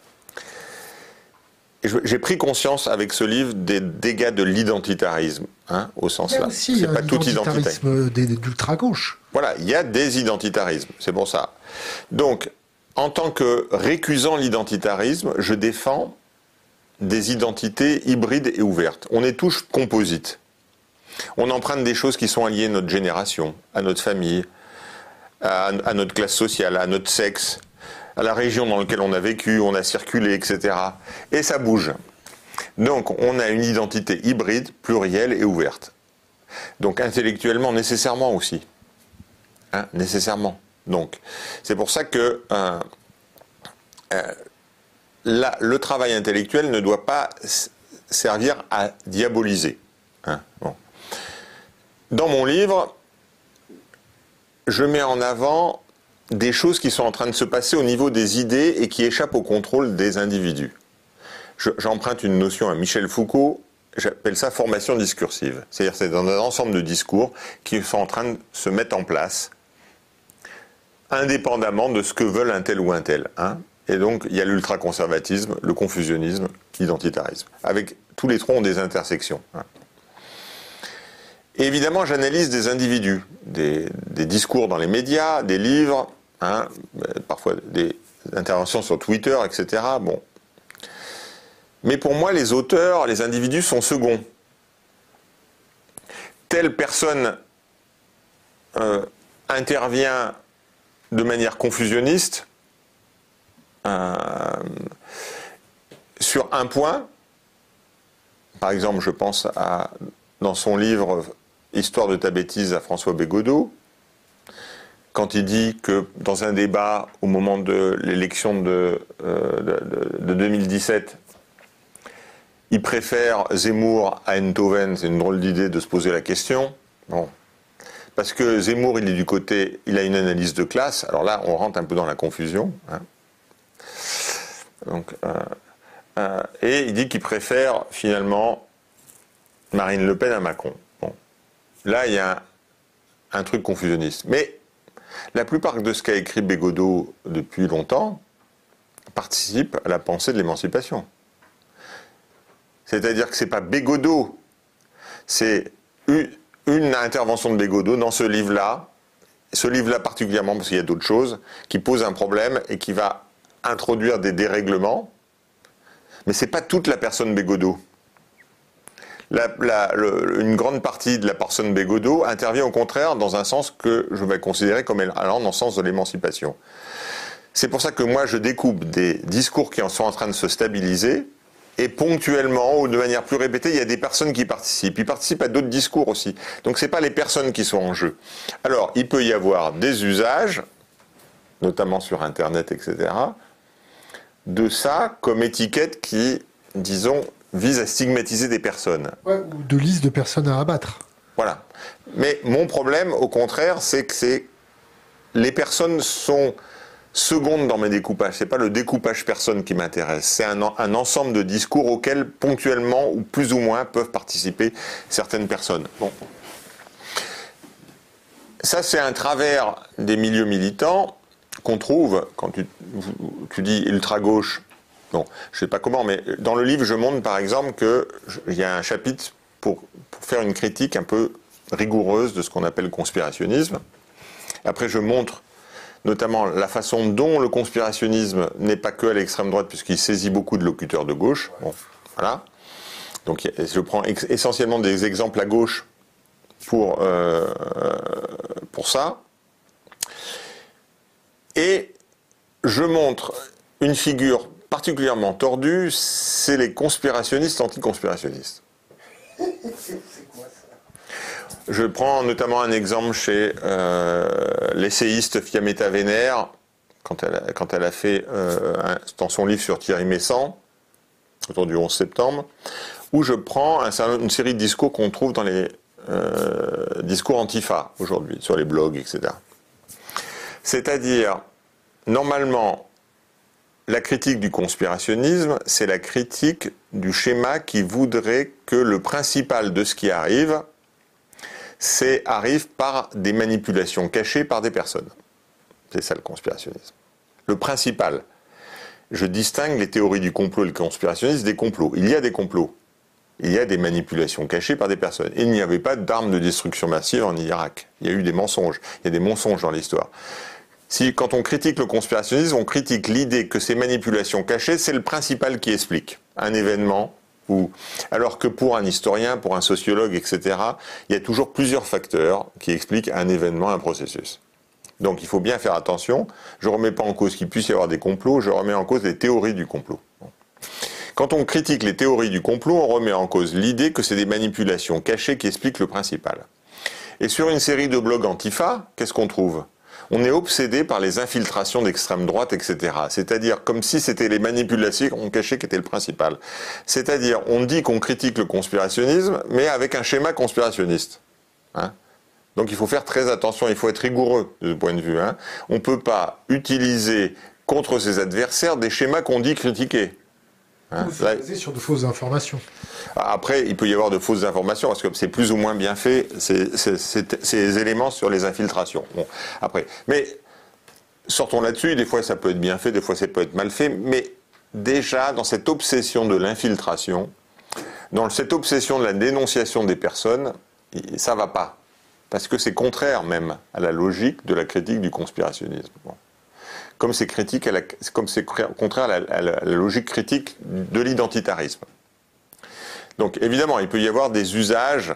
S2: J'ai pris conscience avec ce livre des dégâts de l'identitarisme, hein, au sens là.
S1: C'est pas tout identitarisme d'ultra-gauche.
S2: Voilà, il y a des identitarismes, c'est pour ça. Donc, en tant que récusant l'identitarisme, je défends des identités hybrides et ouvertes. On est tous composites. On emprunte des choses qui sont liées à notre génération, à notre famille, à, à notre classe sociale, à notre sexe, à la région dans laquelle on a vécu, on a circulé, et cetera. Et ça bouge. Donc, on a une identité hybride, plurielle et ouverte. Donc, intellectuellement, nécessairement aussi. Hein, nécessairement. Donc, c'est pour ça que euh, euh, la, le travail intellectuel ne doit pas servir à diaboliser. Hein, bon. Dans mon livre, je mets en avant des choses qui sont en train de se passer au niveau des idées et qui échappent au contrôle des individus. Je, j'emprunte une notion à Michel Foucault, j'appelle ça formation discursive. C'est-à-dire c'est dans un ensemble de discours qui sont en train de se mettre en place, indépendamment de ce que veulent un tel ou un tel. Hein. Et donc, il y a l'ultraconservatisme, le confusionnisme, l'identitarisme. Avec tous les trois ont des intersections. Hein. Et évidemment, j'analyse des individus, des, des discours dans les médias, des livres, hein, parfois des interventions sur Twitter, et cetera. Bon. Mais pour moi, les auteurs, les individus sont seconds. Telle personne euh, intervient de manière confusionniste euh, sur un point. Par exemple, je pense à, dans son livre « Histoire de ta bêtise » à François Bégodeau, quand il dit que dans un débat au moment de l'élection de, euh, de, de, de deux mille dix-sept, il préfère Zemmour à Enthoven, c'est une drôle d'idée de se poser la question. Bon. Parce que Zemmour, il est du côté, il a une analyse de classe. Alors là, on rentre un peu dans la confusion. Hein. Donc, euh, euh, et il dit qu'il préfère finalement Marine Le Pen à Macron. Bon. Là, il y a un, un truc confusionniste. Mais la plupart de ce qu'a écrit Bégodeau depuis longtemps participe à la pensée de l'émancipation. C'est-à-dire que ce n'est pas Bégodeau, c'est une, une intervention de Bégodeau dans ce livre-là, ce livre-là particulièrement, parce qu'il y a d'autres choses, qui pose un problème et qui va introduire des dérèglements, mais ce n'est pas toute la personne Bégodeau. La, la, le, une grande partie de la personne Bégodeau intervient au contraire dans un sens que je vais considérer comme allant dans le sens de l'émancipation. C'est pour ça que moi je découpe des discours qui en sont en train de se stabiliser, et ponctuellement, ou de manière plus répétée, il y a des personnes qui participent. Ils participent à d'autres discours aussi. Donc ce n'est pas les personnes qui sont en jeu. Alors, il peut y avoir des usages, notamment sur Internet, et cetera, de ça comme étiquette qui, disons, vise à stigmatiser des personnes.
S1: Ouais, ou de liste de personnes à abattre.
S2: Voilà. Mais mon problème, au contraire, c'est que c'est... les personnes sont secondes dans mes découpages. Ce n'est pas le découpage personne qui m'intéresse. C'est un, un ensemble de discours auxquels, ponctuellement, ou plus ou moins, peuvent participer certaines personnes. Bon. Ça, c'est un travers des milieux militants qu'on trouve, quand tu, tu dis ultra-gauche, bon, je ne sais pas comment, mais dans le livre, je montre par exemple qu'il y a un chapitre pour, pour faire une critique un peu rigoureuse de ce qu'on appelle le conspirationnisme. Après, je montre notamment la façon dont le conspirationnisme n'est pas que à l'extrême droite, puisqu'il saisit beaucoup de locuteurs de gauche. Bon, voilà. Donc je prends essentiellement des exemples à gauche pour, euh, pour ça. Et je montre une figure particulièrement tordue, c'est les conspirationnistes anticonspirationnistes. C'est quoi ça ? Je prends notamment un exemple chez euh, l'essayiste Fiammetta Wener, quand elle a, quand elle a fait euh, un, dans son livre sur Thierry Meyssan, autour du onze septembre, où je prends un, une série de discours qu'on trouve dans les euh, discours antifa aujourd'hui, sur les blogs, et cetera. C'est-à-dire, normalement, la critique du conspirationnisme, c'est la critique du schéma qui voudrait que le principal de ce qui arrive, c'est arrive par des manipulations cachées par des personnes. C'est ça le conspirationnisme. Le principal. Je distingue les théories du complot et le conspirationnisme des complots. Il y a des complots. Il y a des manipulations cachées par des personnes. Il n'y avait pas d'armes de destruction massive en Irak. Il y a eu des mensonges. Il y a des mensonges dans l'histoire. Si, quand on critique le conspirationnisme, on critique l'idée que ces manipulations cachées, c'est le principal qui explique un événement, ou, alors que pour un historien, pour un sociologue, et cetera, il y a toujours plusieurs facteurs qui expliquent un événement, un processus. Donc il faut bien faire attention. Je ne remets pas en cause qu'il puisse y avoir des complots, je remets en cause les théories du complot. Quand on critique les théories du complot, on remet en cause l'idée que c'est des manipulations cachées qui expliquent le principal. Et sur une série de blogs antifa, qu'est-ce qu'on trouve ? On est obsédé par les infiltrations d'extrême droite, et cetera. C'est-à-dire comme si c'était les manipulations cachées qui étaient le principal. C'est-à-dire, on dit qu'on critique le conspirationnisme, mais avec un schéma conspirationniste. Hein ? Donc il faut faire très attention, il faut être rigoureux de ce point de vue. Hein. On ne peut pas utiliser contre ses adversaires des schémas qu'on dit critiquer.
S1: Hein. C'est Là, basé sur de fausses informations.
S2: Après, il peut y avoir de fausses informations, parce que c'est plus ou moins bien fait, ces, ces, ces, ces éléments sur les infiltrations. Bon, après. Mais sortons là-dessus, des fois ça peut être bien fait, des fois ça peut être mal fait, mais déjà dans cette obsession de l'infiltration, dans cette obsession de la dénonciation des personnes, ça ne va pas. Parce que c'est contraire même à la logique de la critique du conspirationnisme. Bon. Comme c'est critique à la, comme c'est contraire à la, à la, à la logique critique de l'identitarisme. Donc évidemment, il peut y avoir des usages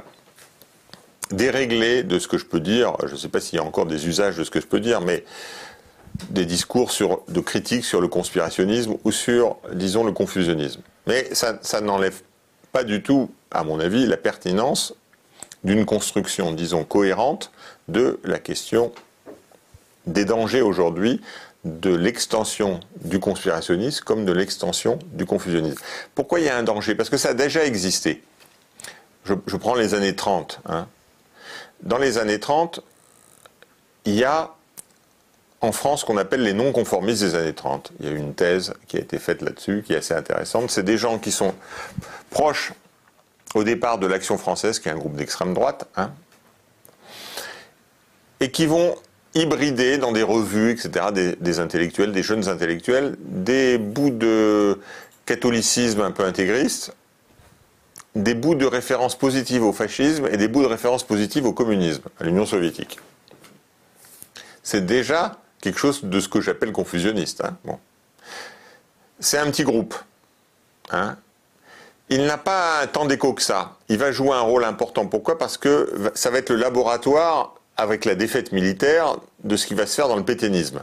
S2: déréglés de ce que je peux dire. Je ne sais pas s'il y a encore des usages de ce que je peux dire, mais des discours sur, de critique sur le conspirationnisme ou sur, disons, le confusionnisme. Mais ça, ça n'enlève pas du tout, à mon avis, la pertinence d'une construction, disons, cohérente de la question des dangers aujourd'hui de l'extension du conspirationnisme comme de l'extension du confusionnisme. Pourquoi il y a un danger ? Parce que ça a déjà existé. Je, je prends les années trente. Hein. Dans les années trente, il y a en France ce qu'on appelle les non-conformistes des années trente. Il y a eu une thèse qui a été faite là-dessus, qui est assez intéressante. C'est des gens qui sont proches au départ de l'Action française, qui est un groupe d'extrême droite, hein, et qui vont hybrider dans des revues, et cetera, des, des intellectuels, des jeunes intellectuels, des bouts de catholicisme un peu intégriste, des bouts de référence positive au fascisme et des bouts de référence positive au communisme, à l'Union soviétique. C'est déjà quelque chose de ce que j'appelle confusionniste. Hein. Bon. C'est un petit groupe. Hein. Il n'a pas tant d'écho que ça. Il va jouer un rôle important. Pourquoi ? Parce que ça va être le laboratoire, avec la défaite militaire, de ce qui va se faire dans le pétainisme.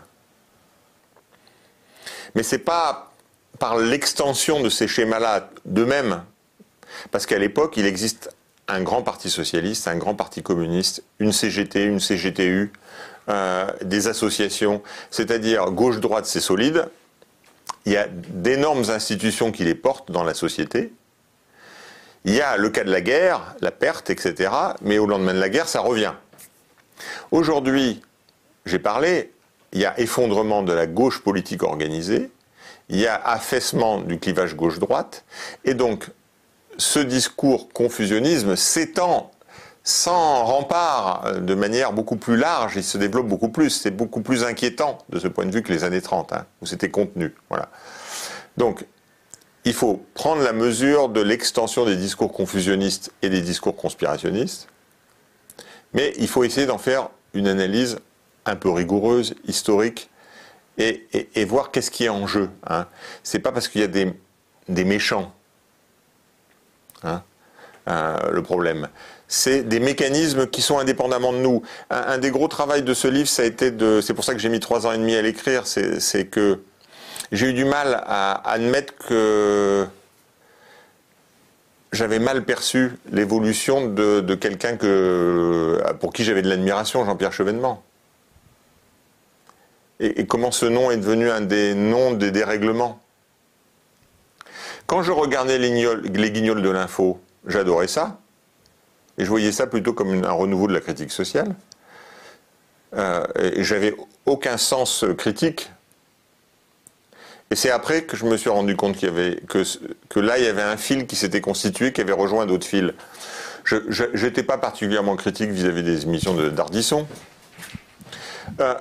S2: Mais ce n'est pas par l'extension de ces schémas-là d'eux-mêmes. Parce qu'à l'époque, il existe un grand parti socialiste, un grand parti communiste, une C G T, une C G T U, euh, des associations. C'est-à-dire, gauche-droite, c'est solide. Il y a d'énormes institutions qui les portent dans la société. Il y a le cas de la guerre, la perte, et cetera. Mais au lendemain de la guerre, ça revient. Aujourd'hui, j'ai parlé, il y a effondrement de la gauche politique organisée, il y a affaissement du clivage gauche-droite, et donc ce discours confusionnisme s'étend sans rempart, de manière beaucoup plus large, il se développe beaucoup plus, c'est beaucoup plus inquiétant de ce point de vue que les années trente, hein, où c'était contenu. Voilà. Donc, il faut prendre la mesure de l'extension des discours confusionnistes et des discours conspirationnistes, mais il faut essayer d'en faire une analyse un peu rigoureuse, historique, et, et, et voir qu'est-ce qui est en jeu. Hein. C'est pas parce qu'il y a des, des méchants hein, euh, le problème. C'est des mécanismes qui sont indépendamment de nous. Un, un des gros travaux de ce livre, ça a été de... C'est pour ça que j'ai mis trois ans et demi à l'écrire, c'est que j'ai eu du mal à, à admettre que j'avais mal perçu l'évolution de, de quelqu'un que, pour qui j'avais de l'admiration, Jean-Pierre Chevènement. Et, et comment ce nom est devenu un des noms des dérèglements. Quand je regardais les, les Guignols de l'info, j'adorais ça. Et je voyais ça plutôt comme une, un renouveau de la critique sociale. Euh, et j'avais aucun sens critique. Et c'est après que je me suis rendu compte qu'il y avait, que, que là, il y avait un fil qui s'était constitué, qui avait rejoint d'autres fils. Je n'étais pas particulièrement critique vis-à-vis des émissions d'Ardisson. Euh,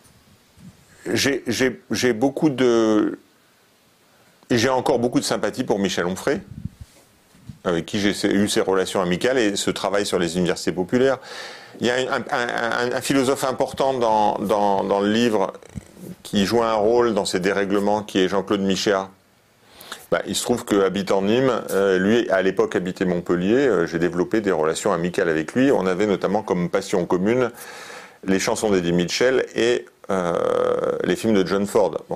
S2: j'ai beaucoup de... Et j'ai encore beaucoup de sympathie pour Michel Onfray, avec qui j'ai eu ces relations amicales et ce travail sur les universités populaires. Il y a un, un, un, un philosophe important dans, dans, dans le livre qui joue un rôle dans ces dérèglements, qui est Jean-Claude Michéa. Bah, il se trouve qu'habitant Nîmes, euh, lui, à l'époque, habitait Montpellier. Euh, j'ai développé des relations amicales avec lui. On avait notamment comme passion commune les chansons d'Eddie Mitchell et euh, les films de John Ford. Bon.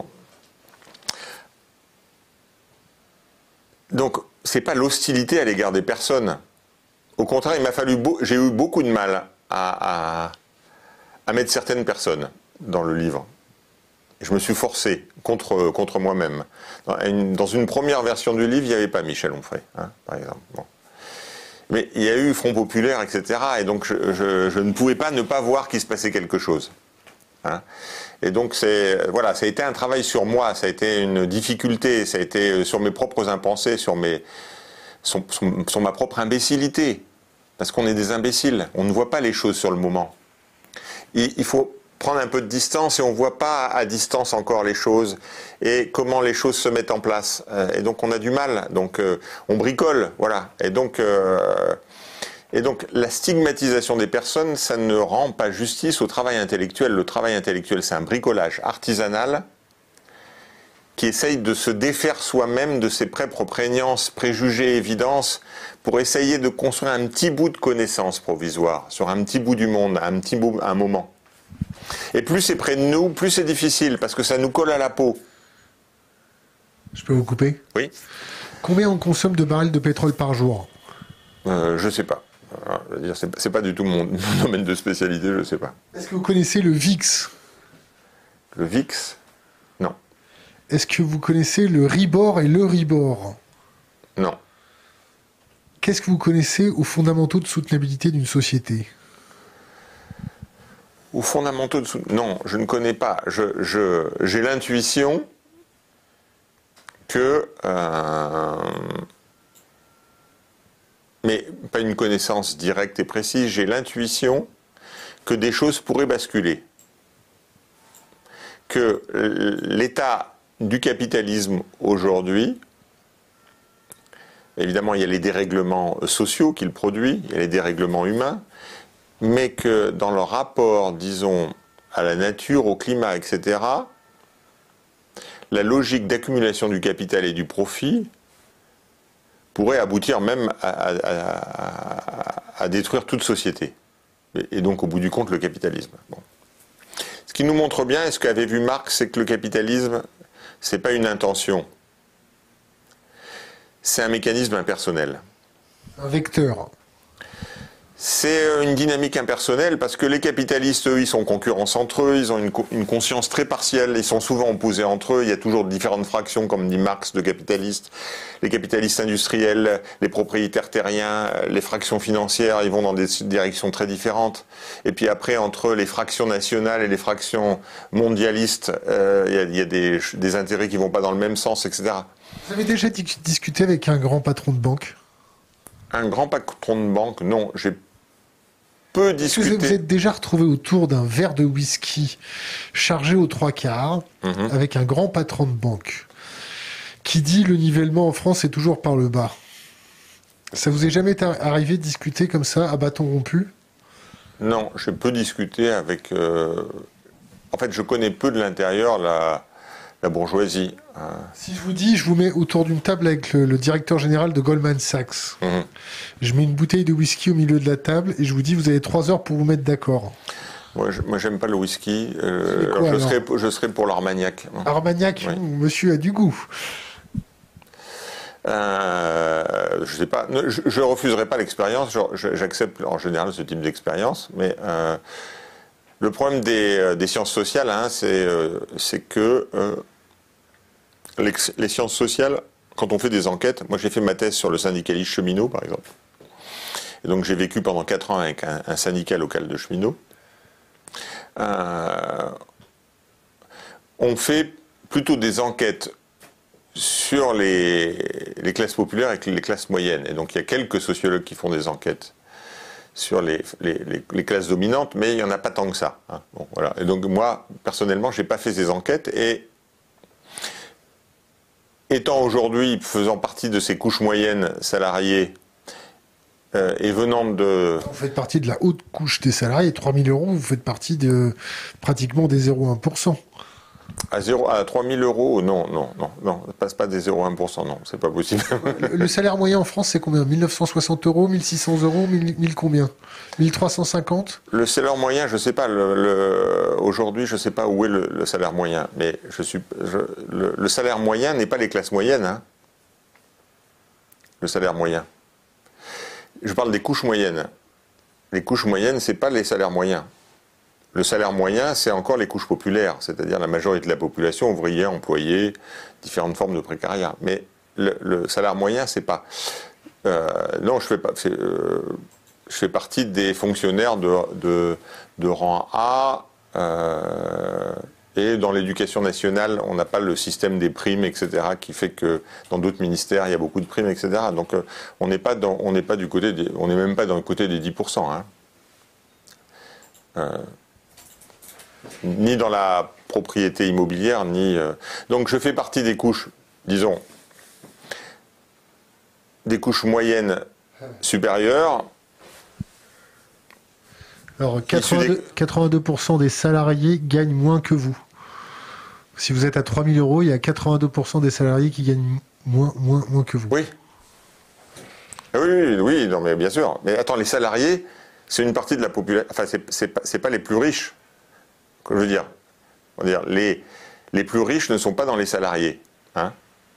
S2: Donc, c'est pas l'hostilité à l'égard des personnes. Au contraire, il m'a fallu, j'ai eu beaucoup de mal à, à, à mettre certaines personnes dans le livre. Je me suis forcé contre, contre moi-même. Dans une, dans une première version du livre, il n'y avait pas Michel Onfray, hein, par exemple. Bon. Mais il y a eu Front Populaire, et cetera. Et donc, je, je, je ne pouvais pas ne pas voir qu'il se passait quelque chose. Hein. Et donc, c'est, voilà, ça a été un travail sur moi, ça a été une difficulté, ça a été sur mes propres impensés, sur, mes, sur, sur, sur ma propre imbécilité. Parce qu'on est des imbéciles, on ne voit pas les choses sur le moment. Il, il faut prendre un peu de distance et on ne voit pas à distance encore les choses et comment les choses se mettent en place. Et donc, on a du mal, donc euh, on bricole, voilà. Et donc... Euh, Et donc, la stigmatisation des personnes, ça ne rend pas justice au travail intellectuel. Le travail intellectuel, c'est un bricolage artisanal qui essaye de se défaire soi-même de ses propres prégnances, préjugés, évidences, pour essayer de construire un petit bout de connaissance provisoire, sur un petit bout du monde, un petit bout, un moment. Et plus c'est près de nous, plus c'est difficile, parce que ça nous colle à la peau.
S1: Je peux vous couper?
S2: Oui.
S1: Combien on consomme de barils de pétrole par jour?
S2: euh, Je ne sais pas. C'est pas du tout mon, mon domaine de spécialité, je ne sais pas.
S1: Est-ce que vous connaissez le V I X?
S2: Le V I X? Non.
S1: Est-ce que vous connaissez le Ribor et le Ribor?
S2: Non.
S1: Qu'est-ce que vous connaissez aux fondamentaux de soutenabilité d'une société?
S2: Aux fondamentaux de soutenabilité? Non, je ne connais pas. Je, je, j'ai l'intuition que... Euh, mais pas une connaissance directe et précise, j'ai l'intuition que des choses pourraient basculer. Que l'état du capitalisme aujourd'hui, évidemment il y a les dérèglements sociaux qu'il produit, il y a les dérèglements humains, mais que dans leur rapport, disons, à la nature, au climat, et cetera, la logique d'accumulation du capital et du profit pourrait aboutir même à, à, à, à détruire toute société. Et donc, au bout du compte, le capitalisme. Bon. Ce qui nous montre bien, et ce qu'avait vu Marx, c'est que le capitalisme, c'est pas une intention. C'est un mécanisme impersonnel.
S1: Un vecteur.
S2: C'est une dynamique impersonnelle parce que les capitalistes, eux, ils sont concurrents entre eux, ils ont une, une conscience très partielle, ils sont souvent opposés entre eux, il y a toujours différentes fractions, comme dit Marx, de capitalistes. Les capitalistes industriels, les propriétaires terriens, les fractions financières, ils vont dans des directions très différentes. Et puis après, entre les fractions nationales et les fractions mondialistes, euh, il y a, il y a des, des intérêts qui vont pas dans le même sens, et cetera.
S1: Vous avez déjà discuté avec un grand patron de banque? Un
S2: grand patron de banque? Non, j'ai peu discuté.
S1: Vous vous êtes déjà retrouvé autour d'un verre de whisky chargé aux trois quarts mmh. avec un grand patron de banque qui dit le nivellement en France est toujours par le bas. Ça vous est jamais arrivé de discuter comme ça à bâton rompu?
S2: Non, j'ai peu discuté avec... Euh... En fait, je connais peu de l'intérieur la... la bourgeoisie.
S1: Si je vous dis, je vous mets autour d'une table avec le, le directeur général de Goldman Sachs, mmh. je mets une bouteille de whisky au milieu de la table et je vous dis, vous avez trois heures pour vous mettre d'accord.
S2: Moi, je, moi, j'aime pas le whisky. Euh, quoi, je, serais, je serais pour l'Armagnac.
S1: Armagnac, oui. Monsieur a du goût.
S2: Euh, je sais pas. Je, je refuserai pas l'expérience. J'accepte en général ce type d'expérience, mais euh, le problème des, des sciences sociales, hein, c'est euh, que euh, les, les sciences sociales, quand on fait des enquêtes, moi j'ai fait ma thèse sur le syndicalisme cheminot, par exemple. Et donc j'ai vécu pendant quatre ans avec un, un syndicat local de cheminots. Euh, on fait plutôt des enquêtes sur les, les classes populaires et les classes moyennes. Et donc il y a quelques sociologues qui font des enquêtes sur les, les, les, les classes dominantes, mais il n'y en a pas tant que ça. Hein. Bon, voilà. Et donc moi, personnellement, je n'ai pas fait ces enquêtes. Et étant aujourd'hui, faisant partie de ces couches moyennes salariées, Euh, et venant de...
S1: Vous faites partie de la haute couche des salariés, trois mille euros, vous faites partie de pratiquement des zéro virgule un pour cent.
S2: À, zéro, à trois mille euros, non, non, non, non, ça passe pas des zéro virgule un pour cent, non, c'est pas possible.
S1: Le, le salaire moyen en France, c'est combien? mille neuf cent soixante euros, mille six cents euros, mille, mille combien? mille trois cent cinquante?
S2: Le salaire moyen, je sais pas, le, le, aujourd'hui, je sais pas où est le, le salaire moyen, mais je suis, je, le, le salaire moyen n'est pas les classes moyennes, hein. Le salaire moyen. Je parle des couches moyennes. Les couches moyennes, c'est pas les salaires moyens. Le salaire moyen, c'est encore les couches populaires, c'est-à-dire la majorité de la population, ouvriers, employés, différentes formes de précariat. Mais le, le salaire moyen, c'est pas. Euh, non, je fais pas. Euh, je fais partie des fonctionnaires de, de, de rang A. Euh, Et dans l'éducation nationale, on n'a pas le système des primes, et cetera, qui fait que dans d'autres ministères, il y a beaucoup de primes, et cetera. Donc, euh, on n'est pas dans, on n'est pas du côté, des, on n'est même pas dans le côté des dix pour cent. Hein. Euh, ni dans la propriété immobilière, ni. Euh, donc, je fais partie des couches, disons, des couches moyennes supérieures.
S1: Alors, quatre-vingt-deux, quatre-vingt-deux pour cent des salariés gagnent moins que vous. Si vous êtes à trois mille euros, il y a quatre-vingt-deux pour cent des salariés qui gagnent moins, moins, moins que vous.
S2: Oui. Oui, oui, oui, non, mais bien sûr. Mais attends, les salariés, c'est une partie de la population. Enfin, c'est, c'est, pas, c'est pas les plus riches. Que je veux dire. On va dire les, les plus riches ne sont pas dans les salariés. Hein.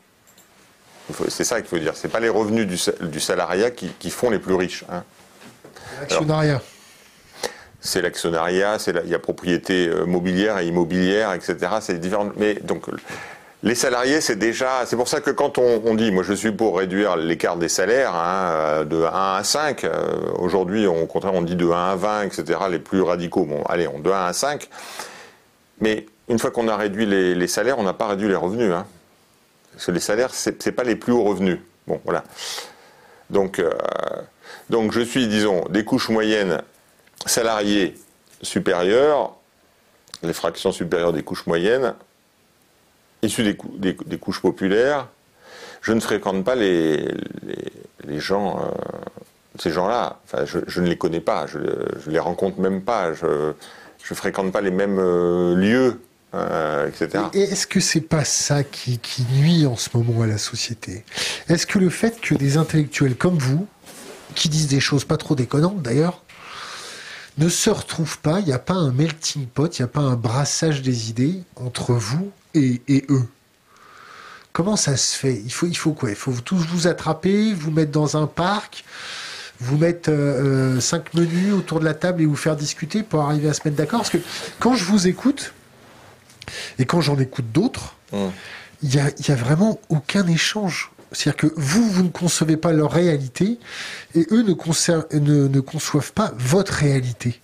S2: C'est ça qu'il faut dire. C'est pas les revenus du, du salariat qui, qui font les plus riches. Hein.
S1: L'actionnariat. Alors,
S2: c'est l'actionnariat, c'est la, il y a propriété euh, mobilière et immobilière, et cetera. C'est différent. Mais donc, les salariés, c'est déjà. C'est pour ça que quand on, on dit, moi je suis pour réduire l'écart des salaires hein, de un à cinq. Euh, aujourd'hui, au contraire, on dit de un à vingt, et cetera. Les plus radicaux, bon, allez, on de un à cinq. Mais une fois qu'on a réduit les, les salaires, on n'a pas réduit les revenus. Hein. Parce que les salaires, c'est, c'est pas les plus hauts revenus. Bon, voilà. Donc, euh, donc je suis, disons, des couches moyennes. Salariés supérieurs, les fractions supérieures des couches moyennes, issus des, cou- des, des couches populaires, je ne fréquente pas les, les, les gens, euh, ces gens-là. Enfin, je, je ne les connais pas, je ne les rencontre même pas, je ne fréquente pas les mêmes euh, lieux, euh, et cetera.
S1: Et est-ce que c'est pas ça qui, qui nuit en ce moment à la société? Est-ce que le fait que des intellectuels comme vous, qui disent des choses pas trop déconnantes d'ailleurs, ne se retrouvent pas, il n'y a pas un melting pot, il n'y a pas un brassage des idées entre vous et, et eux. Comment ça se fait? Il faut, il faut quoi? Il faut tous vous attraper, vous mettre dans un parc, vous mettre euh, euh, cinq menus autour de la table et vous faire discuter pour arriver à se mettre d'accord? Parce que quand je vous écoute, et quand j'en écoute d'autres, mmh. il n'y a, il y a vraiment aucun échange. C'est-à-dire que vous, vous ne concevez pas leur réalité et eux ne, conservent, ne, ne conçoivent pas votre réalité.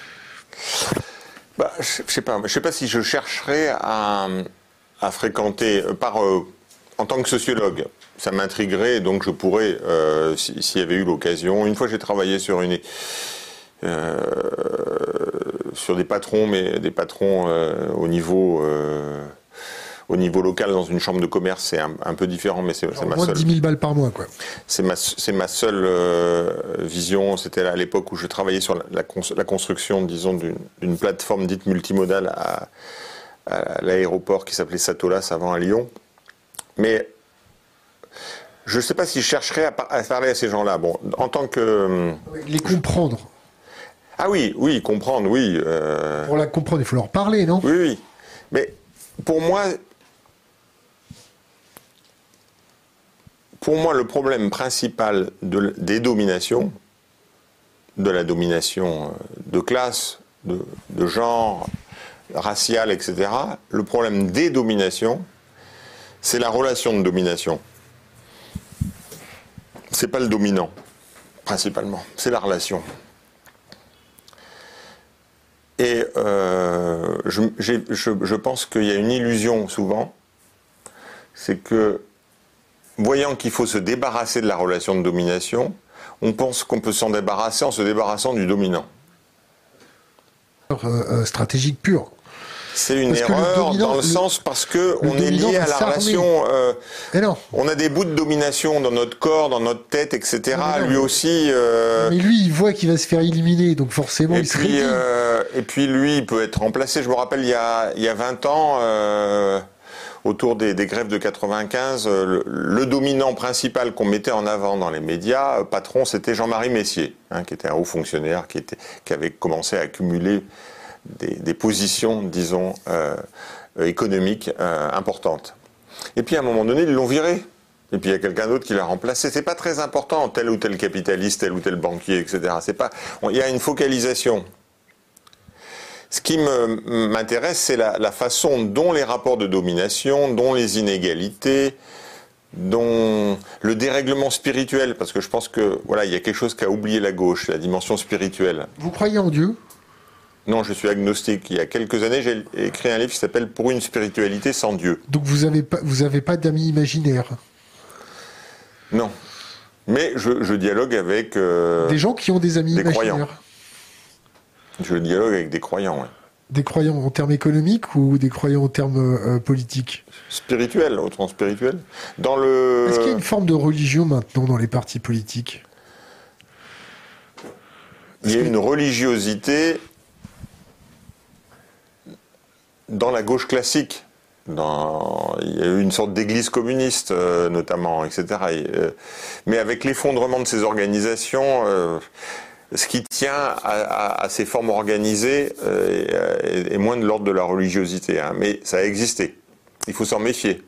S2: Bah, je ne sais pas. Je sais pas si je chercherais à, à fréquenter, par, euh, en tant que sociologue, ça m'intriguerait, donc je pourrais, euh, s'il y avait eu l'occasion. Une fois, j'ai travaillé sur une... Euh, sur des patrons, mais des patrons euh, au niveau... Euh, Au niveau local, dans une chambre de commerce, c'est un, un peu différent, mais c'est, c'est ma
S1: moins
S2: seule.
S1: de dix mille balles par mois, quoi.
S2: C'est ma, c'est ma seule euh, vision. C'était à l'époque où je travaillais sur la, la, cons, la construction, disons, d'une, d'une plateforme dite multimodale à, à l'aéroport qui s'appelait Satolas avant à Lyon. Mais je ne sais pas si je chercherais à, par à parler à ces gens-là. Bon, en tant que...
S1: Les comprendre.
S2: Ah oui, oui, comprendre, oui. Euh...
S1: Pour la comprendre, il faut leur parler, non?
S2: Oui, oui. Mais pour moi, pour moi, le problème principal de, des dominations, de la domination de classe, de, de genre, raciale, et cetera, le problème des dominations, c'est la relation de domination. C'est pas le dominant, principalement, c'est la relation. Et euh, je, je, je pense qu'il y a une illusion souvent, c'est que, voyant qu'il faut se débarrasser de la relation de domination, on pense qu'on peut s'en débarrasser en se débarrassant du dominant.
S1: Euh, euh, stratégique pure.
S2: C'est une parce erreur le dominant, dans le, le sens parce que on est lié à la relation. Euh, non. On a des bouts de domination dans notre corps, dans notre tête, et cetera. Non, lui mais... aussi. Euh...
S1: Mais lui, il voit qu'il va se faire éliminer, donc forcément,
S2: et
S1: il
S2: puis,
S1: se
S2: euh, Et puis lui, il peut être remplacé. Je me rappelle, il y a, il y a vingt ans, euh, autour des, des grèves de quatre-vingt-quinze, le, le dominant principal qu'on mettait en avant dans les médias, patron, c'était Jean-Marie Messier, hein, qui était un haut fonctionnaire, qui, était, qui avait commencé à accumuler Des, des positions, disons, euh, économiques euh, importantes. Et puis à un moment donné, ils l'ont viré. Et puis il y a quelqu'un d'autre qui l'a remplacé. C'est pas très important, tel ou tel capitaliste, tel ou tel banquier, et cetera. C'est pas. Il y a une focalisation. Ce qui m'intéresse, c'est la, la façon dont les rapports de domination, dont les inégalités, dont le dérèglement spirituel, parce que je pense que voilà, il y a quelque chose qu'a oublié la gauche, la dimension spirituelle.
S1: Vous croyez en Dieu ?
S2: Non, je suis agnostique. Il y a quelques années, j'ai écrit un livre qui s'appelle « Pour une spiritualité sans Dieu ».
S1: Donc vous n'avez pas, vous avez pas d'amis imaginaires?
S2: Non. Mais je, je dialogue avec... Euh,
S1: des gens qui ont des amis
S2: des
S1: imaginaires.
S2: Croyants. Je dialogue avec des croyants, oui.
S1: Des croyants en termes économiques ou des croyants en termes euh, politiques?
S2: Spirituels, autrement spirituels. Dans le...
S1: Est-ce qu'il y a une forme de religion maintenant dans les partis politiques?
S2: Il y a une religiosité... dans la gauche classique, dans, il y a eu une sorte d'église communiste, euh, notamment, et cetera. Et, euh, mais avec l'effondrement de ces organisations, euh, ce qui tient à, à, à ces formes organisées euh, est, est moins de l'ordre de la religiosité. Hein. Mais ça a existé. Il faut s'en méfier.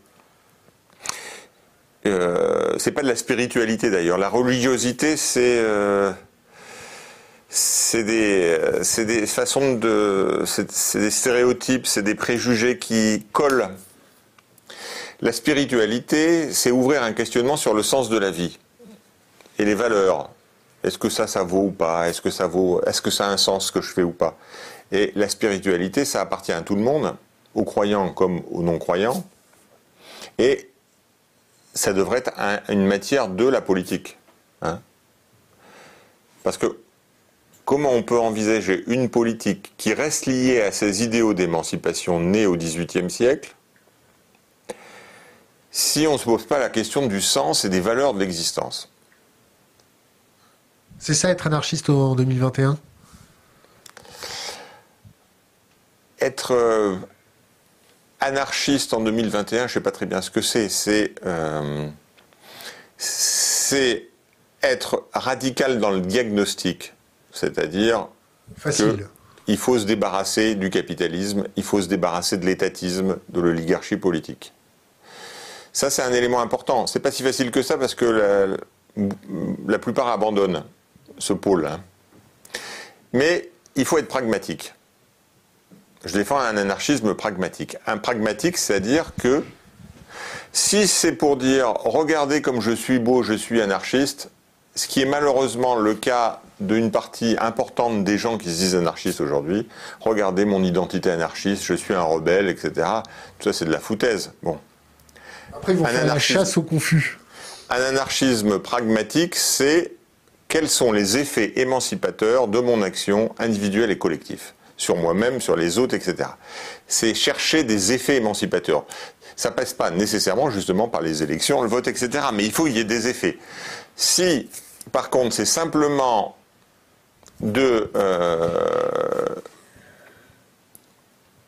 S2: Euh, c'est pas de la spiritualité d'ailleurs. La religiosité, c'est... Euh, C'est des, c'est des façons de, c'est des stéréotypes, c'est des préjugés qui collent. La spiritualité, c'est ouvrir un questionnement sur le sens de la vie et les valeurs. Est-ce que ça, ça vaut ou pas? Est-ce que ça vaut? Est-ce que ça a un sens ce que je fais ou pas? Et la spiritualité, ça appartient à tout le monde, aux croyants comme aux non-croyants, et ça devrait être un, une matière de la politique, hein? Parce que comment on peut envisager une politique qui reste liée à ces idéaux d'émancipation nés au dix-huitième siècle si on ne se pose pas la question du sens et des valeurs de l'existence?
S1: C'est ça être anarchiste en deux mille vingt et un?
S2: Être euh, anarchiste en deux mille vingt et un, je ne sais pas très bien ce que c'est. C'est euh, c'est être radical dans le diagnostic. C'est-à-dire qu'il faut se débarrasser du capitalisme, il faut se débarrasser de l'étatisme, de l'oligarchie politique. Ça, c'est un élément important. C'est pas si facile que ça parce que la, la plupart abandonnent ce pôle. Hein. Mais il faut être pragmatique. Je défends un anarchisme pragmatique. Un pragmatique, c'est-à-dire que si c'est pour dire « regardez comme je suis beau, je suis anarchiste », ce qui est malheureusement le cas d'une partie importante des gens qui se disent anarchistes aujourd'hui. Regardez mon identité anarchiste, je suis un rebelle, et cetera. Tout ça, c'est de la foutaise. Bon.
S1: Après, ils vont un faire la chasse au confus.
S2: Un anarchisme pragmatique, c'est quels sont les effets émancipateurs de mon action individuelle et collective, sur moi-même, sur les autres, et cetera. C'est chercher des effets émancipateurs. Ça passe pas nécessairement, justement, par les élections, le vote, et cetera. Mais il faut qu'il y ait des effets. Si, par contre, c'est simplement de, euh,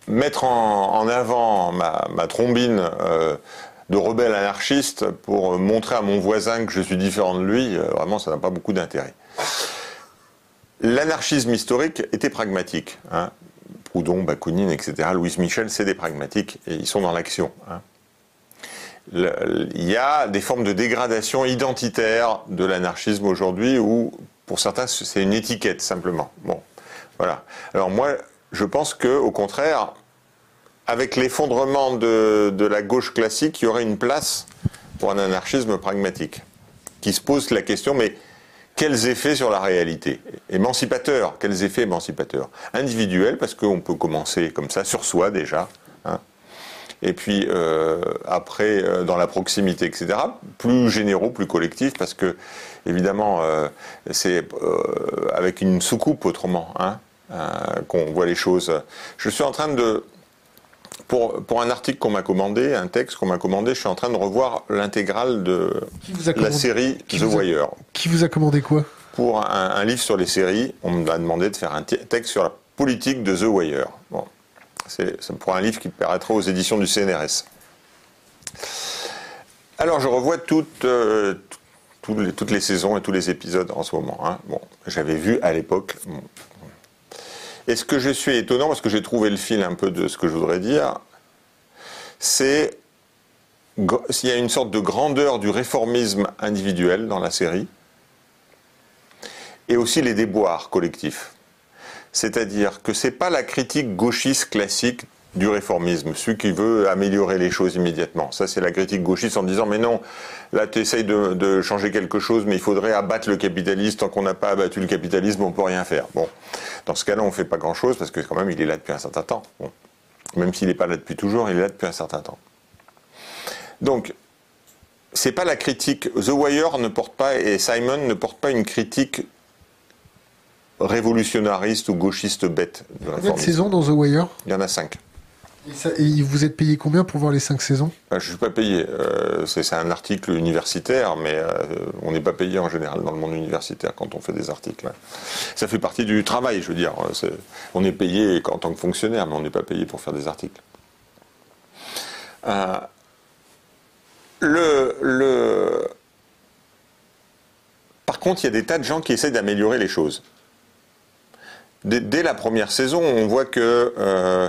S2: mettre en, en avant ma, ma trombine euh, de rebelle anarchiste pour montrer à mon voisin que je suis différent de lui, euh, vraiment, ça n'a pas beaucoup d'intérêt. L'anarchisme historique était pragmatique. Hein. Proudhon, Bakounine, et cetera, Louis Michel, c'est des pragmatiques, et ils sont dans l'action. Hein. Le, il y a des formes de dégradation identitaire de l'anarchisme aujourd'hui, où, pour certains, c'est une étiquette, simplement. Bon, voilà. Alors moi, je pense qu'au contraire, avec l'effondrement de, de la gauche classique, il y aurait une place pour un anarchisme pragmatique, qui se pose la question, mais quels effets sur la réalité? Émancipateur, quels effets émancipateurs? Individuels, parce qu'on peut commencer comme ça, sur soi déjà, hein. Et puis euh, après, euh, dans la proximité, et cetera. Plus généraux, plus collectifs, parce que, évidemment, euh, c'est euh, avec une soucoupe autrement, hein, euh, qu'on voit les choses. Je suis en train de... Pour, pour un article qu'on m'a commandé, un texte qu'on m'a commandé, je suis en train de revoir l'intégrale de la série
S1: qui
S2: The Wire.
S1: A... Qui vous a commandé quoi?
S2: Pour un, un livre sur les séries, on m'a demandé de faire un texte sur la politique de The Wire. Bon, c'est pour un livre qui paraîtra aux éditions du C N R S. Alors, je revois toutes, euh, toutes, les, toutes les saisons et tous les épisodes en ce moment. Hein. Bon, j'avais vu à l'époque... Bon. Et ce que je suis étonnant, parce que j'ai trouvé le fil un peu de ce que je voudrais dire, c'est s'il y a une sorte de grandeur du réformisme individuel dans la série, et aussi les déboires collectifs. C'est-à-dire que ce n'est pas la critique gauchiste classique du réformisme, celui qui veut améliorer les choses immédiatement. Ça, c'est la critique gauchiste en disant « mais non, là, tu essayes de, de changer quelque chose, mais il faudrait abattre le capitalisme. Tant qu'on n'a pas abattu le capitalisme, on ne peut rien faire. » Bon, dans ce cas-là, on ne fait pas grand-chose, parce que quand même, il est là depuis un certain temps. Bon. Même s'il n'est pas là depuis toujours, il est là depuis un certain temps. Donc, c'est pas la critique... The Wire ne porte pas, et Simon ne porte pas une critique révolutionnariste ou gauchiste bête.
S1: Combien de saisons dans The Wire?
S2: Il y en a cinq.
S1: Et, ça, et vous êtes payé combien pour voir les cinq saisons?
S2: Ben, je ne suis pas payé. Euh, c'est un article universitaire, mais euh, on n'est pas payé en général dans le monde universitaire quand on fait des articles. Hein. Ça fait partie du travail, je veux dire. Est, on est payé en tant que fonctionnaire, mais on n'est pas payé pour faire des articles. Euh, le, le... Par contre, il y a des tas de gens qui essaient d'améliorer les choses. Dès, dès la première saison, on voit que... Euh,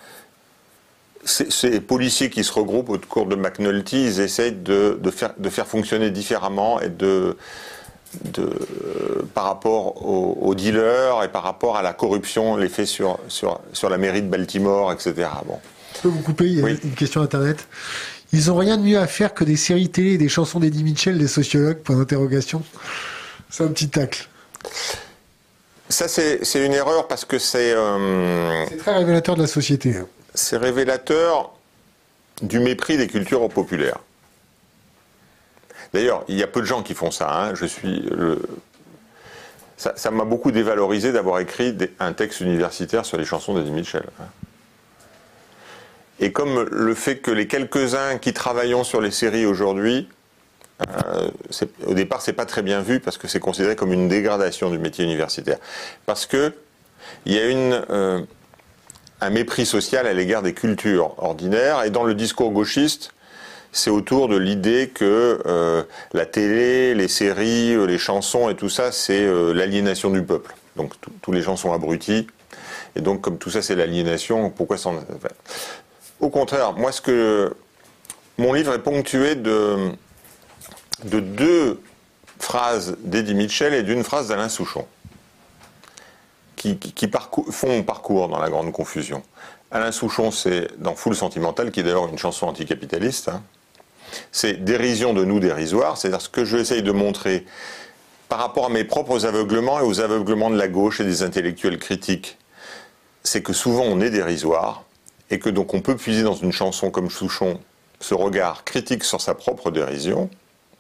S2: ces policiers qui se regroupent autour de McNulty, ils essayent de, de, faire, de faire fonctionner différemment et de, de, euh, par rapport aux, aux dealers et par rapport à la corruption, les faits sur, sur, sur la mairie de Baltimore, et cetera. Bon.
S1: Je peux vous couper, il y a oui. une question internet. Ils n'ont rien de mieux à faire que des séries télé et des chansons d'Eddie Mitchell, des sociologues, point d'interrogation. C'est un petit tacle.
S2: Ça, c'est une erreur parce que c'est... Euh,
S1: c'est très révélateur de la société.
S2: C'est révélateur du mépris des cultures populaires. D'ailleurs, il y a peu de gens qui font ça. Hein. Je suis le... Ça m'a beaucoup dévalorisé d'avoir écrit des, un texte universitaire sur les chansons d'Eddie Mitchell. Hein. Et comme le fait que les quelques-uns qui travaillons sur les séries aujourd'hui, euh, au départ, c'est pas très bien vu parce que c'est considéré comme une dégradation du métier universitaire. Parce que il y a une... Euh, un mépris social à l'égard des cultures ordinaires, et dans le discours gauchiste, c'est autour de l'idée que euh, la télé, les séries, les chansons et tout ça, c'est euh, l'aliénation du peuple. Donc tous les gens sont abrutis, et donc comme tout ça c'est l'aliénation, pourquoi s'en... Enfin, au contraire, moi ce que... Mon livre est ponctué de, de deux phrases d'Eddie Mitchell et d'une phrase d'Alain Souchon. qui, qui, qui parcours, font parcours dans la grande confusion. Alain Souchon, c'est dans Foule sentimentale, qui est d'ailleurs une chanson anticapitaliste, hein, c'est dérision de nous dérisoire, c'est-à-dire ce que je essaye de montrer par rapport à mes propres aveuglements et aux aveuglements de la gauche et des intellectuels critiques, c'est que souvent on est dérisoire, et que donc on peut puiser dans une chanson comme Souchon ce regard critique sur sa propre dérision.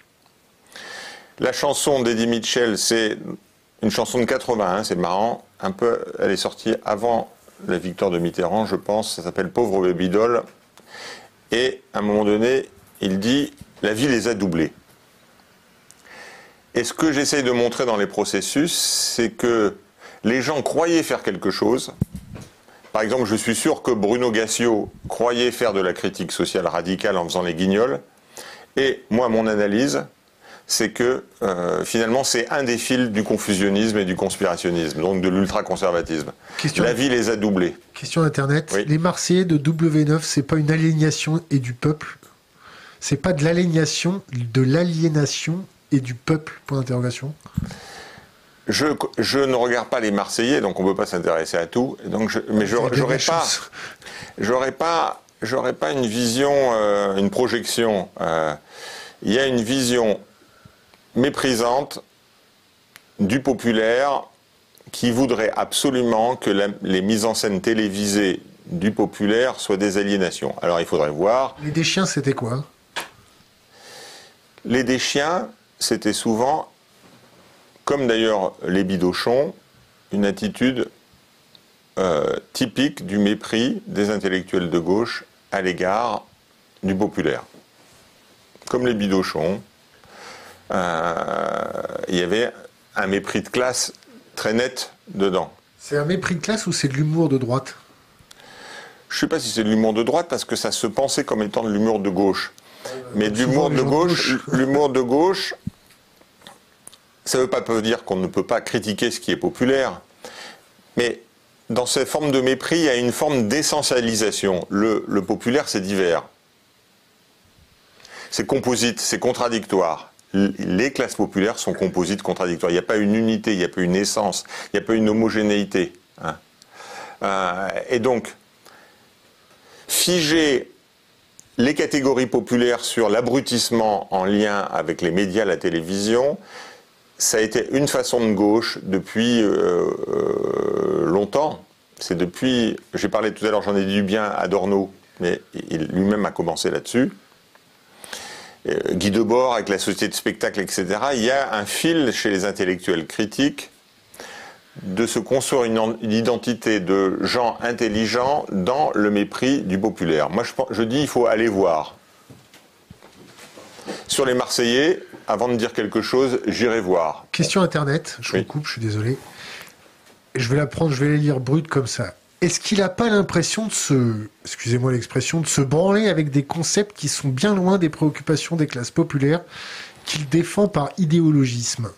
S2: La chanson d'Eddie Mitchell, c'est une chanson de quatre-vingt-un, c'est marrant, un peu, elle est sortie avant la victoire de Mitterrand, je pense, ça s'appelle Pauvre Baby Doll, et à un moment donné, il dit « la vie les a doublés ». Et ce que j'essaye de montrer dans les processus, c'est que les gens croyaient faire quelque chose, Par exemple, je suis sûr que Bruno Gassio croyait faire de la critique sociale radicale en faisant les guignols. Et moi, mon analyse, c'est que euh, finalement, c'est un des fils du confusionnisme et du conspirationnisme, donc de l'ultraconservatisme. Question... La vie les a doublés.
S1: Question Internet.
S2: Oui.
S1: Les Marseillais de W neuf, c'est pas une aliénation et du peuple? C'est pas de l'aliénation, de l'aliénation et du peuple, point d'interrogation.
S2: Je, je ne regarde pas les Marseillais, donc on ne peut pas s'intéresser à tout. Donc je, mais je n'aurais pas, j'aurais pas, j'aurais pas une vision, euh, une projection. Euh, il y a une vision méprisante du populaire qui voudrait absolument que la, les mises en scène télévisées du populaire soient des aliénations. Alors il faudrait voir.
S1: Les Deschiens, c'était quoi?
S2: Les Deschiens, c'était souvent, comme d'ailleurs les Bidochon, une attitude euh, typique du mépris des intellectuels de gauche à l'égard du populaire. Comme les Bidochon, euh, il y avait un mépris de classe très net dedans.
S1: C'est un mépris de classe ou c'est de l'humour de droite?
S2: Je ne sais pas si c'est de l'humour de droite parce que ça se pensait comme étant de l'humour de gauche. Mais de l'humour de gauche, l'humour de gauche, ça ne veut pas dire qu'on ne peut pas critiquer ce qui est populaire, mais dans ces formes de mépris, il y a une forme d'essentialisation. Le, le populaire, c'est divers. C'est composite, c'est contradictoire. Les classes populaires sont composites, contradictoires. Il n'y a pas une unité, il n'y a pas une essence, il n'y a pas une homogénéité. Hein. Euh, et donc, figer les catégories populaires sur l'abrutissement en lien avec les médias, la télévision, ça a été une façon de gauche depuis euh, euh, longtemps. C'est depuis, j'ai parlé tout à l'heure, j'en ai dit du bien à Adorno, mais il lui-même a commencé là-dessus. Euh, Guy Debord avec la société de spectacle, et cetera. Il y a un fil chez les intellectuels critiques de se construire une, une identité de gens intelligents dans le mépris du populaire. Moi, je, je dis il faut aller voir. Sur les Marseillais, avant de dire quelque chose, j'irai voir.
S1: Question Internet, je
S2: oui.
S1: vous coupe, je suis désolé. Je vais la prendre, je vais la lire brute comme ça. Est-ce qu'il n'a pas l'impression de se, excusez-moi l'expression, de se branler avec des concepts qui sont bien loin des préoccupations des classes populaires qu'il défend par idéologisme?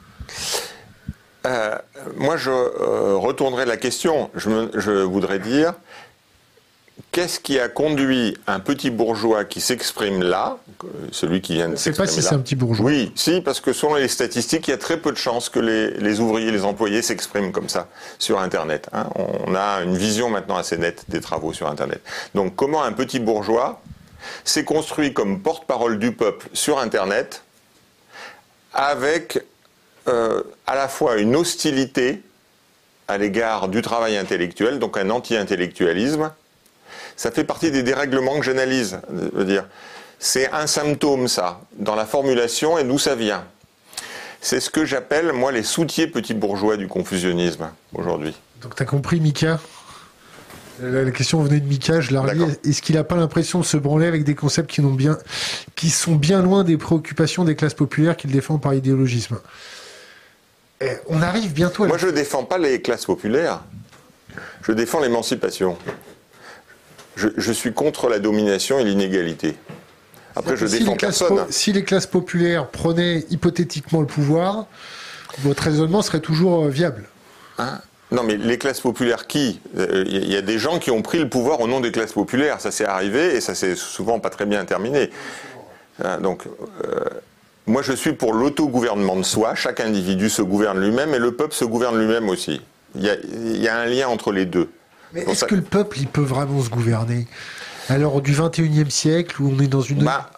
S2: Euh, moi, je euh, retournerai la question. Je, me, je voudrais dire, qu'est-ce qui a conduit un petit bourgeois qui s'exprime là, celui qui vient de s'exprimer là?
S1: Je ne sais pas si c'est un petit bourgeois.
S2: Oui, si, parce que selon les statistiques, il y a très peu de chances que les, les ouvriers, les employés s'expriment comme ça sur Internet. Hein. On a une vision maintenant assez nette des travaux sur Internet. Donc, comment un petit bourgeois s'est construit comme porte-parole du peuple sur Internet avec Euh, à la fois une hostilité à l'égard du travail intellectuel, donc un anti-intellectualisme. Ça fait partie des dérèglements que j'analyse. C'est un symptôme, ça, dans la formulation et d'où ça vient. C'est ce que j'appelle, moi, les soutiers petits bourgeois du confusionnisme, aujourd'hui.
S1: Donc tu as compris, Mika? La, la question venait de Mika, je la relis. Est-ce qu'il n'a pas l'impression de se branler avec des concepts qui, n'ont bien, qui sont bien loin des préoccupations des classes populaires qu'il défend par idéologisme? Eh, on arrive bientôt à...
S2: Moi, je ne défends pas les classes populaires. Je défends l'émancipation. Je, je suis contre la domination et l'inégalité. Après, je
S1: si
S2: défends personne.
S1: Si les classes populaires prenaient hypothétiquement le pouvoir, votre raisonnement serait toujours viable.
S2: Hein? Non, mais les classes populaires, qui? Il euh, y a des gens qui ont pris le pouvoir au nom des classes populaires. Ça s'est arrivé et ça s'est souvent pas très bien terminé. Hein, donc... Euh, Moi, je suis pour l'autogouvernement de soi. Chaque individu se gouverne lui-même et le peuple se gouverne lui-même aussi. Il y a, il y a un lien entre les deux.
S1: Mais est-ce ça... que le peuple, il peut vraiment se gouverner? Alors, du vingt et unième siècle, où on est dans une...
S2: Bah,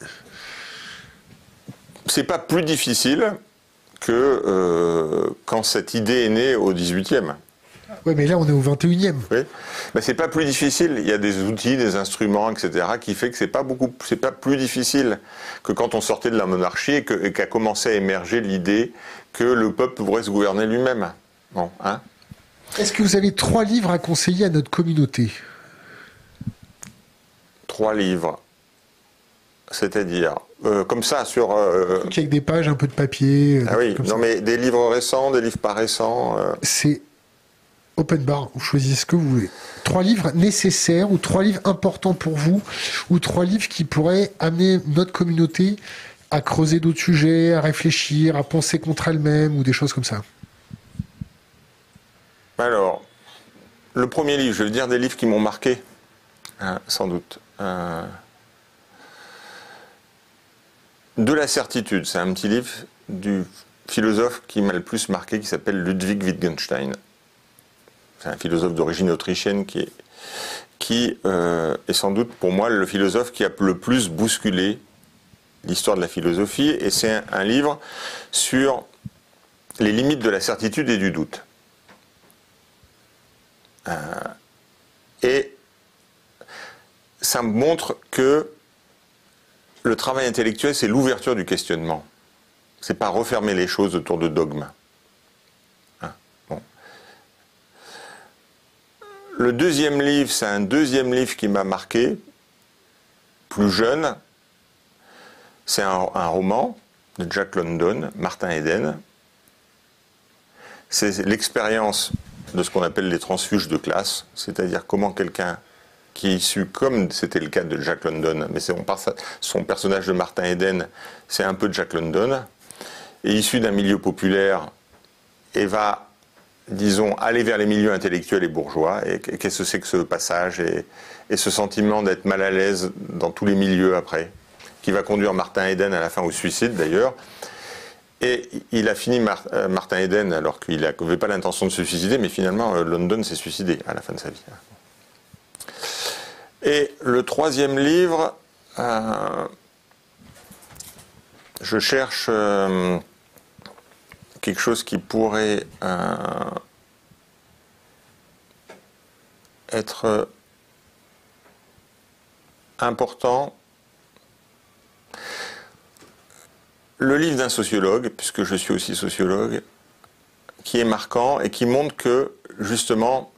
S2: c'est pas plus difficile que euh, quand cette idée est née au dix-huitième.
S1: Oui, mais là, on est au vingt et unième.
S2: Oui, mais c'est pas plus difficile. Il y a des outils, des instruments, et cetera, qui fait que c'est pas beaucoup, c'est pas plus difficile que quand on sortait de la monarchie et, que, et qu'a commencé à émerger l'idée que le peuple pourrait se gouverner lui-même. Bon, hein.
S1: Est-ce que vous avez trois livres à conseiller à notre communauté?
S2: Trois livres. C'est-à-dire, euh, comme ça, sur... Euh...
S1: Avec des pages, un peu de papier...
S2: Ah oui, non
S1: ça.
S2: mais des livres récents, des livres pas récents... Euh...
S1: C'est... Open bar, vous choisissez ce que vous voulez. Trois livres nécessaires ou trois livres importants pour vous ou trois livres qui pourraient amener notre communauté à creuser d'autres sujets, à réfléchir, à penser contre elle-même ou des choses comme ça.
S2: Alors, le premier livre, je vais dire des livres qui m'ont marqué, hein, sans doute. Euh... De la certitude, c'est un petit livre du philosophe qui m'a le plus marqué, qui s'appelle Ludwig Wittgenstein. C'est un philosophe d'origine autrichienne qui, est, qui euh, est sans doute pour moi le philosophe qui a le plus bousculé l'histoire de la philosophie, et c'est un, un livre sur les limites de la certitude et du doute. Euh, et ça me montre que le travail intellectuel, c'est l'ouverture du questionnement. C'est pas refermer les choses autour de dogmes. Hein, bon. Le deuxième livre, c'est un deuxième livre qui m'a marqué, plus jeune. C'est un, un roman de Jack London, Martin Eden. C'est l'expérience de ce qu'on appelle les transfuges de classe, c'est-à-dire comment quelqu'un qui est issu, comme c'était le cas de Jack London, mais c'est, on part, son personnage de Martin Eden, c'est un peu Jack London, est issu d'un milieu populaire et va, disons, aller vers les milieux intellectuels et bourgeois. Et qu'est-ce que c'est que ce passage et, et ce sentiment d'être mal à l'aise dans tous les milieux après, qui va conduire Martin Eden à la fin au suicide d'ailleurs. Et il a fini Mar- euh, Martin Eden alors qu'il n'avait pas l'intention de se suicider, mais finalement euh, London s'est suicidé à la fin de sa vie. Et le troisième livre, euh, je cherche euh, quelque chose qui pourrait euh, être important. Le livre d'un sociologue, puisque je suis aussi sociologue, qui est marquant et qui montre que, justement,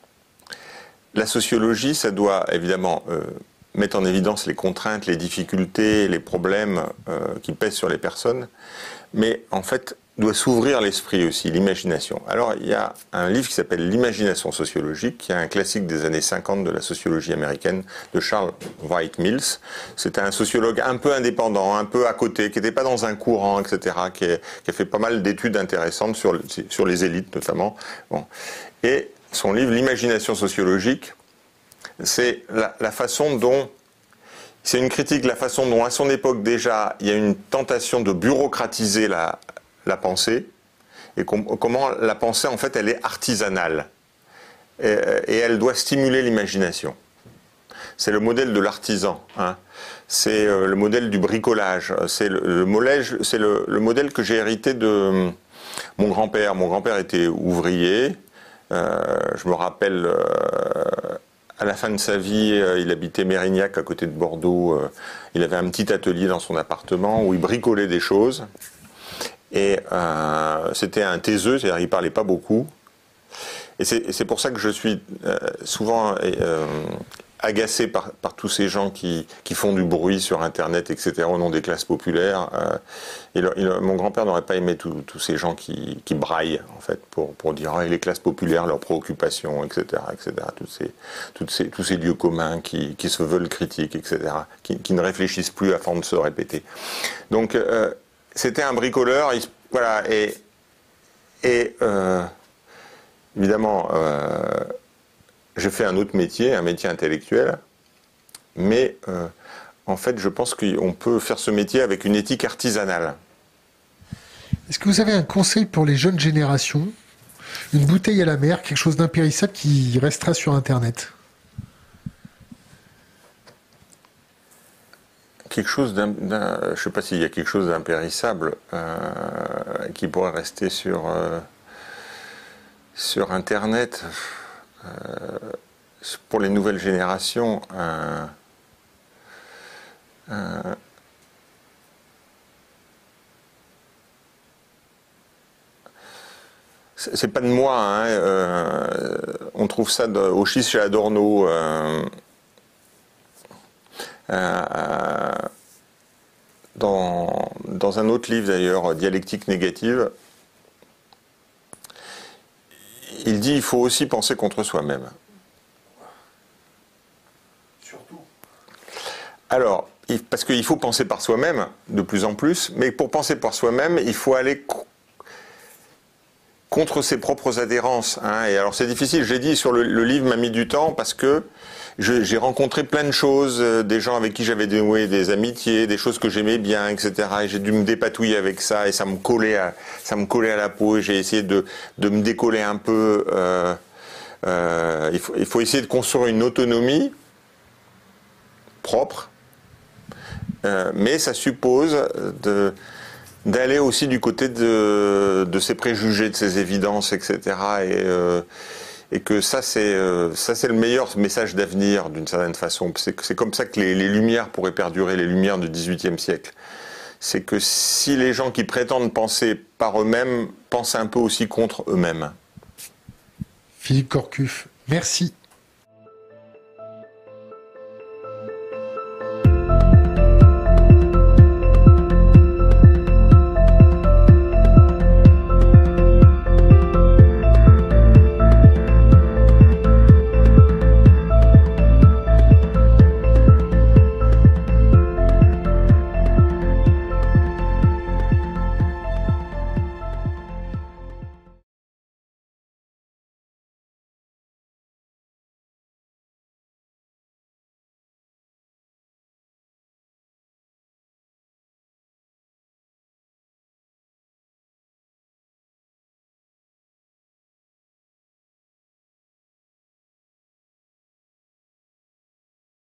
S2: la sociologie, ça doit évidemment euh, mettre en évidence les contraintes, les difficultés, les problèmes euh, qui pèsent sur les personnes, mais en fait doit s'ouvrir l'esprit aussi, l'imagination. Alors il y a un livre qui s'appelle L'imagination sociologique, qui est un classique des années cinquante de la sociologie américaine, de Charles Wright Mills. C'était un sociologue un peu indépendant, un peu à côté, qui n'était pas dans un courant, et cetera, qui, est, qui a fait pas mal d'études intéressantes sur, sur les élites notamment. Bon. Et son livre L'imagination sociologique, c'est la, la façon dont, c'est une critique de la façon dont à son époque déjà, il y a une tentation de bureaucratiser la, la pensée, et com- comment la pensée en fait elle est artisanale, et, et elle doit stimuler l'imagination. C'est le modèle de l'artisan, hein. C'est euh, le modèle du bricolage, c'est le, le, modèle, c'est le, le modèle que j'ai hérité de euh, mon grand-père. Mon grand-père était ouvrier, euh, je me rappelle... Euh, À la fin de sa vie, euh, il habitait Mérignac, à côté de Bordeaux. Euh, il avait un petit atelier dans son appartement où il bricolait des choses. Et euh, c'était un taiseux, c'est-à-dire il ne parlait pas beaucoup. Et c'est, c'est pour ça que je suis euh, souvent euh, agacé par, par tous ces gens qui, qui font du bruit sur Internet, et cetera, au nom des classes populaires. Euh, et le, il, mon grand-père n'aurait pas aimé tous ces gens qui, qui braillent, en fait, pour, pour dire oh, les classes populaires, leurs préoccupations, et cetera, et cetera. Toutes ces, toutes ces, tous ces lieux communs qui, qui se veulent critiques, et cetera, qui, qui ne réfléchissent plus avant de se répéter. Donc, euh, c'était un bricoleur, il, voilà, et, et euh, évidemment, euh, j'ai fait un autre métier, un métier intellectuel, mais euh, en fait, je pense qu'on peut faire ce métier avec une éthique artisanale.
S1: Est-ce que vous avez un conseil pour les jeunes générations? Une bouteille à la mer, quelque chose d'impérissable qui restera sur Internet?
S2: Quelque chose d'un, d'un, je ne sais pas s'il y a quelque chose d'impérissable euh, qui pourrait rester sur, euh, sur Internet. Euh, pour les nouvelles générations, euh, euh, c'est, c'est pas de moi, hein, euh, on trouve ça de, au Schiste chez Adorno. Euh, euh, dans, dans un autre livre d'ailleurs, Dialectique négative. il dit il faut aussi penser contre soi-même.
S3: Surtout.
S2: Alors, parce qu'il faut penser par soi-même, de plus en plus, mais pour penser par soi-même, il faut aller contre ses propres adhérences. Hein. Et alors c'est difficile, j'ai dit, sur le, le livre m'a mis du temps, parce que j'ai rencontré plein de choses, euh, des gens avec qui j'avais dénoué des amitiés, des choses que j'aimais bien, et cetera. Et j'ai dû me dépatouiller avec ça, et ça me collait à, ça me collait à la peau, et j'ai essayé de, de me décoller un peu. Euh, euh, il faut, il faut essayer de construire une autonomie propre, euh, mais ça suppose de, d'aller aussi du côté de, de ses préjugés, de ses évidences, et cetera. Et, euh, et que ça, c'est euh, ça, c'est le meilleur message d'avenir, d'une certaine façon. C'est, c'est comme ça que les, les Lumières pourraient perdurer, les Lumières du dix-huitième siècle. C'est que si les gens qui prétendent penser par eux-mêmes pensent un peu aussi contre eux-mêmes.
S1: Philippe Corcuff, merci.